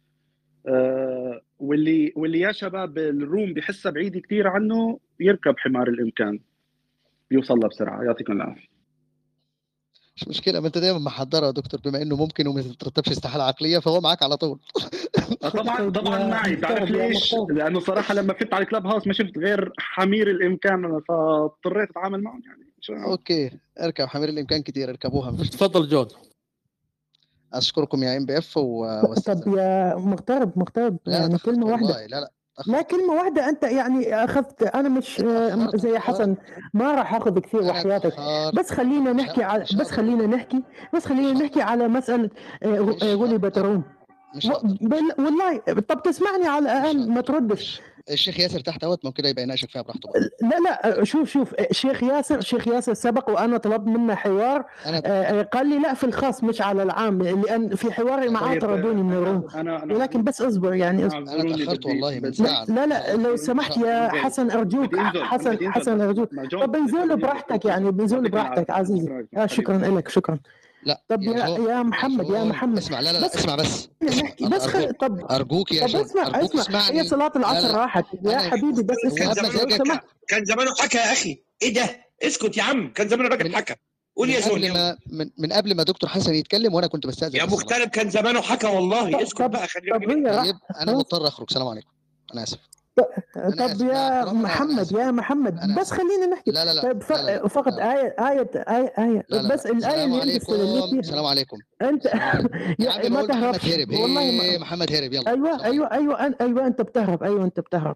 آه واللي واللي يا شباب الروم بحسها بعيد كثير عنه يركب حمار الامكان بيوصل له بسرعه. يعطيكم العافيه. مش مشكلة، ما أنت دايمًا محضّرها يا دكتور، بما إنه ممكن وما تترتبش استحالة عقلية فهو معاك على طول. آه طبعا طيب طبعا يا معي، بتعرف مختار يا ليش؟ مختار لانه صراحه لما فت على الكلاب هاوس ما شفت غير حمير الامكان، فاضطريت اتعامل معهم يعني شو أعمل؟ أوكي، اركب حمير الإمكان كتير، اركبوها ما فيش مشكلة. تفضل جون. أشكركم يا إم بي إف و طب واستأذنكم. يا مغترب مغترب لا، لا يعني اتأخرت كلمة واحدة، والله، لا، لا لا اتأخرت. كلمة واحدة أنت يعني أخذت. أنا مش آه، اتأخرت، زي حسن، اتأخرت. ما راح أخذ كثير أنا وحياتك، اتأخرت. بس خلينا مش نحكي ه على مش بس هاقدر خلينا نحكي بس خلينا مش نحكي هاقدر على مسألة آه، مش آه، غلبة هاقدر الروم. مش و- هاقدر بال- والله طب تسمعني على مش الأقل، ما هاقدر تردش. مش الشيخ ياسر تحت أهوّة، ممكن كده يبقى يناقشك فيها براحته بقى. لا لا شوف شوف الشيخ ياسر الشيخ ياسر سبق وأنا طلبت منه حوار، أنا آه، آه، قال لي لا في الخاص مش على العام، لأن في حواري معاه طيب طردوني من الروم. انا انا ولكن بس اصبر يعني اصبر. أنا اعذروني اتأخرت بدي والله من بدي ساعة، لا لا اعذروني لو مش سمحت بدي يا انزل حسن أرجوك، بدي انزل انا حسن بدي انزل حسن ما, أرجوك. ما طب جون انت انزل بدي انزل براحتك طب يعني، بنزل يعطيكم براحتك العافيه عزيزي. شكرا لكم يا حبيبي. شكرا لك شكرا. لأ طب يا يا جون، يا يا محمد يا جون محمد اسمع، لا، لا، بس لأ اسمع بس، خلينا اسمع، نحكي أر بس خ... أرجوك، طب أرجوك يا طب جون، اسمع أرجوك اسمع هي اسمعني. صلاة لا، العصر لا، راحت يا أنا حبيبي، بس هو اسكت كان لو زمانه سمحت. حكى كان زمانه حكى يا اخي، ايه ده؟ اسكت يا عم، كان زمان الراجل من حكى. قول من يا جون قبل يلا. ما من من قبل ما دكتور حسن يتكلم وأنا كنت باستأذن يا بس خلاص. مغترب كان زمانه حكى والله، طب اسكت طب بقى خلي طب الراجل هي طيب راحت أنا خلاص. مضطر أخرج، سلام عليكم، أنا آسف. أنا طب آسف، مع يا احترامي أنا أنا محمد آسف، يا محمد أنا بس آسف. خلينا نحكي. لا، لا، لا، طيب ف- لا، لا، لا، فقط لا، آية آية آية آية لا، لا، بس لا، الآية سلام اللي أنت استدليت عليكم، فيها سلام عليكم، أنت سلام عليكم. يا يا عم ما باقول محمد تهربش هرب، والله هيه ما... محمد هرب، يالّا، أيوه سلام عليكم. أيوه أيوه أن- أيوه أنت بتهرب، أيوه أنت بتهرب.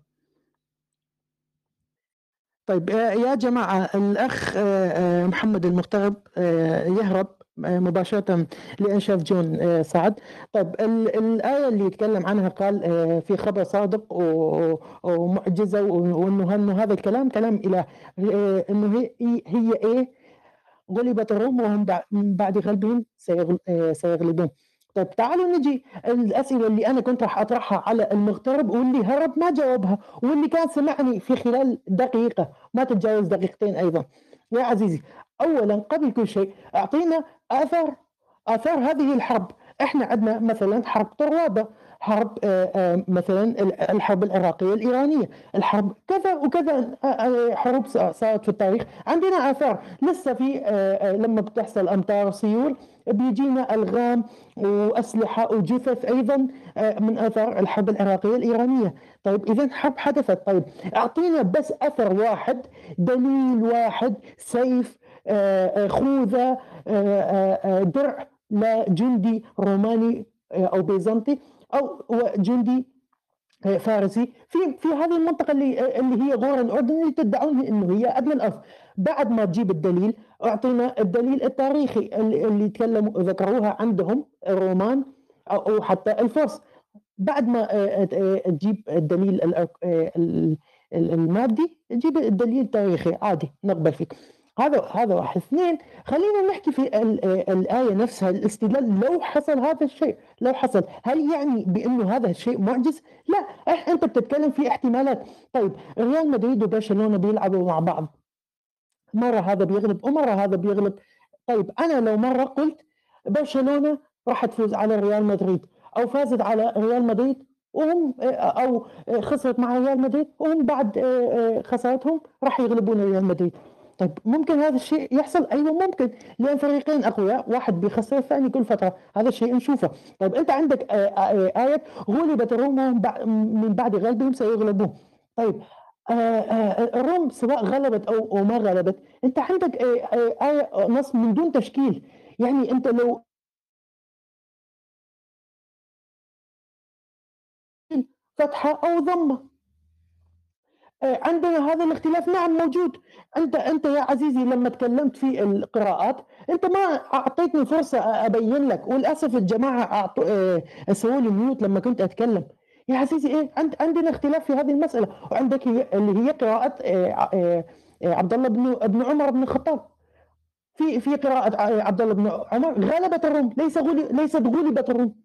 طيب آه، يا جماعة الأخ آه، آه، محمد المغترب آه، يهرب آه، مباشرة لإنشاف جون آه، سعد. طيب ال- الآية اللي يتكلم عنها قال آه، في خبر صادق و- ومعجزة، وإنه إنه هذا الكلام كلام إله، آه، إنه هي هي إيه؟ غلبت الروم وهم بع- من بعد غلبهم سيغل- آه، سيغلبون. طيب تعالوا نجي الأسئلة اللي أنا كنت راح أطرحها على المغترب، واللي هرب ما جاوبها، واللي كان سمعني في خلال دقيقة ما تتجاوز دقيقتين أيضا. يا عزيزي أولا قبل كل شيء أعطينا آثار آثار هذه الحرب. إحنا عندنا مثلا حرب طروادة، حرب آه، آه، مثلا الحرب العراقية الإيرانية، الحرب كذا وكذا آه، آه، حروب صارت في التاريخ، عندنا آثار. لسه في آه، آه، لما بتحصل أمطار سيول بيجينا ألغام وأسلحة وجثث أيضا آه، من آثار الحرب العراقية الإيرانية. طيب إذا حرب حدثت. طيب أعطينا بس أثر واحد، دليل واحد، سيف، آه، آه، خوذة، آه، آه، آه، درع لجندي روماني آه، أو بيزنطي أو جندي آه، فارسي في في هذه المنطقة اللي آه، اللي هي غور الأردن، اللي تدعون إنه هي أدنى الأرض. بعد ما تجيب الدليل أعطينا الدليل التاريخي اللي, اللي تكلموا ذكروها عندهم الرومان أو أو حتى الفرس. بعد ما آه، آه، تجيب الدليل الأر- آه، ال- ال- المادي، تجيب الدليل التاريخي عادي نقبل فيك. هذا هذا واحد. اثنين، خلينا نحكي في ال- آه، الآية نفسها، الاستدلال. لو حصل هذا الشيء، لو حصل، هل يعني بأنه هذا الشيء معجز؟ لا، إح- أنت بتتكلم في احتمالات. طيب ريال مدريد وبرشلونة بيلعبوا مع بعض، مرة هذا بيغلب ومرة هذا بيغلب. طيب أنا لو مرة قلت برشلونة راح تفوز على ريال مدريد، أو فازت على ريال مدريد وهم أو خسرت مع ريال مدريد وهم بعد خسارتهم راح يغلبون ريال مدريد. طيب ممكن هذا الشيء يحصل؟ أيوة ممكن، لأن فريقين أقوياء، واحد بيخسر الثاني كل فترة، هذا الشيء نشوفه. طيب أنت عندك آية غلبت الروم من بعد غلبهم سيغلبون. طيب آه، آه، الروم سواء غلبت او أو ما غلبت، انت عندك آه، آه، آية نص من دون تشكيل. يعني انت لو فتحة او ضمة، آه، عندنا هذا الاختلاف نعم موجود. انت انت يا عزيزي لما تكلمت في القراءات انت ما اعطيتني فرصة ابين لك، وللاسف الجماعة اعطوا آه، سووا لي ميوت لما كنت اتكلم. يا عزيزي ايه عند عندنا اختلاف في هذه المسألة. وعندك هي اللي هي قراءة آه، آه، آه، عبد الله بن بن عمر بن الخطاب. في في قراءة عبد الله بن عمر غلبت الروم، ليس غلي ليست غلبت الروم.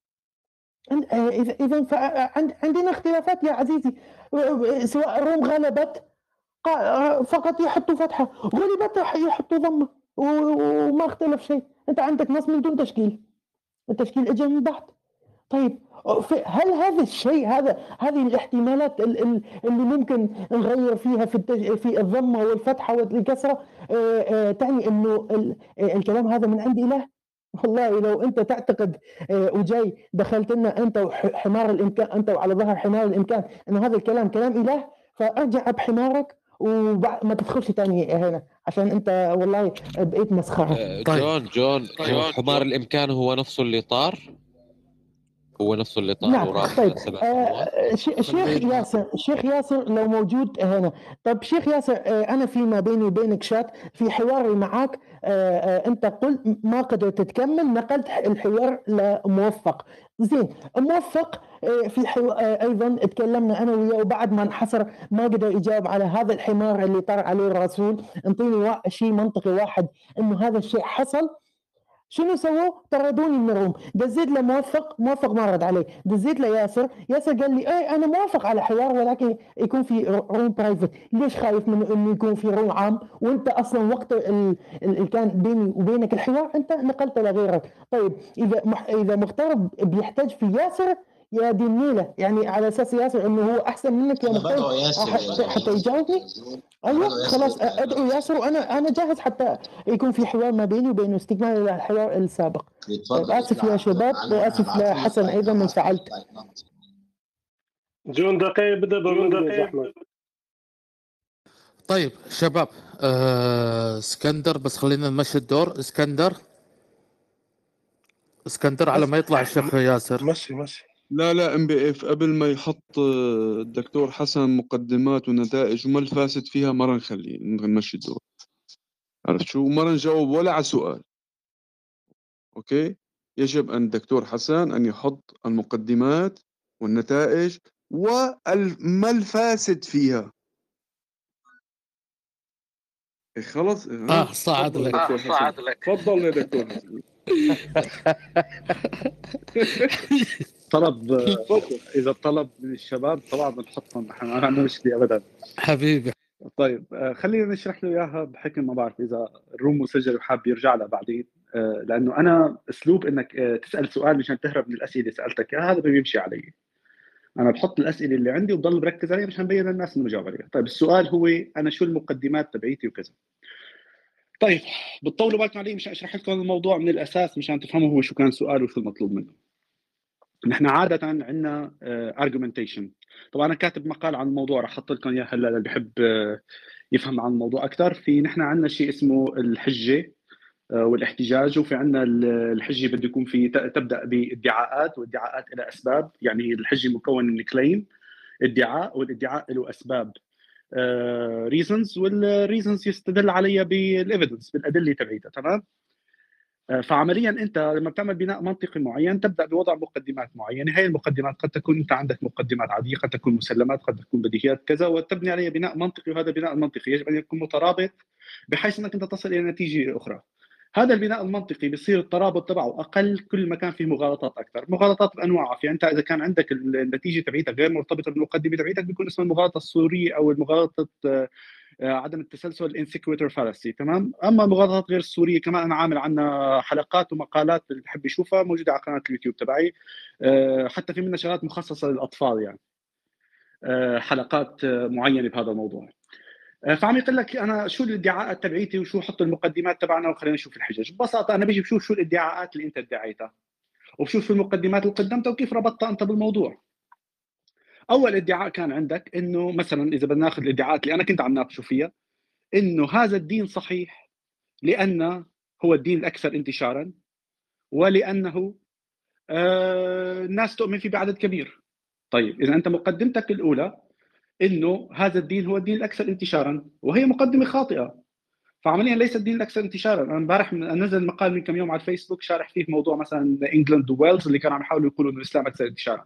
اذا عندنا اختلافات يا عزيزي. سواء الروم غلبت فقط يحطوا فتحة، غلبت يحطوا ضمة، وما اختلف شيء. انت عندك نص من دون تشكيل، التشكيل اجى من بعد. طيب في- هل هذا الشيء هذا هذه الاحتمالات ال- ال- اللي ممكن نغير فيها في التج... في الضمه والفتحه والكسره آه، آه، تعني انه ال- آه، الكلام هذا من عند اله؟ والله لو انت تعتقد آه، وجاي دخلت لنا انت وحمار الامكان، انت وعلى ظهر حمار الامكان، انه هذا الكلام كلام اله، فارجع بحمارك وما تدخلش تاني هنا عشان انت والله بقيت مسخره. آه، جون جون هو حمار الامكان هو نفسه اللي طار، هو نفسه اللي طار نعم. وراح طيب سبع آه، سنوات. ش- شيخ ياسر، شيخ ياسر لو موجود هنا. طب شيخ ياسر آه، أنا فيما بيني وبينك شات في حواري معك آه، آه، أنت قلت ما قدرت تكمل، نقلت الحوار لموفق. زين موفق آه، في حو... آه، أيضا تكلمنا أنا وياه وبعد ما انحصر ما قدر يجاوب على هذا الحمار اللي طار عليه الرسول. انطيني وا- شيء منطقي واحد إنه هذا الشيء حصل. شنو سووا؟ طردوني من الروم. دزيت لموفق، موفق ما رد علي. دزيت لياسر، ياسر قال لي ايه انا موافق على حوار ولكن يكون في روم برايفت. ليش خايف من انه يكون في روم عام وانت اصلا وقت ال- اللي كان بيني وبينك الحوار انت نقلته لغيرك؟ طيب اذا مح... اذا مغترب بيحتاج في ياسر يا دي النيله، يعني على اساس ياسر انه هو احسن منك يا انا بدعو مغترب ياسر حتى, حتى يجاوبني. بدعو ايوه ياسر خلاص يطلع ادعو ياسر وانا انا جاهز حتى يكون في حوار ما بيني وبينه استكمال للحوار السابق. طيب يتفضل اسف يطلع. يا شباب انا انا واسف هبعت له لحسن لايك، ايضا من هبعت له فعلت. لايك نعم. جون دقيقة بدأ بالرندز أحمد. طيب شباب آه، اسكندر بس خلينا نمشي الدور. اسكندر اسكندر على ما يطلع الشيخ ياسر. مشي مشي. لا لا ام بي اف قبل ما يحط آه، الدكتور حسن مقدمات ونتائج وما الفاسد فيها مرة نخليه نمشي الدور. عرفت شو؟ مرة نجاوب ولا على سؤال. اوكي، يجب ان الدكتور حسن ان يحط المقدمات والنتائج وما الفاسد فيها. إيه خلص ها؟ اه صعد تفضل يا لك. دكتور حسن. تفضل يا دكتور حسن. طلب تفضل. اذا طلب من الشباب طبعا بنحطهم، احنا ما عندنا مشكله ابدا. حبيبي طيب آه، خلينا نشرح له اياها بحكم ما بعرف اذا الروم مسجل وحاب يرجع لها بعدين، آه، لانه انا اسلوب انك آه، تسال سؤال مشان تهرب من الاسئله اللي سالتك اياها هذا ما بيمشي علي. انا بحط الاسئله اللي عندي وبضل بركز عليها مشان بين للناس انه بجاوب عليها. طيب السؤال هو انا شو المقدمات تبعيتي وكذا. طيب بتطولوا بالكم علي مشان اشرح لكم الموضوع من الاساس مشان تفهموا هو شو كان سؤال وشو المطلوب منه. نحن عاده عندنا ارجيومنتيشن. طبعا انا كاتب مقال عن الموضوع راح احط لكم اياه هلا اللي بحب آه، يفهم عن الموضوع اكثر. في نحن عندنا شيء اسمه الحجه آه، والاحتجاج، وفي عندنا الحجه بده يكون في ت- تبدا بادعاءات وادعاءات الى اسباب. يعني الحجه مكون من كليم ادعاء، والادعاء له اسباب ريزونز، والريزونز يستدل عليها بالايفيدنس بالادله تبعيتها. تمام. آه، فعمليا انت لما بتعمل بناء منطقي معين تبدا بوضع مقدمات معينه. هي المقدمات قد تكون انت عندك مقدمات عاديه، قد تكون مسلمات، قد تكون بديهيات كذا، وتبني عليها بناء منطقي. وهذا البناء المنطقي يجب ان يكون مترابط بحيث انك انت تصل الى نتيجه اخرى. هذا البناء المنطقي بيصير الترابط تبعه اقل كل ما كان فيه مغالطات اكثر. مغالطات بانواعها، في انت اذا كان عندك النتيجه تبعيتك غير مرتبطه بالمقدمه تبعيتك بيكون اسمها المغالطه السوريه او المغالطه آه، عدم التسلسل الانسيكويتر فالسي. تمام. اما المغالطات غير السوريه كمان انا عامل عنها حلقات ومقالات، اللي بحب يشوفها موجوده على قناه اليوتيوب تبعي. آه، حتى في منها شغلات مخصصه للاطفال، يعني آه، حلقات آه، معينه بهذا الموضوع. آه، فعم يقول لك انا شو الادعاءات تبعيتي وشو احط المقدمات تبعنا وخلينا نشوف الحجج. ببساطه انا بيجي بشوف شو الادعاءات اللي انت ادعيتها وبشوف شو المقدمات اللي قدمتها وكيف ربطتها انت بالموضوع. اول ادعاء كان عندك انه مثلا اذا بدنا ناخذ الادعاءات اللي انا كنت عم ناقشه فيها، انه هذا الدين صحيح لانه هو الدين الاكثر انتشارا، ولانه آه الناس تؤمن فيه بعدد كبير. طيب اذا انت مقدمتك الاولى انه هذا الدين هو الدين الاكثر انتشارا، وهي مقدمه خاطئه. فعمليا ليس الدين الاكثر انتشارا. انا امبارح نزل مقال من كم يوم على الفيسبوك شارح فيه موضوع مثلا انجلند وويلز اللي كانوا عم يحاولوا يقولوا انه الاسلام اكثر انتشارا.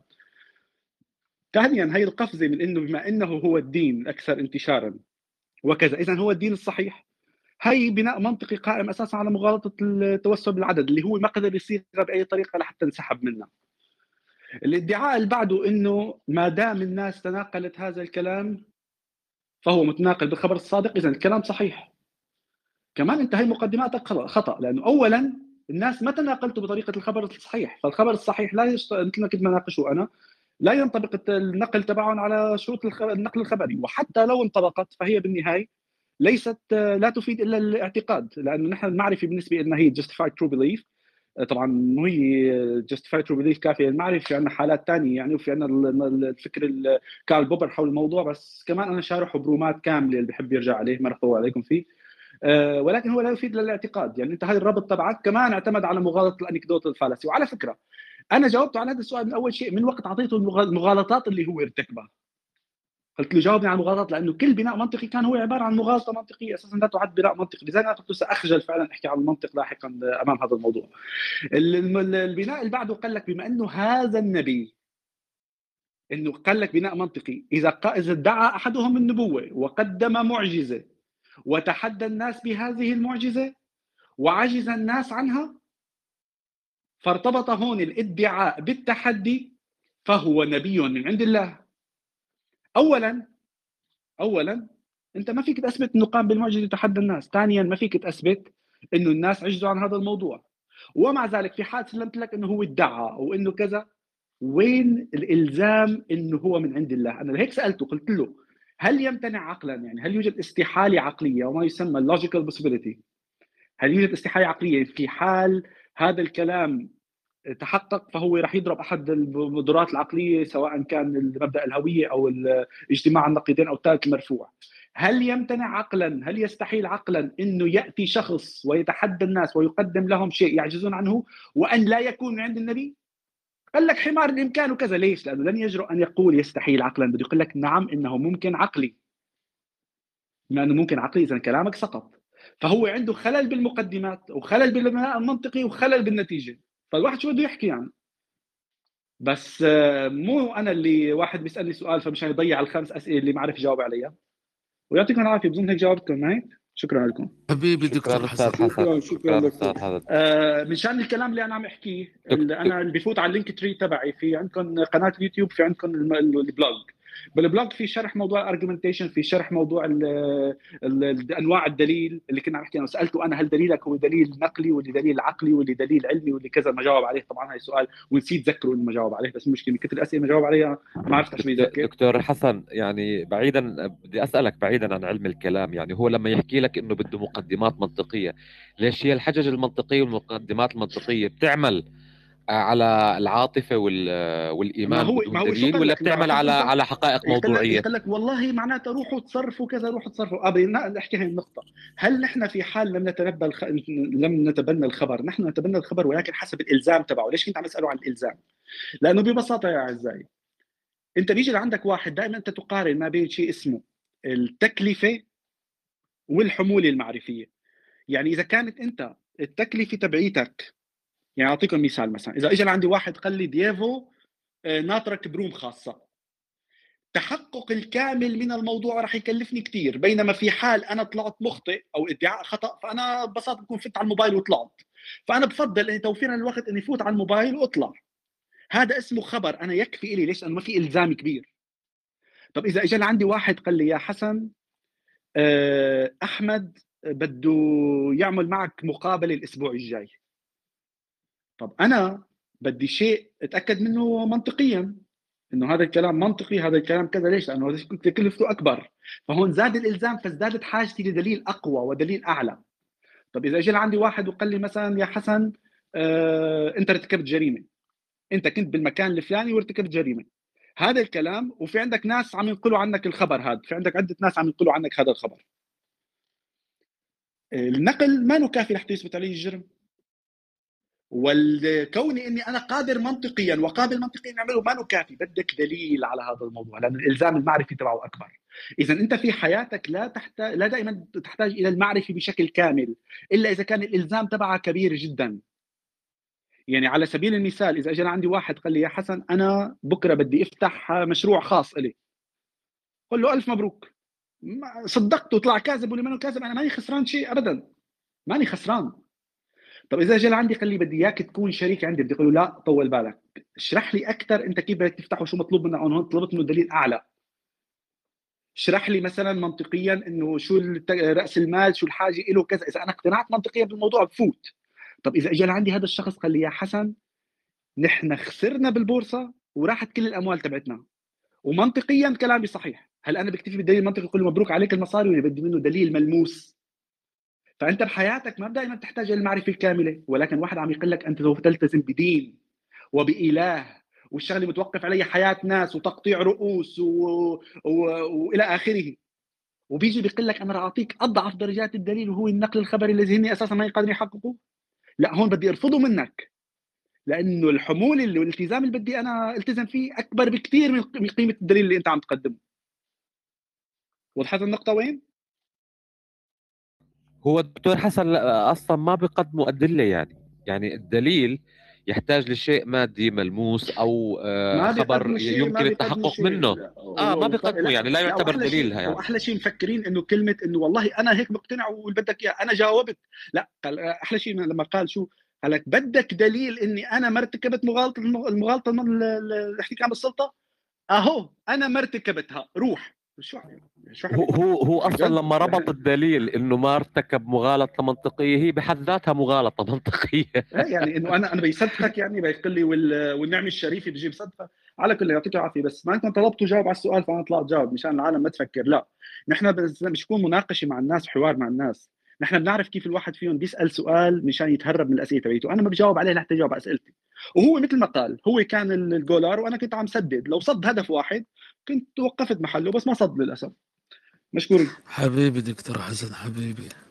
ثانيا هي القفزه من انه بما انه هو الدين الاكثر انتشارا وكذا اذا هو الدين الصحيح، هي بناء منطقي قائم اساسا على مغالطه التوسل بالعدد اللي هو ما قدر يصيغها باي طريقه لحتى انسحب منها. الادعاء اللي بعده انه ما دام الناس تناقلت هذا الكلام فهو متناقل بالخبر الصادق، اذا الكلام صحيح. كمان انت هي مقدماتك خطا، لانه اولا الناس ما تناقلته بطريقه الخبر الصحيح، فالخبر الصحيح لا يشت... مثل ما كنت بناقشه انا لا ينطبق النقل تبعهم على شروط الخ... النقل الخبري، وحتى لو انطبقت فهي بالنهايه ليست لا تفيد الا الاعتقاد، لانه نحن المعرفه بالنسبه لنا هي justified true belief. طبعا مو هي justified true belief كافيه للمعرفه، في عندنا حالات ثانيه يعني، وفي عندنا الفكر كارل بوبر حول الموضوع، بس كمان انا شارحه برومات كامله اللي بحب يرجع عليه ما رح اطول عليكم فيه. أه ولكن هو لا يفيد للاعتقاد، يعني انت هذا الرابط تبعك كمان اعتمد على مغالطه الانكدوت الفالسي. وعلى فكره انا جاوبته على هذا السؤال من اول شيء، من وقت اعطيته المغالطات اللي هو ارتكبها، قلت له جاوبني على المغالطات، لانه كل بناء منطقي كان هو عباره عن مغالطه منطقيه اساسا لا تعد بناء منطقي. لذلك انا قلت له ساخجل فعلا احكي عن المنطق لاحقا امام هذا الموضوع. البناء اللي بعده قال لك بما انه هذا النبي، انه قال لك بناء منطقي، اذا اذا ادعى احدهم النبوه وقدم معجزه وتحدى الناس بهذه المعجزه وعجز الناس عنها، فارتبط هون الادعاء بالتحدي، فهو نبي من عند الله. اولا اولا انت ما فيك تثبت انه قام بالمعجزه وتحدى الناس. ثانيا ما فيك تثبت انه الناس عجزوا عن هذا الموضوع. ومع ذلك في حال سلمت لك انه هو ادعى او انه كذا، وين الالزام انه هو من عند الله؟ انا لهيك سالته، قلت له هل يمتنع عقلا، يعني هل يوجد استحاله عقليه وما يسمى اللوجيكال possibility، هل يوجد استحاله عقليه في حال هذا الكلام تحقق فهو راح يضرب احد المقدرات العقليه، سواء كان مبدا الهويه او اجتماع النقيضين او الثالث المرفوع؟ هل يمتنع عقلا، هل يستحيل عقلا انه ياتي شخص ويتحدى الناس ويقدم لهم شيء يعجزون عنه وان لا يكون من عند النبي؟ قال لك حمار الامكان وكذا. ليش؟ لانه لن يجرؤ ان يقول يستحيل عقلا، بده يقول لك نعم انه ممكن عقلي. بما انه ممكن عقلي اذا كلامك سقط. فهو عنده خلل بالمقدمات وخلل بالبناء المنطقي وخلل بالنتيجه. فالواحد شو بده يحكي يعني؟ بس مو انا اللي واحد بيسالني سؤال فمشان يضيع الخمس اسئله اللي ما عرف يجاوب عليها. ويعطيكم العافيه، بظن هيك جاوبتكم. ما هيك؟ شكرا لكم حبيبي دكتور حسن. شكرا شكرا دكتور. آه منشان الكلام اللي انا عم احكيه، اللي انا اللي بفوت على اللينك تري تبعي، في عندكم قناه اليوتيوب، في عندكم البلوج. بالبلوج في شرح موضوع الارجيومنتيشن، في شرح موضوع ال ال ال انواع الدليل اللي كنا عم نحكي. انا سالته انا هل دليلك هو دليل نقلي واللي دليل عقلي واللي دليل علمي واللي كذا، ما جاوب عليه طبعا. هاي سؤال ونسيت ذكره انه ما جاوب عليه، بس مشكله من كثر الاسئله ما جاوب عليها ما عرفت ايش بيذكر. دكتور حسن، يعني بعيدا بدي اسالك بعيدا عن علم الكلام، يعني هو لما يحكي لك انه بده مقدمات منطقيه، ليش هي الحجج المنطقيه والمقدمات المنطقيه بتعمل على العاطفه والايمان ما هو بدون ما هو دليل، ولا بتعمل على على حقائق موضوعيه؟ يقول لك والله معناته روحوا تصرفوا كذا، روحوا تصرفوا. ابي نحكي هاي النقطه. هل نحن في حال لم نتنبأ الخ... لم نتبنى الخبر؟ نحن نتبنى الخبر ولكن حسب الالزام تبعه. ليش كنت عم اساله عن الالزام؟ لانه ببساطه يا اعزائي، انت بيجي لعندك واحد دائما انت تقارن ما بين شيء اسمه التكلفه والحموله المعرفيه. يعني اذا كانت انت التكلفه تبعيتك، يعني اعطيكم مثال، مثلا اذا اجى لعندي واحد قال لي ديفو ناطرك بروم خاصه، تحقق الكامل من الموضوع راح يكلفني كثير، بينما في حال انا طلعت مخطئ او ادعاء خطا فانا ببساطه بكون فت على الموبايل وطلعت. فانا بفضل اني توفيرا للوقت اني فوت على الموبايل واطلع. هذا اسمه خبر، انا يكفي لي. ليش؟ لانه ما في الزام كبير. طب اذا اجى لعندي واحد قال لي يا حسن احمد بده يعمل معك مقابله الاسبوع الجاي، طب انا بدي شيء اتاكد منه منطقيا انه هذا الكلام منطقي، هذا الكلام كذا. ليش؟ لانه تكلفته اكبر. فهون زاد الالزام، فازدادت حاجتي لدليل اقوى ودليل اعلى. طب اذا اجى لعندي واحد وقال لي مثلا يا حسن آه انت ارتكبت جريمه، انت كنت بالمكان الفلاني وارتكبت جريمه، هذا الكلام، وفي عندك ناس عم ينقلوا عنك الخبر هذا، في عندك عده ناس عم ينقلوا عنك هذا الخبر. النقل ما له كافي لحتى يثبت عليه الجرم، والكوني اني انا قادر منطقيا وقابل منطقيا نعمله ما له كافي، بدك دليل على هذا الموضوع، لان الالزام المعرفي تبعه اكبر. اذا انت في حياتك لا تحتاج لا دائما تحتاج الى المعرفه بشكل كامل الا اذا كان الالزام تبعها كبير جدا. يعني على سبيل المثال، اذا اجى عندي واحد قال لي يا حسن انا بكره بدي افتح مشروع خاص الي، قل له الف مبروك، صدقت وطلع كاذب ولا ما كاذب، انا ماني خسران شيء ابدا، ماني خسران. طب اذا جاء عندي قال لي بدي اياك تكون شريك عندي، بدي اقول له لا طول بالك، اشرح لي اكثر انت كيف بدك تفتح وشو مطلوب منك، هون طلبت منه دليل اعلى. اشرح لي مثلا منطقيا انه شو راس المال، شو الحاجه له كذا. اذا انا اقتنعت منطقيا بالموضوع بفوت. طب اذا اجى لعندي هذا الشخص قال لي يا حسن نحن خسرنا بالبورصه وراحت كل الاموال تبعتنا، ومنطقيا كلامي صحيح، هل انا بكتفي بالدليل المنطقي اقول له مبروك عليك المصاري، ولا بدي منه دليل ملموس؟ فانت بحياتك ما دائما تحتاج الى المعرفه الكامله، ولكن واحد عم يقول لك انت سوف تلتزم بدين وباله، والشغله متوقف علي حياه ناس وتقطيع رؤوس و... و... والى اخره، وبيجي بيقول لك انا راح اعطيك اضعف درجات الدليل وهو النقل الخبري الذي هن اساسا ما قادرين يحققوه. لا، هون بدي ارفضه منك، لانه الحمول اللي والالتزام اللي بدي انا التزم فيه اكبر بكثير من قيمه الدليل اللي انت عم تقدمه. وضحت النقطه وين؟ هو الدكتور حسن لا- اصلا ما بيقدموا ادله، يعني يعني الدليل يحتاج لشيء مادي ملموس او آه، ما خبر بيقدموا شيء، ما يمكن بيقدموا التحقق شيء، منه. لا اه ما و- بيقدموا، لا يعني لا لا يعتبر واحلى دليل شيء يعني. واحلى شيء مفكرين انه كلمه انه والله انا هيك مقتنع واللي بدك اياه انا جاوبت. لا، قال احلى شيء لما قال شو قال لك بدك دليل اني انا ما ارتكبت مغالطه المغالطه ال- ال- الاحتكام بالسلطه، اهو انا ما ارتكبتها، روح. شو شو هو حبيبي هو هو عن اصلا جد لما ربط الدليل انه ما ارتكب مغالطه منطقيه، هي بحد ذاتها مغالطه منطقيه. إيه يعني انه انا انا بيصدقك، يعني بيقول لي وال- والنعمه الشريفه بيجي بصدقها. على كل يعطيك العافيه، بس ما انت طلبت وجاوب على السؤال فانا طلعت جاوب مشان العالم ما تفكر. لا، نحن بس مش يكون مناقشه مع الناس، حوار مع الناس. نحن بنعرف كيف الواحد فيهم بيسال سؤال مشان يتهرب من الاسئله تبعيته، انا ما بجاوب عليه لحتى يجاوب على اسئلتي. وهو مثل ما قال، هو كان ال- الجولار وانا كنت عم سدد، لو صد هدف واحد كنت وقفت محله، بس ما صد للاسف. مشكورين. حبيبي دكتور حسن حبيبي.